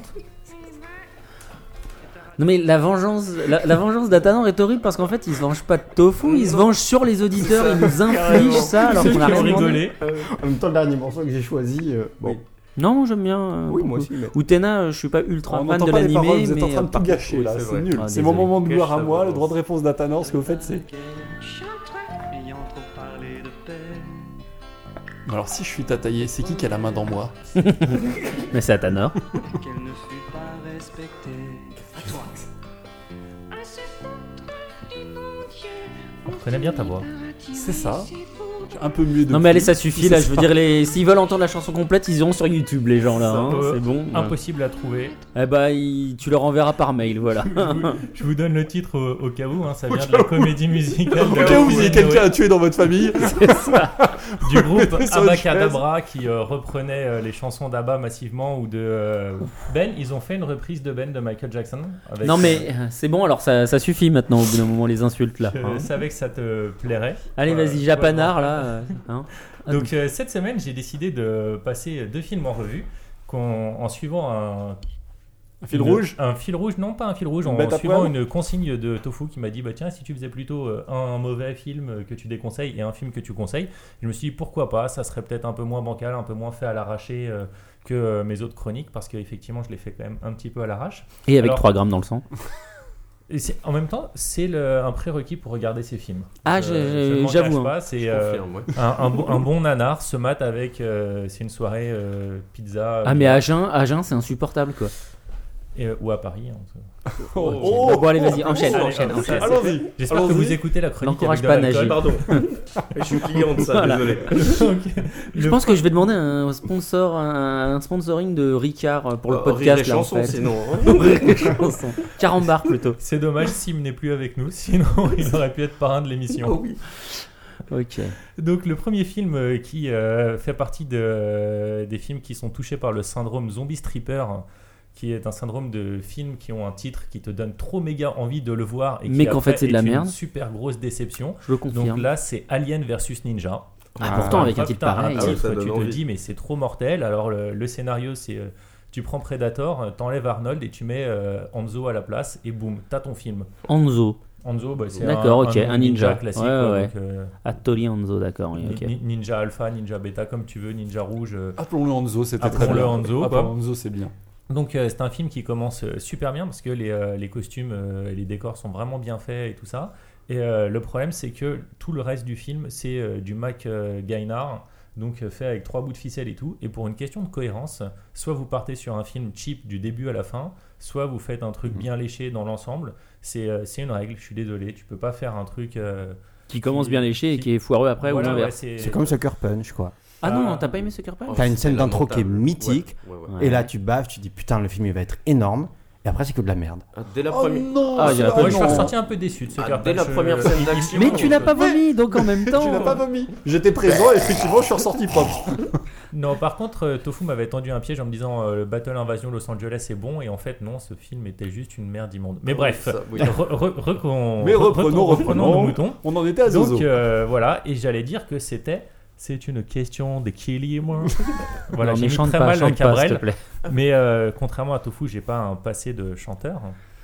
Non mais la vengeance d'Atanor est horrible, parce qu'en fait il se venge pas de Tofu, il se venge sur les auditeurs, il nous inflige ça alors qu'on a rien rigolé. En même temps, le dernier morceau que j'ai choisi, Non, j'aime bien. Oui, moi aussi. Mais... Utena, je suis pas ultra fan de l'animé, mais vous êtes en train de tout gâcher là, c'est nul. C'est mon moment de gloire à moi, le droit de réponse d'Atanor, ce que vous faites c'est... Alors si je suis Tataillé, c'est qui a la main dans moi ? Mais c'est Atanor. Qu'elle ne fut pas respectée. On connaît bien ta voix. C'est ça. Un peu mieux de... Non mais allez, ça suffit là, je veux dire, s'ils veulent entendre la chanson complète, ils iront sur YouTube, les gens là, hein, c'est bon. Impossible à trouver. Eh bah, tu leur enverras par mail, voilà. Je vous donne le titre au cas où, ça vient de la comédie musicale. Au cas où vous ayez quelqu'un à tuer dans votre famille. C'est ça. Du groupe Abacadabra qui reprenait les chansons d'Abba massivement, ou de Ben. Ils ont fait une reprise de Ben de Michael Jackson. Non mais c'est bon, alors ça suffit maintenant, au bout d'un moment, les insultes là. Je savais que ça te plairait. Allez, vas-y, Japanar là. Donc cette semaine, j'ai décidé de passer 2 films en revue en suivant Un fil rouge ? Un fil rouge, non pas un fil rouge, Une en bête à suivant poil une consigne de Tofu qui m'a dit tiens, si tu faisais plutôt un mauvais film que tu déconseilles et un film que tu conseilles, je me suis dit pourquoi pas, ça serait peut-être un peu moins bancal, un peu moins fait à l'arraché que mes autres chroniques, parce qu'effectivement je l'ai fait quand même un petit peu à l'arrache. Et avec 3 grammes dans le sang. Et en même temps, c'est un prérequis pour regarder ces films. Ah, je m'en j'avoue. cache pas, c'est un bon nanar se mate avec, c'est une soirée pizza. Ah, mais à Agen, c'est insupportable quoi. Ou à Paris. Bon, allez, vas-y, enchaîne. Allons-y. J'espère que vous écouez la chronique. N'encourage pas Najib. Pardon. Je suis client de ça, Voilà. désolé. Je pense que je vais demander un sponsoring de Ricard pour le podcast. Rire et là, en chanson, fait. sinon. Rire et chanson. Carambar plutôt. C'est dommage, Sim n'est plus avec nous, sinon il aurait pu être parrain de l'émission. Oh oui. Ok. Donc le premier film qui fait partie des films qui sont touchés par le syndrome zombie stripper, qui est un syndrome de films qui ont un titre qui te donne trop méga envie de le voir et qui mais qu'en fait c'est de la merde. Une super grosse déception. Je le confirme. Donc là c'est Alien versus Ninja. Pourtant avec un titre putain, pareil. un titre, tu te envie. dis mais c'est trop mortel. Alors le scénario c'est tu prends Predator, t'enlèves Arnold et tu mets Hanzo à la place et boum, t'as ton film. Hanzo. Hanzo, bah, c'est D'accord, ok, un ninja classique. Ouais, quoi, ouais. donc, Attori Hanzo, d'accord. Oui, ok. Ninja Alpha, Ninja Beta, comme tu veux, Ninja Rouge. Appelons-le Hanzo, c'était très Appelons-le bien. Hanzo, quoi. Appelons Hanzo, c'est bien. Donc c'est un film qui commence super bien parce que les costumes et les décors sont vraiment bien faits et tout ça. Et le problème c'est que tout le reste du film c'est du Mac Gainard, donc fait avec 3 bouts de ficelle et tout. Et pour une question de cohérence, soit vous partez sur un film cheap du début à la fin, soit vous faites un truc bien léché dans l'ensemble. C'est une règle, je suis désolé, tu peux pas faire un truc qui commence bien léché et qui est foireux après voilà, ou l'inverse. C'est comme Sucker Punch, quoi. Ah non, t'as pas aimé Sucker Punch? T'as une scène d'intro qui est lamentable. mythique, Ouais. et là tu baves, tu dis putain, le film il va être énorme, et après c'est que de la merde. Dès la Oh première. non, Ah, il y a c'est- pas- Moi je suis non. ressorti un peu déçu de ce Dès la première scène d'action. Mais tu l'as pas vomi, donc en même temps. Tu l'as pas vomi. J'étais présent et effectivement, je suis ressorti propre. Non, par contre, Tofu m'avait tendu un piège en me disant le Battle Invasion Los Angeles est bon, et en fait, non, ce film était juste une merde immonde. Mais bref, Ça, oui. Mais reprenons nos moutons. On en était à Zozo. Donc voilà, et j'allais dire que c'est une question de Killiam. Voilà, Non, j'ai mais mis chante très pas, mal chante pas, s'il te Cabrel, plaît. mais contrairement à Tofu, j'ai pas un passé de chanteur.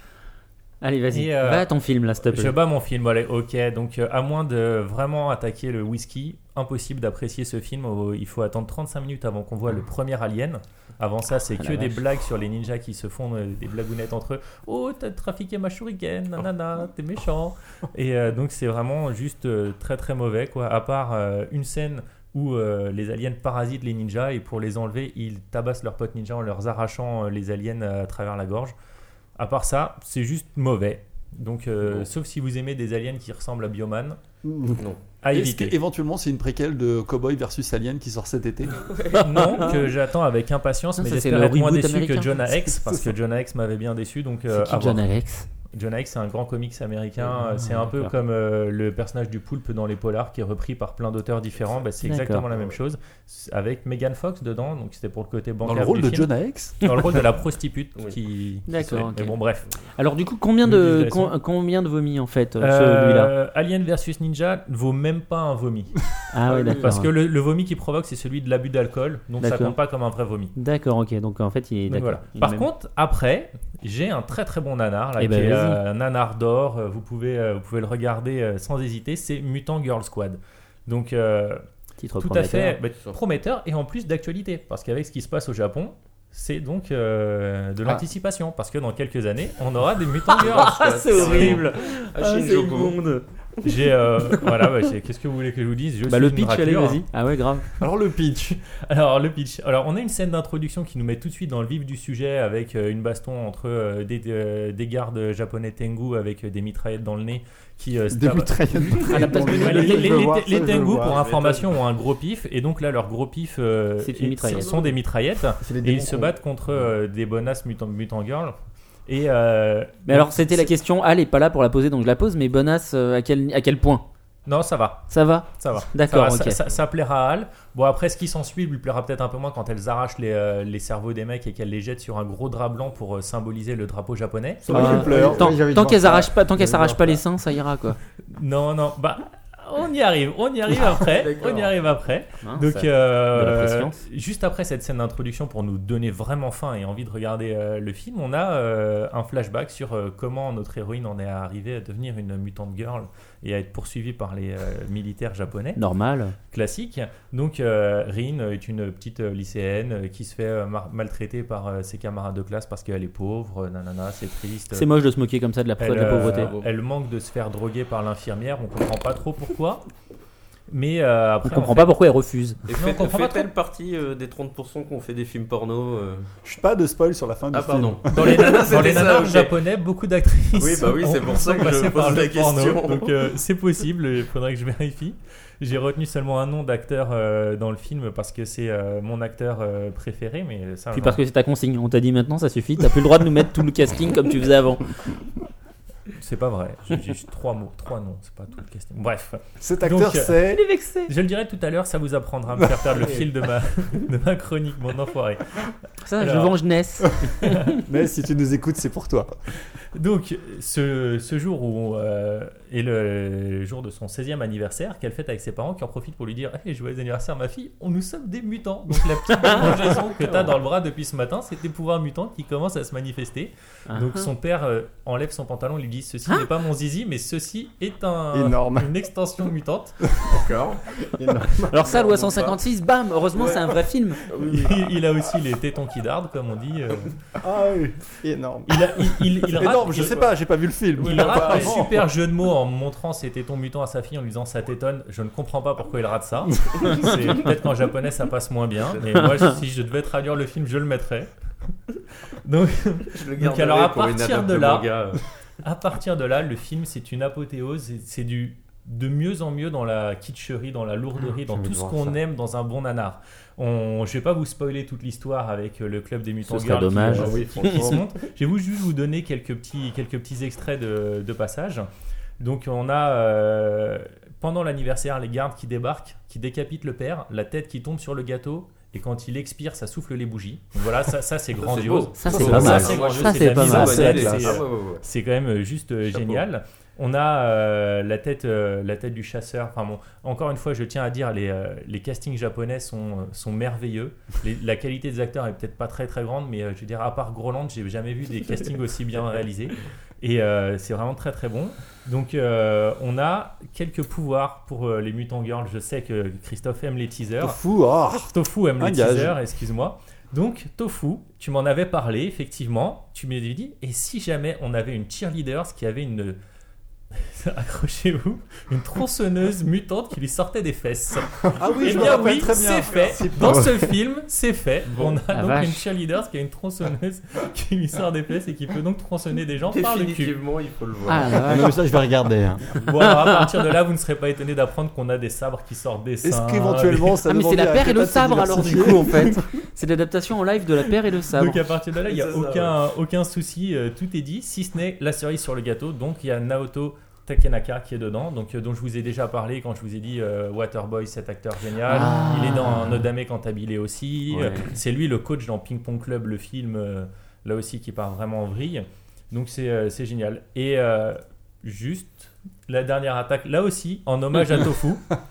Allez, vas-y, Et, va à ton film là, s'il te Je plaît. bats mon film, allez, ok. Donc, à moins de vraiment attaquer le whisky, impossible d'apprécier ce film. Il faut attendre 35 minutes avant qu'on voit le premier Alien. Avant ça, c'est Ah, que la des vache. blagues sur les ninjas qui se font des blagounettes entre eux. Oh, t'as trafiqué ma shuriken, nanana, t'es méchant. Et donc, c'est vraiment juste très très mauvais, quoi. À part une scène où les aliens parasitent les ninjas et pour les enlever, ils tabassent leurs potes ninjas en leur arrachant les aliens à travers la gorge. À part ça, c'est juste mauvais. Donc, sauf si vous aimez des aliens qui ressemblent à Bioman, Non. à Est-ce éviter. qu'éventuellement c'est une préquelle de Cowboy versus Alien qui sort cet été? Non, que j'attends avec impatience, Non, mais ça, c'est j'espère le être moins reboot déçu américain. que Jonah Hex, parce que Jonah Hex m'avait bien déçu. Donc, C'est qui à John voir. Alex? Jonah Hex, c'est un grand comics américain. Ah, C'est un peu d'accord. comme le personnage du poulpe dans les polars qui est repris par plein d'auteurs différents. Bah, c'est D'accord. exactement la même chose, avec Megan Fox dedans. Donc, c'était pour le côté Dans bancal le rôle du de film. Jonah Hex? Dans le rôle de la prostitute Oui. qui. D'accord, Mais ok. bon, bref. Alors du coup, combien Une de digression. combien de vomis en fait celui-là? Alien versus Ninja ne vaut même pas un vomi. Ah ouais, d'accord. Parce que le vomi qu'il provoque, c'est celui de l'abus d'alcool. Donc, ça D'accord. compte pas comme un vrai vomi. D'accord, ok. Donc en fait, il est Donc, d'accord. voilà. Il est Par même- contre, après, j'ai un très très bon nanar, là, Eh qui ben, est vas-y. un nanar d'or. Vous pouvez le regarder sans hésiter. C'est Mutant Girl Squad. Donc, Titre tout à prometteur. fait prometteur et en plus d'actualité. Parce qu'avec ce qui se passe au Japon, c'est donc de l'anticipation. Parce que dans quelques années, on aura des Mutant Girls. Ah, c'est horrible. Ah, Shinjuku. J'ai voilà, qu'est-ce que vous voulez que je vous dise? Je Bah suis le une pitch, allez, raclure. vas-y. Ah ouais, grave. Alors le pitch. Alors le pitch. Alors on a une scène d'introduction qui nous met tout de suite dans le vif du sujet avec une baston entre des gardes japonais Tengu avec des mitraillettes dans le nez qui se Des tapent- mitraillettes. À la place de Ouais, les Je Tengu vois. pour information ont un gros pif et donc là leur gros pif C'est une mitraillette. sont des mitraillettes C'est les et démons ils se cons. battent contre des bonasses mutant girls et Mais alors c'était la question. Al est pas là pour la poser, donc je la pose. Mais Bonas, à quel point? non ça va. Ça va? Ça va. D'accord, Ça va, ok. ça plaira à Al. Bon, après, ce qui s'ensuit lui plaira peut-être un peu moins quand elles arrachent les cerveaux des mecs et qu'elles les jettent sur un gros drap blanc pour symboliser le drapeau japonais. Ça va, Ah, je pleure. Tant Oui, j'avais tant dit qu'elles ça. arrachent pas, tant qu'elles J'avais s'arrachent dit pas ça. les seins, ça ira quoi. Non, bah, on On y arrive après. D'accord. On y arrive après. Hein, Donc, ça- de la pression. juste après cette scène d'introduction, pour nous donner vraiment faim et envie de regarder le film, on a un flashback sur comment notre héroïne en est arrivée à devenir une mutant girl et à être poursuivie par les militaires japonais. Normal. Classique. Donc, Rin est une petite lycéenne qui se fait maltraiter par ses camarades de classe parce qu'elle est pauvre. Nanana, c'est triste. C'est moche de se moquer comme ça de la pauvreté. Elle manque de se faire droguer par l'infirmière. On comprend pas trop pourquoi. Mais après, On comprend pas pourquoi elle refuse. Et Non, on comprend pas fait-elle partie des 30% qui ont fait des films porno Je suis pas de spoil sur la fin du Ah, film. pardon. Dans les nanas, C'était ça, ok. japonais, beaucoup d'actrices. Oui, bah oui, c'est pour ça que je sont passées pose par la le porno. question. Donc c'est possible, il faudrait que je vérifie. J'ai retenu seulement un nom d'acteur dans le film parce que c'est mon acteur préféré, mais ça. Puis non. parce que c'est ta consigne. On t'a dit maintenant, ça suffit. T'as plus le droit de nous mettre tout le casting comme tu faisais avant. C'est pas vrai. J'ai juste 3 mots, 3 noms, c'est pas tout le casting. Bref, Cet acteur, Donc, c'est. est vexé. je le dirai tout à l'heure, ça vous apprendra à me faire perdre le fil de ma chronique, mon enfoiré. Ça, je Alors. venge Ness. Mais si tu nous écoutes, c'est pour toi. Donc, ce jour où est le jour de son 16e anniversaire, qu'elle fête avec ses parents, qui en profitent pour lui dire hey, joyeux anniversaire, ma fille, nous sommes des mutants. Donc, la petite démangeaison que tu as dans le bras depuis ce matin, c'est tes pouvoirs mutants qui commencent à se manifester. Donc, son père enlève son pantalon, lui dit ceci n'est pas mon zizi, mais ceci est Énorme. une extension mutante. D'accord. Alors ça, loi 156, bam. Heureusement, c'est un vrai film. Il a aussi les tétons qui dardent, comme on dit. Ah oui, énorme. Il rate- Énorme, je sais pas, j'ai pas vu le film. Il rate un super jeu de mots en montrant ses tétons mutants à sa fille en lui disant ça t'étonne. Je ne comprends pas pourquoi il rate ça. C'est peut-être qu'en japonais ça passe moins bien, mais moi si je devais traduire le film, je le mettrais. Donc, Je le donc garderai alors à pour une partir adapte de de là, manga. à partir de là, le film c'est une apothéose, c'est du de mieux en mieux dans la kitscherie, dans la lourderie, dans tout ce qu'on aime dans un bon nanar. Je vais pas vous spoiler toute l'histoire avec le club des mutants Ce serait girls dommage. qui se monte. Je vais juste vous donner quelques petits extraits de passage. Donc on a pendant l'anniversaire les gardes qui débarquent, qui décapitent le père, la tête qui tombe sur le gâteau. Et quand il expire, ça souffle les bougies. Donc voilà, ça c'est grandiose. Ça, c'est pas mal. Ça, c'est pas mal. C'est quand même juste génial. On a la tête du chasseur. Enfin bon, encore une fois, je tiens à dire, les castings japonais sont merveilleux. La qualité des acteurs est peut-être pas très très grande, mais je veux dire, à part Groland, j'ai jamais vu des castings aussi bien réalisés. Et c'est vraiment très très bon. Donc on a quelques pouvoirs pour les Mutant Girls. Je sais que Christophe aime les teasers. Tofu aime les teasers, excuse-moi. Donc Tofu, tu m'en avais parlé, effectivement. Tu m'avais dit, et si jamais on avait une cheerleader qui avait une... accrochez-vous, une tronçonneuse mutante qui lui sortait des fesses. Ah oui, Eh je me bien rappelle oui, très bien. c'est fait. Dans ce film, c'est fait. On a La donc vache. une cheerleader qui a une tronçonneuse qui lui sort des fesses et qui peut donc tronçonner des gens par le cul. Définitivement, il faut le voir. Ah, la vache. Non, mais ça, je vais regarder. hein. Bon, alors à partir de là, vous ne serez pas étonné d'apprendre qu'on a des sabres qui sortent des seins. Est-ce qu'éventuellement ça Ah, mais c'est demandait la à paire et le Kata de se sabre alors du diversifier coup en fait. C'est l'adaptation en live de la paire et le sabre. Donc à partir de là, il n'y a C'est ça, aucun souci, tout est dit, si ce n'est la cerise sur le gâteau. Donc il y a Naoto Takenaka qui est dedans, donc dont je vous ai déjà parlé quand je vous ai dit Waterboy, cet acteur génial. Ah. Il est dans Nodame Cantabile aussi. Ouais. C'est lui le coach dans Ping Pong Club, le film, là aussi qui part vraiment en vrille. Donc c'est génial. Et juste la dernière attaque, là aussi en hommage à Tofu.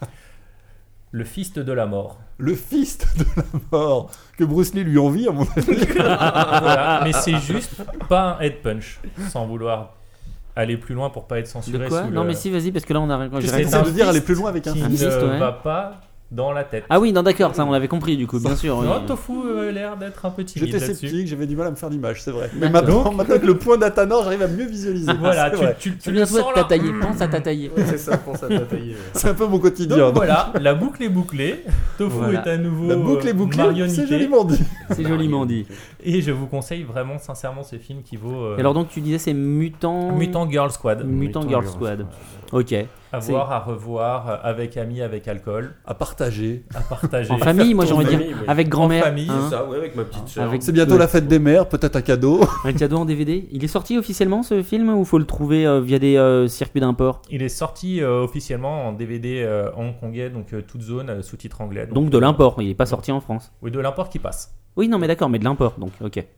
Le fist de la mort. Le fist de la mort que Bruce Lee lui envie à mon avis. Voilà. Mais c'est juste pas un head punch, sans vouloir aller plus loin pour pas être censuré. De quoi sous Non le- mais si, vas-y, parce que là on a... Qu'est-ce C'est que un ça veut dire fist aller plus loin avec un qui Un fist fist, ne ouais. va pas dans la tête. Ah oui, non d'accord, ça on l'avait compris du coup, bien sûr. oui. Non, Tofu a l'air d'être un peu timide J'étais là-dessus. sceptique, j'avais du mal à me faire d'image, c'est vrai. Mais D'accord. maintenant que le point d'Atanor, j'arrive à mieux visualiser. Voilà, C'est vrai. tu Tu le viens sens de là. tatailler, pense à tatailler. C'est ça, pense à tatailler. C'est un peu mon quotidien. Donc donc. voilà, la boucle est bouclée. Tofu Voilà. est à nouveau La boucle est bouclée, marionnité. c'est joliment dit. C'est joliment dit. Et je vous conseille vraiment sincèrement ce film qui vaut Et alors donc tu disais c'est Mutant... Mutant Girl Squad. Mutant Girl Squad. Ok. À voir, à revoir, avec amis, avec alcool, À partager. à partager. En famille, moi j'ai envie de dire, famille, oui. avec grand-mère. En famille, hein. C'est ça, ouais, avec ma petite sœur. Avec- C'est bientôt la fête des mères, peut-être un cadeau. Un cadeau en DVD. Il est sorti officiellement ce film ou faut le trouver via des circuits d'import? Il est sorti officiellement en DVD hongkongais, donc toute zone, sous-titre anglais. Donc de l'import, il est pas sorti en France. Oui, de l'import qui passe. Oui, non mais d'accord, mais de l'import donc, ok.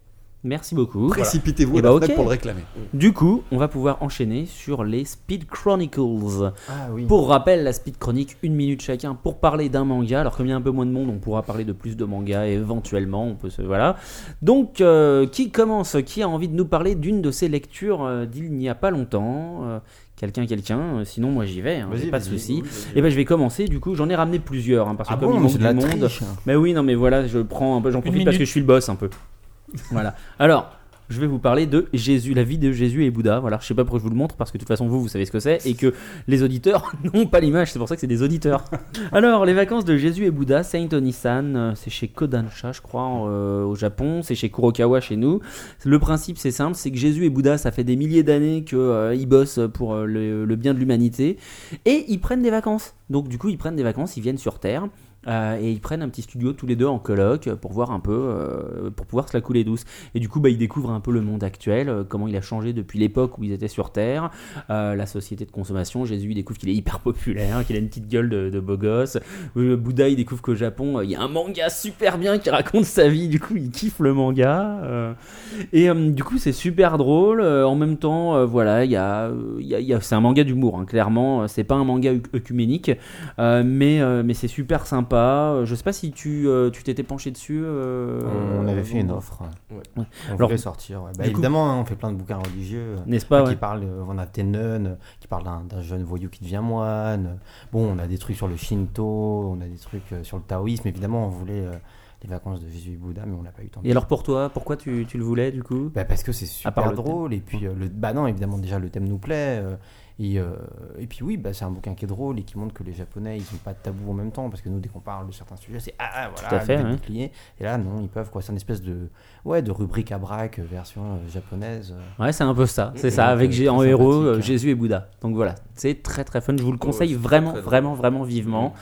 Merci beaucoup. Précipitez-vous Et à la bah, fenêtre ok. pour le réclamer. Du coup, on va pouvoir enchaîner sur les Speed Chronicles. Ah oui. Pour rappel, la Speed Chronique, 1 minute chacun pour parler d'un manga. Alors comme il y a un peu moins de monde, on pourra parler de plus de mangas et éventuellement, on peut se... Voilà. Donc, qui commence? Qui a envie de nous parler d'une de ses lectures d'il n'y a pas longtemps? Quelqu'un, sinon moi j'y vais, hein, Vas-y, pas de vas-y, souci. oui, vas-y. Et ben je vais commencer, du coup j'en ai ramené plusieurs, hein, parce que Ah comme bon, il mais manque c'est de la du monde... triche. Mais oui, non mais voilà, je prends un peu, j'en profite parce minute. que je suis le boss un peu. Voilà. Alors, je vais vous parler de Jésus, la vie de Jésus et Bouddha. Voilà, je sais pas pourquoi je vous le montre parce que de toute façon vous savez ce que c'est et que les auditeurs n'ont pas l'image, c'est pour ça que c'est des auditeurs. Alors, les vacances de Jésus et Bouddha, Saint Onisan, c'est chez Kodansha, je crois, au Japon, c'est chez Kurokawa chez nous. Le principe c'est simple, c'est que Jésus et Bouddha, ça fait des milliers d'années qu'ils bossent pour le bien de l'humanité et ils prennent des vacances. Donc du coup, ils prennent des vacances, ils viennent sur Terre. Et ils prennent un petit studio tous les deux en coloc pour voir un peu, pour pouvoir se la couler douce. Et du coup, ils découvrent un peu le monde actuel, comment il a changé depuis l'époque où ils étaient sur Terre, la société de consommation. Jésus, il découvre qu'il est hyper populaire, qu'il a une petite gueule de beau gosse. Bouddha, il découvre qu'au Japon, il y a un manga super bien qui raconte sa vie. Du coup, il kiffe le manga. Et du coup, c'est super drôle. En même temps, voilà, c'est un manga d'humour, hein, clairement. C'est pas un manga œcuménique, mais c'est super sympa. Je sais pas si tu t'étais penché dessus. On avait fait une offre. Ouais. Ouais. On Alors, voulait sortir. Ouais. Bah, du coup- évidemment, hein, on fait plein de bouquins religieux. N'est-ce pas, qui ouais. parlent, on a Tenon, qui parle d'un jeune voyou qui devient moine. Bon, on a des trucs sur le Shinto, on a des trucs sur le taoïsme. Évidemment, on voulait les vacances de Jésus et Bouddha, mais on n'a pas eu le temps. Et alors pour toi, pourquoi tu le voulais du coup? Bah, parce que c'est À part super le drôle. Et puis, non, évidemment, déjà, le thème nous plaît. Et puis oui, c'est un bouquin qui est drôle et qui montre que les Japonais, ils n'ont pas de tabou en même temps, parce que nous, dès qu'on parle de certains sujets, c'est voilà, Tout à fait, le ouais. bouclier. Et là, non, ils peuvent, quoi. C'est une espèce de rubrique à braque version japonaise. Ouais, c'est un peu ça. C'est ça, Donc, avec très en héros sympathique. Jésus et Bouddha. Donc voilà, c'est très très fun. Je vous le conseille c'est vraiment, très vraiment, vraiment vivement.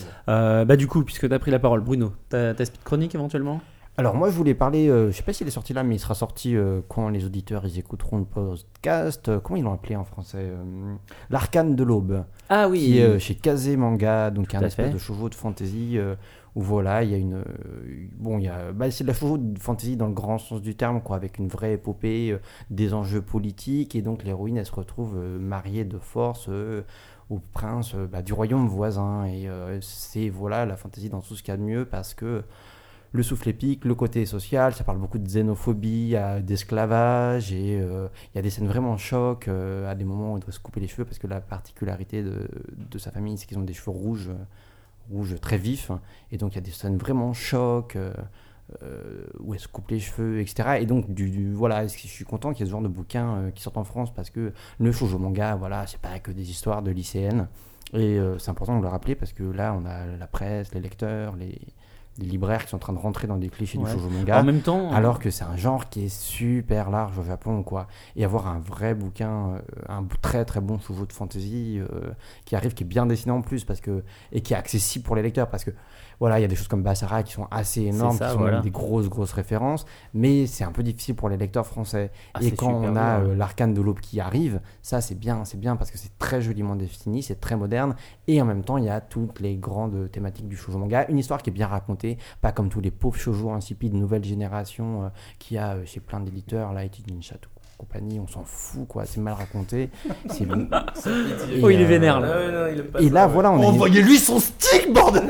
Du coup, puisque tu as pris la parole, Bruno, t'as speed chronique éventuellement? Alors moi je voulais parler, je sais pas s'il est sorti là, mais il sera sorti quand les auditeurs ils écouteront le podcast. Comment ils l'ont appelé en français L'Arcane de l'Aube, Ah oui. qui est chez Kaze Manga, donc Tout un à espèce fait. de shoujo de fantasy où voilà, il y a une c'est de la shoujo de fantasy dans le grand sens du terme, quoi, avec une vraie épopée, des enjeux politiques, et donc l'héroïne elle se retrouve mariée de force au prince du royaume voisin, et c'est voilà la fantasy dans tout ce qu'il y a de mieux, parce que le souffle épique, le côté social, ça parle beaucoup de xénophobie, d'esclavage, et il y a des scènes vraiment choc, à des moments où il doit se couper les cheveux, parce que la particularité de sa famille, c'est qu'ils ont des cheveux rouges très vifs, et donc il y a des scènes vraiment choc, où elle se coupe les cheveux, etc. Et donc, voilà, je suis content qu'il y ait ce genre de bouquins qui sortent en France, parce que le shoujo manga, voilà, c'est pas que des histoires de lycéennes, et c'est important de le rappeler, parce que là, on a la presse, les lecteurs, les libraires qui sont en train de rentrer dans des clichés Ouais. du shoujo manga, En même temps, alors que c'est un genre qui est super large au Japon, quoi. Et avoir un vrai bouquin, très très bon shoujo de fantasy qui arrive, qui est bien dessiné en plus, et qui est accessible pour les lecteurs, parce que voilà, il y a des choses comme Basara qui sont assez énormes, ça, qui sont voilà. même des grosses références, mais c'est un peu difficile pour les lecteurs français. Ah, Et c'est quand super on a dur, ouais. l'Arcane de l'Aube qui arrive, ça c'est bien parce que c'est très joliment défini, c'est très moderne, et en même temps il y a toutes les grandes thématiques du shoujo manga, une histoire qui est bien racontée, pas comme tous les pauvres shoujo insipides nouvelle génération qu'il y a chez plein d'éditeurs, là, Eti Ninja compagnie, on s'en fout, quoi, c'est mal raconté, c'est bon. Oh, il est vénère, là. Et là, voilà, on a Envoyez-lui son stick, bordel.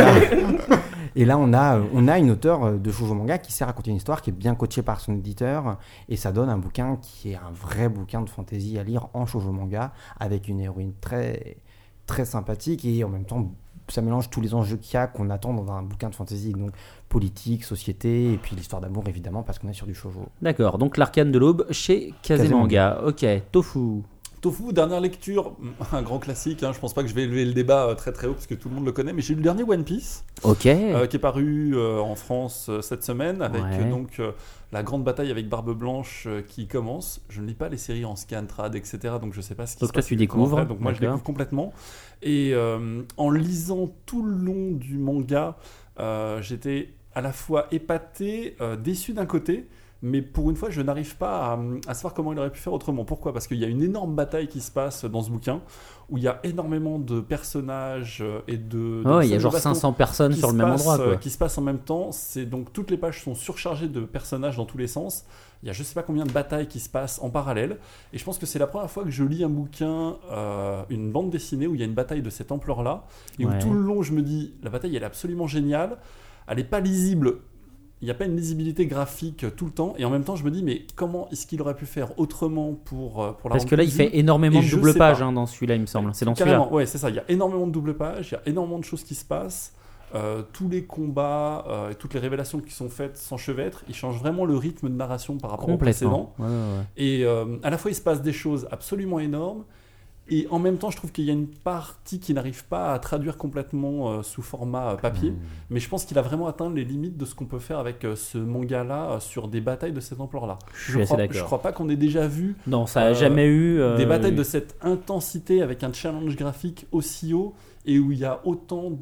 Et là, on a une auteure de shoujo manga qui sait raconter une histoire, qui est bien coachée par son éditeur, et ça donne un bouquin qui est un vrai bouquin de fantasy à lire en shoujo manga, avec une héroïne très, très sympathique, et en même temps, ça mélange tous les enjeux qu'il y a, qu'on attend dans un bouquin de fantasy, donc politique, société, et puis l'histoire d'amour, évidemment, parce qu'on est sur du shoujo. D'accord, donc l'Arcane de l'Aube chez Kazemanga. Ok, Tofu. Tofu, dernière lecture, un grand classique, hein, je pense pas que je vais élever le débat très très haut parce que tout le monde le connaît, mais j'ai lu le dernier One Piece Ok. qui est paru en France cette semaine avec Ouais. donc la grande bataille avec Barbe Blanche qui commence. Je ne lis pas les séries en scan, trad, etc. Donc je sais pas ce qui Donc se toi, passe tu exactement découvres, après. Donc moi je d'accord. découvre complètement. Et en lisant tout le long du manga, j'étais à la fois épaté, déçu d'un côté, mais pour une fois, je n'arrive pas à savoir comment il aurait pu faire autrement. Pourquoi ? Parce qu'il y a une énorme bataille qui se passe dans ce bouquin, où il y a énormément de personnages et de il y a genre 500 personnes sur le même endroit, quoi. Qui se passent en même temps. C'est donc toutes les pages sont surchargées de personnages dans tous les sens. Il y a je sais pas combien de batailles qui se passent en parallèle. Et je pense que c'est la première fois que je lis un bouquin, une bande dessinée où il y a une bataille de cette ampleur-là, et où tout le long je me dis, la bataille elle est absolument géniale. Elle n'est pas lisible. Il n'y a pas une lisibilité graphique tout le temps, et en même temps je me dis mais comment est-ce qu'il aurait pu faire autrement pour la parce que là il fait énormément de double pages dans celui-là, il me semble. C'est dans celui-là. Ouais, c'est ça. Il y a énormément de double pages, il y a énormément de choses qui se passent. Tous les combats et toutes les révélations qui sont faites s'enchevêtrent. Ils changent vraiment le rythme de narration par rapport au précédent. Et à la fois il se passe des choses absolument énormes. Et en même temps, je trouve qu'il y a une partie qui n'arrive pas à traduire complètement sous format papier. Mais je pense qu'il a vraiment atteint les limites de ce qu'on peut faire avec ce manga-là sur des batailles de cette ampleur-là. Je suis assez d'accord. Je crois pas qu'on ait déjà vu non, ça a jamais eu des batailles de cette intensité avec un challenge graphique aussi haut et où il y a autant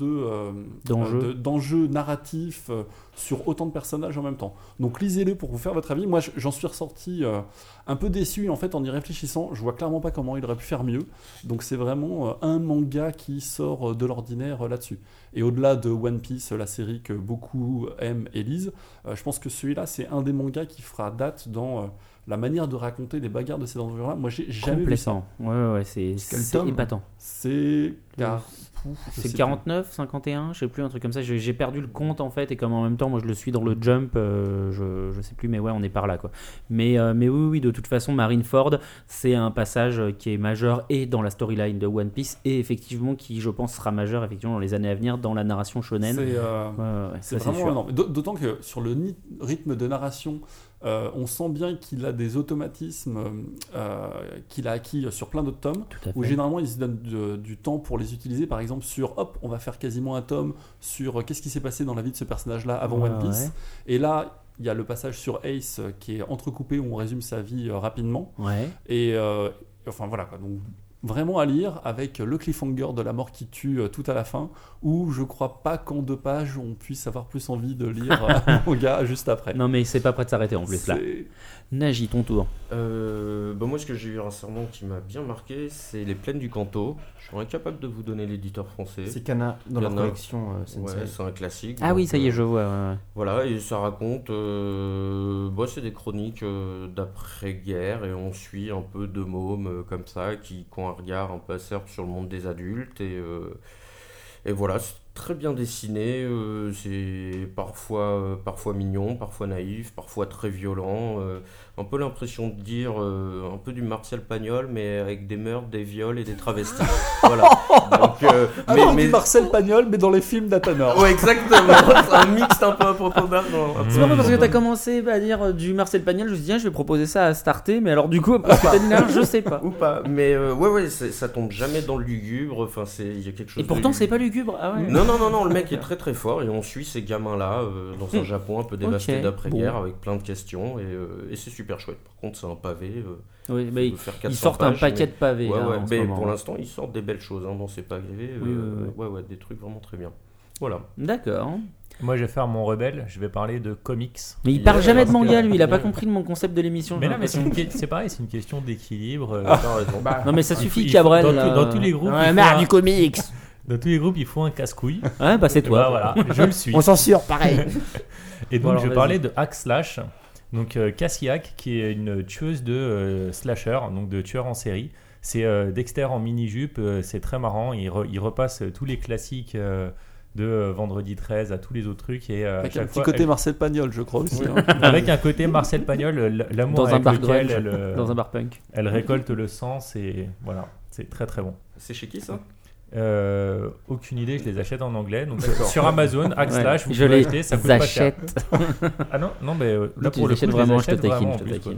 d'enjeux narratifs sur autant de personnages en même temps. Donc lisez-le pour vous faire votre avis. Moi, j'en suis ressorti un peu déçu en fait en y réfléchissant. Je vois clairement pas comment il aurait pu faire mieux. Donc c'est vraiment un manga qui sort de l'ordinaire là-dessus. Et au-delà de One Piece, la série que beaucoup aiment et lisent, je pense que celui-là, c'est un des mangas qui fera date dans la manière de raconter des bagarres de ces enjeux-là. Moi, j'ai jamais vu ça. Ouais, c'est épatant. C'est... C'est 49, 51, je sais plus, un truc comme ça. J'ai perdu le compte en fait, et comme en même temps moi je le suis dans le Jump, je sais plus, mais ouais, on est par là quoi. Mais oui, de toute façon, Marineford, c'est un passage qui est majeur et dans la storyline de One Piece, et effectivement qui, je pense, sera majeur effectivement dans les années à venir dans la narration shonen. C'est vraiment énorme. D'autant que sur le rythme de narration, on sent bien qu'il a des automatismes qu'il a acquis sur plein d'autres tomes, où généralement il se donne du temps pour les utiliser. Par exemple, sur on va faire quasiment un tome sur qu'est-ce qui s'est passé dans la vie de ce personnage-là avant One Piece. Et là, il y a le passage sur Ace qui est entrecoupé où on résume sa vie rapidement. Et enfin voilà quoi. Donc vraiment à lire avec le cliffhanger de la mort qui tue tout à la fin, où je crois pas qu'en 2 pages on puisse avoir plus envie de lire un manga juste après. Non mais c'est pas prêt de s'arrêter en plus là. Nagi, ton tour. Moi ce que j'ai eu récemment qui m'a bien marqué, c'est Les Plaines du Kanto. Je suis incapable de vous donner l'éditeur français. C'est Kana dans la collection Sensei. C'est un classique. Ah donc, oui, ça y est, je vois. Voilà, et ça raconte... c'est des chroniques d'après-guerre, et on suit un peu 2 mômes comme ça qui ont un regard un peu acerbe sur le monde des adultes, et voilà, c'est très bien dessiné, c'est parfois mignon, parfois naïf, parfois très violent, un peu l'impression de dire un peu du Marcel Pagnol, mais avec des meurtres, des viols et des travestis. Voilà. Donc, du Marcel Pagnol, mais dans les films d'Atanor. Ouais, exactement. C'est un mixte un peu à propos C'est pas parce que t'as commencé à dire du Marcel Pagnol, je me suis dit, je vais proposer ça à Starter, mais alors du coup, parce que t'as dit là, je sais pas. Ou pas. Mais ça tombe jamais dans le lugubre. Enfin, il y a quelque chose. Et pourtant, c'est pas lugubre. Ah ouais. Non, le mec est très très fort, et on suit ces gamins-là dans un Japon un peu dévasté d'après-guerre, avec plein de questions, et c'est super chouette. Par contre, c'est un pavé. Oui, mais ils sortent un paquet de pavés. Mais pour l'instant, ils sortent des belles choses dans ces pavés. Des trucs vraiment très bien. Voilà. D'accord. Moi, je vais faire mon rebelle. Je vais parler de comics. Mais il parle jamais de manga, lui. Il a pas compris mon concept de l'émission. Mais non, mais c'est pareil, c'est une question d'équilibre. Non, mais ça suffit, Cabrel. Dans tous les groupes. Du comics. Dans tous les groupes, il faut un casse-couille. Ouais, c'est toi. Voilà, je le suis. On censure, pareil. Et donc, je vais parler de Hack Slash. Donc, Cassie Hack, qui est une tueuse de slasher, donc de tueurs en série. C'est Dexter en mini-jupe. C'est très marrant. Il repasse tous les classiques de Vendredi 13 à tous les autres trucs. Et, avec un petit côté Marcel Pagnol, je crois aussi. Avec un côté Marcel Pagnol, l'amour avec lequel dans un bar punk. Elle récolte le sang. Voilà, c'est très très bon. C'est chez qui ça ? Aucune idée, je les achète en anglais. Donc sur Amazon, Hackslash, vous je pouvez les acheter, ça coûte pas cher. Ah non, mais là pour le coup, vraiment, je te taquine.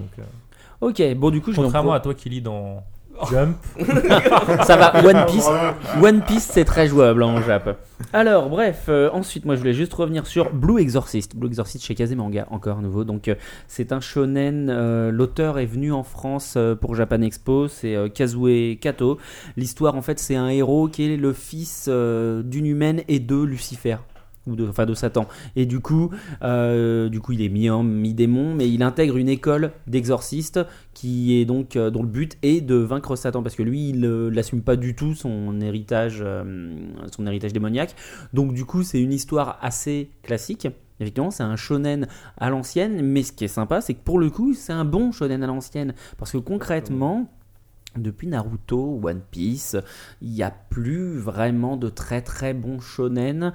Ok, bon du coup, contrairement à toi qui lis dans Jump, ça va. One Piece, c'est très jouable en Jap. Alors, bref, ensuite, moi je voulais juste revenir sur Blue Exorcist chez Kazemanga, encore à nouveau. Donc, c'est un shonen. L'auteur est venu en France pour Japan Expo, c'est Kazue Kato. L'histoire, en fait, c'est un héros qui est le fils d'une humaine et de Lucifer. de Satan. Et du coup, il est mi-démon, mais il intègre une école d'exorcistes qui est donc dont le but est de vaincre Satan, parce que lui, il n'assume pas du tout son héritage démoniaque. Donc du coup, c'est une histoire assez classique. Effectivement, c'est un shonen à l'ancienne, mais ce qui est sympa, c'est que pour le coup, c'est un bon shonen à l'ancienne, parce que concrètement, depuis Naruto, One Piece, il n'y a plus vraiment de très très bons shonen,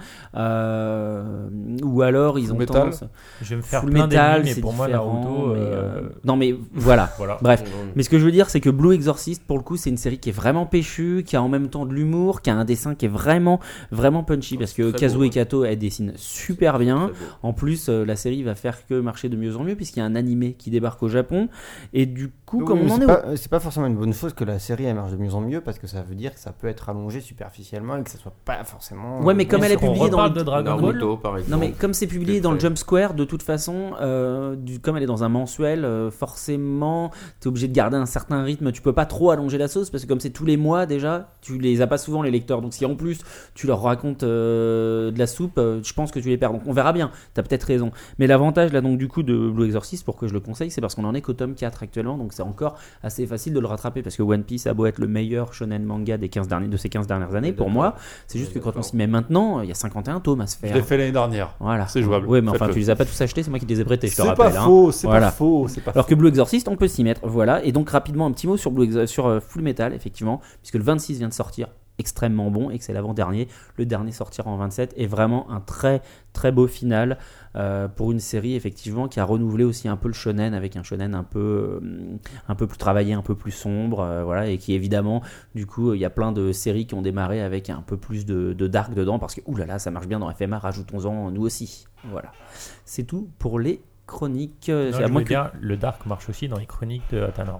ou alors ils ont tendance. Je vais me faire Full plein Metal, d'ennemis, mais pour moi Naruto. Non mais voilà. Bref. Non. Mais ce que je veux dire, c'est que Blue Exorcist, pour le coup, c'est une série qui est vraiment péchue, qui a en même temps de l'humour, qui a un dessin qui est vraiment vraiment punchy, parce que Kazuo Kato, elle dessine super bien. En plus, la série va faire que marcher de mieux en mieux, puisqu'il y a un animé qui débarque au Japon, et du coup, comme on en est c'est pas forcément une bonne chose que la série elle marche de mieux en mieux, parce que ça veut dire que ça peut être allongé superficiellement et que ça soit pas forcément. Ouais, mais comme elle est publiée dans de Dragon Ball, par exemple. non mais comme c'est publié dans le Jump Square, de toute façon, comme elle est dans un mensuel, forcément, t'es obligé de garder un certain rythme. Tu peux pas trop allonger la sauce, parce que comme c'est tous les mois déjà, tu les as pas souvent les lecteurs. Donc si en plus tu leur racontes de la soupe, je pense que tu les perds. Donc on verra bien. T'as peut-être raison. Mais l'avantage là donc du coup de Blue Exorcist, pour que je le conseille, c'est parce qu'on en est qu'au tome 4 actuellement, donc c'est encore assez facile de le rattraper, parce que One Piece a beau être le meilleur shonen manga de ces 15 dernières années, pour moi, c'est juste que quand on s'y met maintenant, il y a 51 tomes à se faire. Je l'ai fait l'année dernière. Voilà. C'est jouable. Ouais, mais enfin, Faites-le. tu les as pas tous achetés, c'est moi qui les ai prêtés, je te C'est rappelle. pas faux, c'est Voilà. pas faux, c'est pas Alors faux. que Blue Exorcist, on peut s'y mettre. Voilà. Et donc, rapidement, un petit mot sur Full Metal, effectivement, puisque le 26 vient de sortir, extrêmement bon, et que c'est l'avant-dernier. Le dernier sortira en 27, et vraiment un très très beau final pour une série effectivement qui a renouvelé aussi un peu le shonen, avec un shonen un peu plus travaillé, un peu plus sombre, voilà, et qui évidemment du coup il y a plein de séries qui ont démarré avec un peu plus de dark dedans, parce que oulala, ça marche bien dans FMA, rajoutons-en nous aussi. Voilà, c'est tout pour les chroniques. Le dark marche aussi dans les chroniques de Atanor.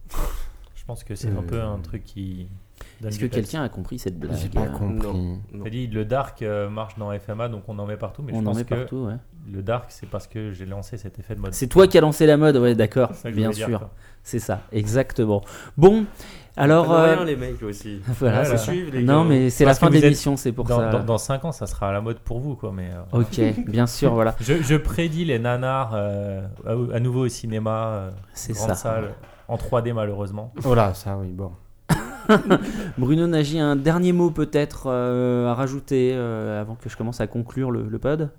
Je pense que c'est un peu un truc qui. Est-ce que quelqu'un a compris cette blague? J'ai pas compris. Non. T'as dit le dark marche dans FMA, donc on en met partout, mais On je en pense met que partout, ouais. le dark, c'est parce que j'ai lancé cet effet de mode. C'est toi qui as lancé la mode, ouais, d'accord, C'est ça que je bien voulais dire, sûr. quoi. C'est ça, exactement. Bon, alors. Rien, les mecs aussi. Voilà, Voilà. c'est Suivre, les non, gars. mais c'est Parce la fin que de vous l'émission, c'est pour ça. Dans 5 ans, ça sera à la mode pour vous, quoi. Mais Ok, bien sûr, voilà. je prédis les nanars à nouveau au cinéma, C'est grande ça. salle, en 3D malheureusement. Voilà, ça, oui, bon. Bruno Nagy, un dernier mot peut-être à rajouter avant que je commence à conclure le pod?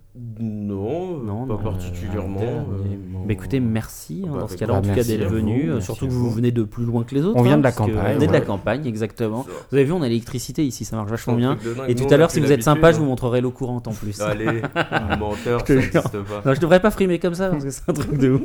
Non, pas particulièrement. Bah écoutez, merci dans ce avec cas-là, en tout cas, merci d'être à vous, venu. merci Surtout à que vous vous. venez de plus loin que les autres. On vient de la parce que campagne, Vous venez de la ouais. campagne, exactement. Ça. Vous avez vu, on a l'électricité ici, ça marche vachement C'est un bien. truc de dingue. Et Nous, tout on à a l'heure, plus si vous êtes l'habitude, sympa, je hein. vous montrerai l'eau courante en plus. Allez, menteur, Je te ça jure. n'existe pas. Non, je devrais pas frimer comme ça parce que c'est un truc de ouf.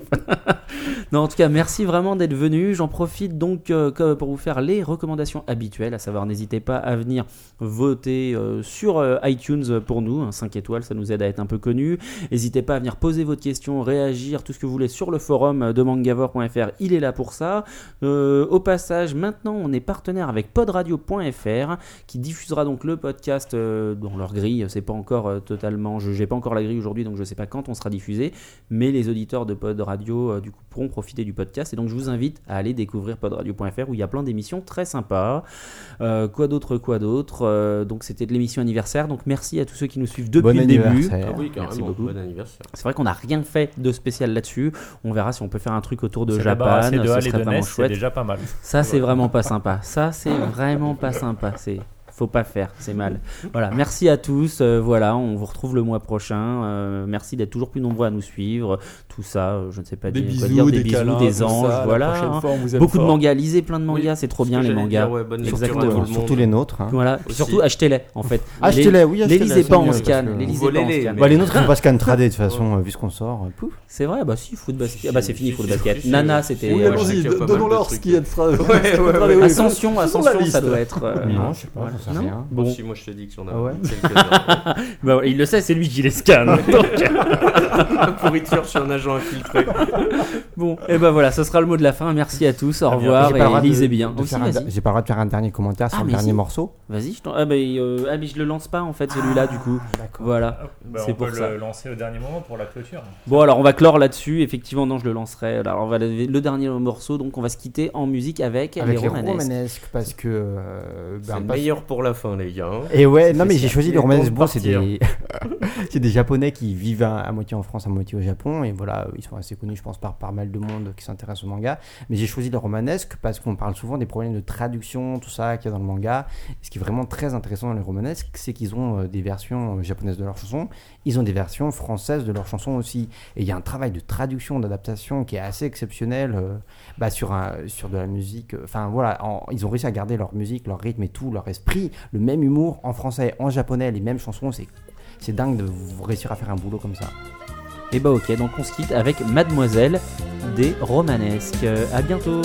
Non, en tout cas, merci vraiment d'être venu. J'en profite donc pour vous faire les recommandations habituelles, à savoir n'hésitez pas à venir voter sur iTunes pour nous, 5 étoiles, ça nous aide à être un peu connus. N'hésitez pas à venir poser votre question, réagir, tout ce que vous voulez sur le forum de mangavore.fr, il est là pour ça. Au passage, maintenant on est partenaire avec podradio.fr qui diffusera donc le podcast dans leur grille. C'est pas encore totalement, j'ai pas encore la grille aujourd'hui, donc je sais pas quand on sera diffusé, mais les auditeurs de Pod Radio du coup pourront profiter du podcast, et donc je vous invite à aller découvrir podradio.fr où il y a plein d'émissions très sympas. Quoi d'autre, donc c'était de l'émission anniversaire, donc merci à tous ceux qui nous suivent depuis Bon le début. anniversaire. Ah oui, Merci carrément. beaucoup. Bon anniversaire. C'est vrai qu'on n'a rien fait de spécial là-dessus. On verra si on peut faire un truc autour de Se Japan. débarrasser de Ce Hal et serait de vraiment Ness, c'est chouette. déjà pas mal. Ça, c'est vraiment pas sympa. Ça, c'est vraiment pas sympa. Faut pas faire, c'est mal. Voilà, merci à tous. Voilà, on vous retrouve le mois prochain. Merci d'être toujours plus nombreux à nous suivre. Tout ça, je ne sais pas Des quoi bisous, dire, des câlins, des tout anges. ça. La Voilà. prochaine fois, on vous aime Beaucoup de fort. mangas, lisez plein de mangas, Oui, c'est trop ce bien que les j'allais mangas. dire, ouais, bonne lecture à Exactement. tout le monde. Surtout les nôtres. Hein. Voilà, Aussi. surtout achetez-les en fait. Achetez-les, oui, achetez-les. Les lisez pas c'est en mieux, scan. parce que- Les lisez pas en Volez-les, scan. mais- Bah, les nôtres, ils sont pas scan tradés de toute façon, vu ce qu'on sort. Pouf. C'est vrai, bah si, foot basket. Ah bah c'est fini, Si, foot si, basket. si, si, Nana, si, c'était. si, Oui, ouais, allons-y, je sais qu'il y a pas mal donnons-leur de ce trucs. qui est sera. ouais, ouais. Ascension, Faisons la ça liste. doit être. Non, je sais pas, j'en sais Non rien. Bon, Si, moi je te dis qu'il y en a Ah ouais. quelques-uns. bah, il le sait, c'est lui qui les scanne. Pourriture, je suis un agent infiltré. Bon, et ben voilà, ce sera le mot de la fin. Merci à tous, au À bientôt. revoir J'ai pas le droit et de- lisez bien. de Aussi, faire un- vas-y. J'ai pas le droit de faire un dernier commentaire sur Ah, le mais dernier si. morceau. Vas-y, mais je le lance pas en fait celui-là du coup. Voilà. C'est on pour peut ça. le lancer au dernier moment pour la clôture. Bon, alors on va clore là-dessus. Effectivement, non, je le lancerai. Alors on va le dernier morceau, donc on va se quitter en musique avec Avec les Romanesques. romanesques, parce que. C'est le meilleur pour la fin, les gars. Et ouais, non mais j'ai choisi Il les est romanesques. temps de Bon, c'est partir. des... c'est des Japonais qui vivent à moitié en France, à moitié au Japon. Et voilà, ils sont assez connus, je pense, par pas mal de monde qui s'intéresse au manga. Mais j'ai choisi les romanesques parce qu'on parle souvent des problèmes de traduction, tout ça qu'il y a dans le manga. Et ce qui est vraiment très intéressant dans les romanesques, c'est qu'ils ont des versions japonaises de leurs chansons. Ils ont des versions françaises de leurs chansons aussi. Et il y a un travail de traduction, d'adaptation qui est assez exceptionnel sur de la musique. Enfin voilà, ils ont réussi à garder leur musique, leur rythme et tout, leur esprit, le même humour en français, en japonais, les mêmes chansons. C'est dingue de réussir à faire un boulot comme ça. Et bah ok, donc on se quitte avec Mademoiselle des romanesques. À bientôt.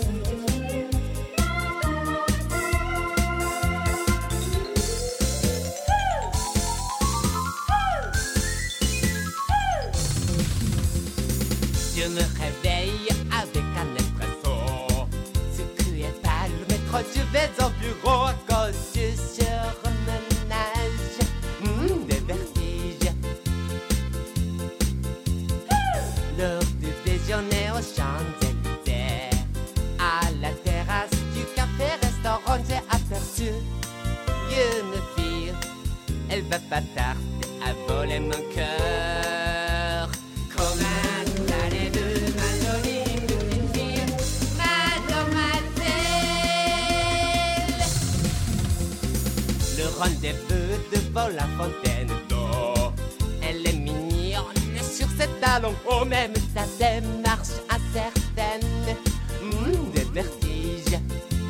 Je me réveille avec un espresso. Sucré pas le métro, je vais au bureau à cause du surmenage. Des vertiges. L'heure du déjeuner aux Champs-Élysées. À la terrasse du café-restaurant, j'ai aperçu une fille. Elle va pas tarder à voler mon cœur. Comment allez-vous, ma jolie petite fille, mademoiselle? Le rendez-vous devant la fontaine d'eau. Elle est mignonne sur ses talons hauts, même sa démarche incertaine. Des vertiges.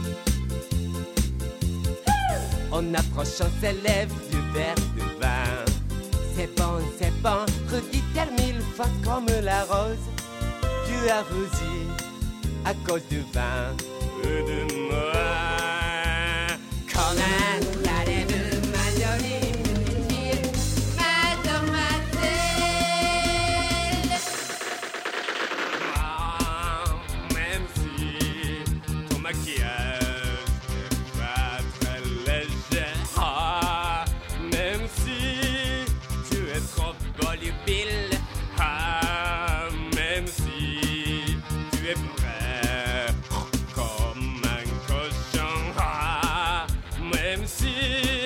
En approchant ses lèvres du verre de vin. C'est bon, redit-elle mille fois comme la rose. Tu as rougi à cause du vin et de moi. Comment allez-vous, ma jolie petite fille, mademoiselle? Même si ton maquillage n'est pas très léger, même si tu es trop volubile, même si tu es prêt comme un cochon, même si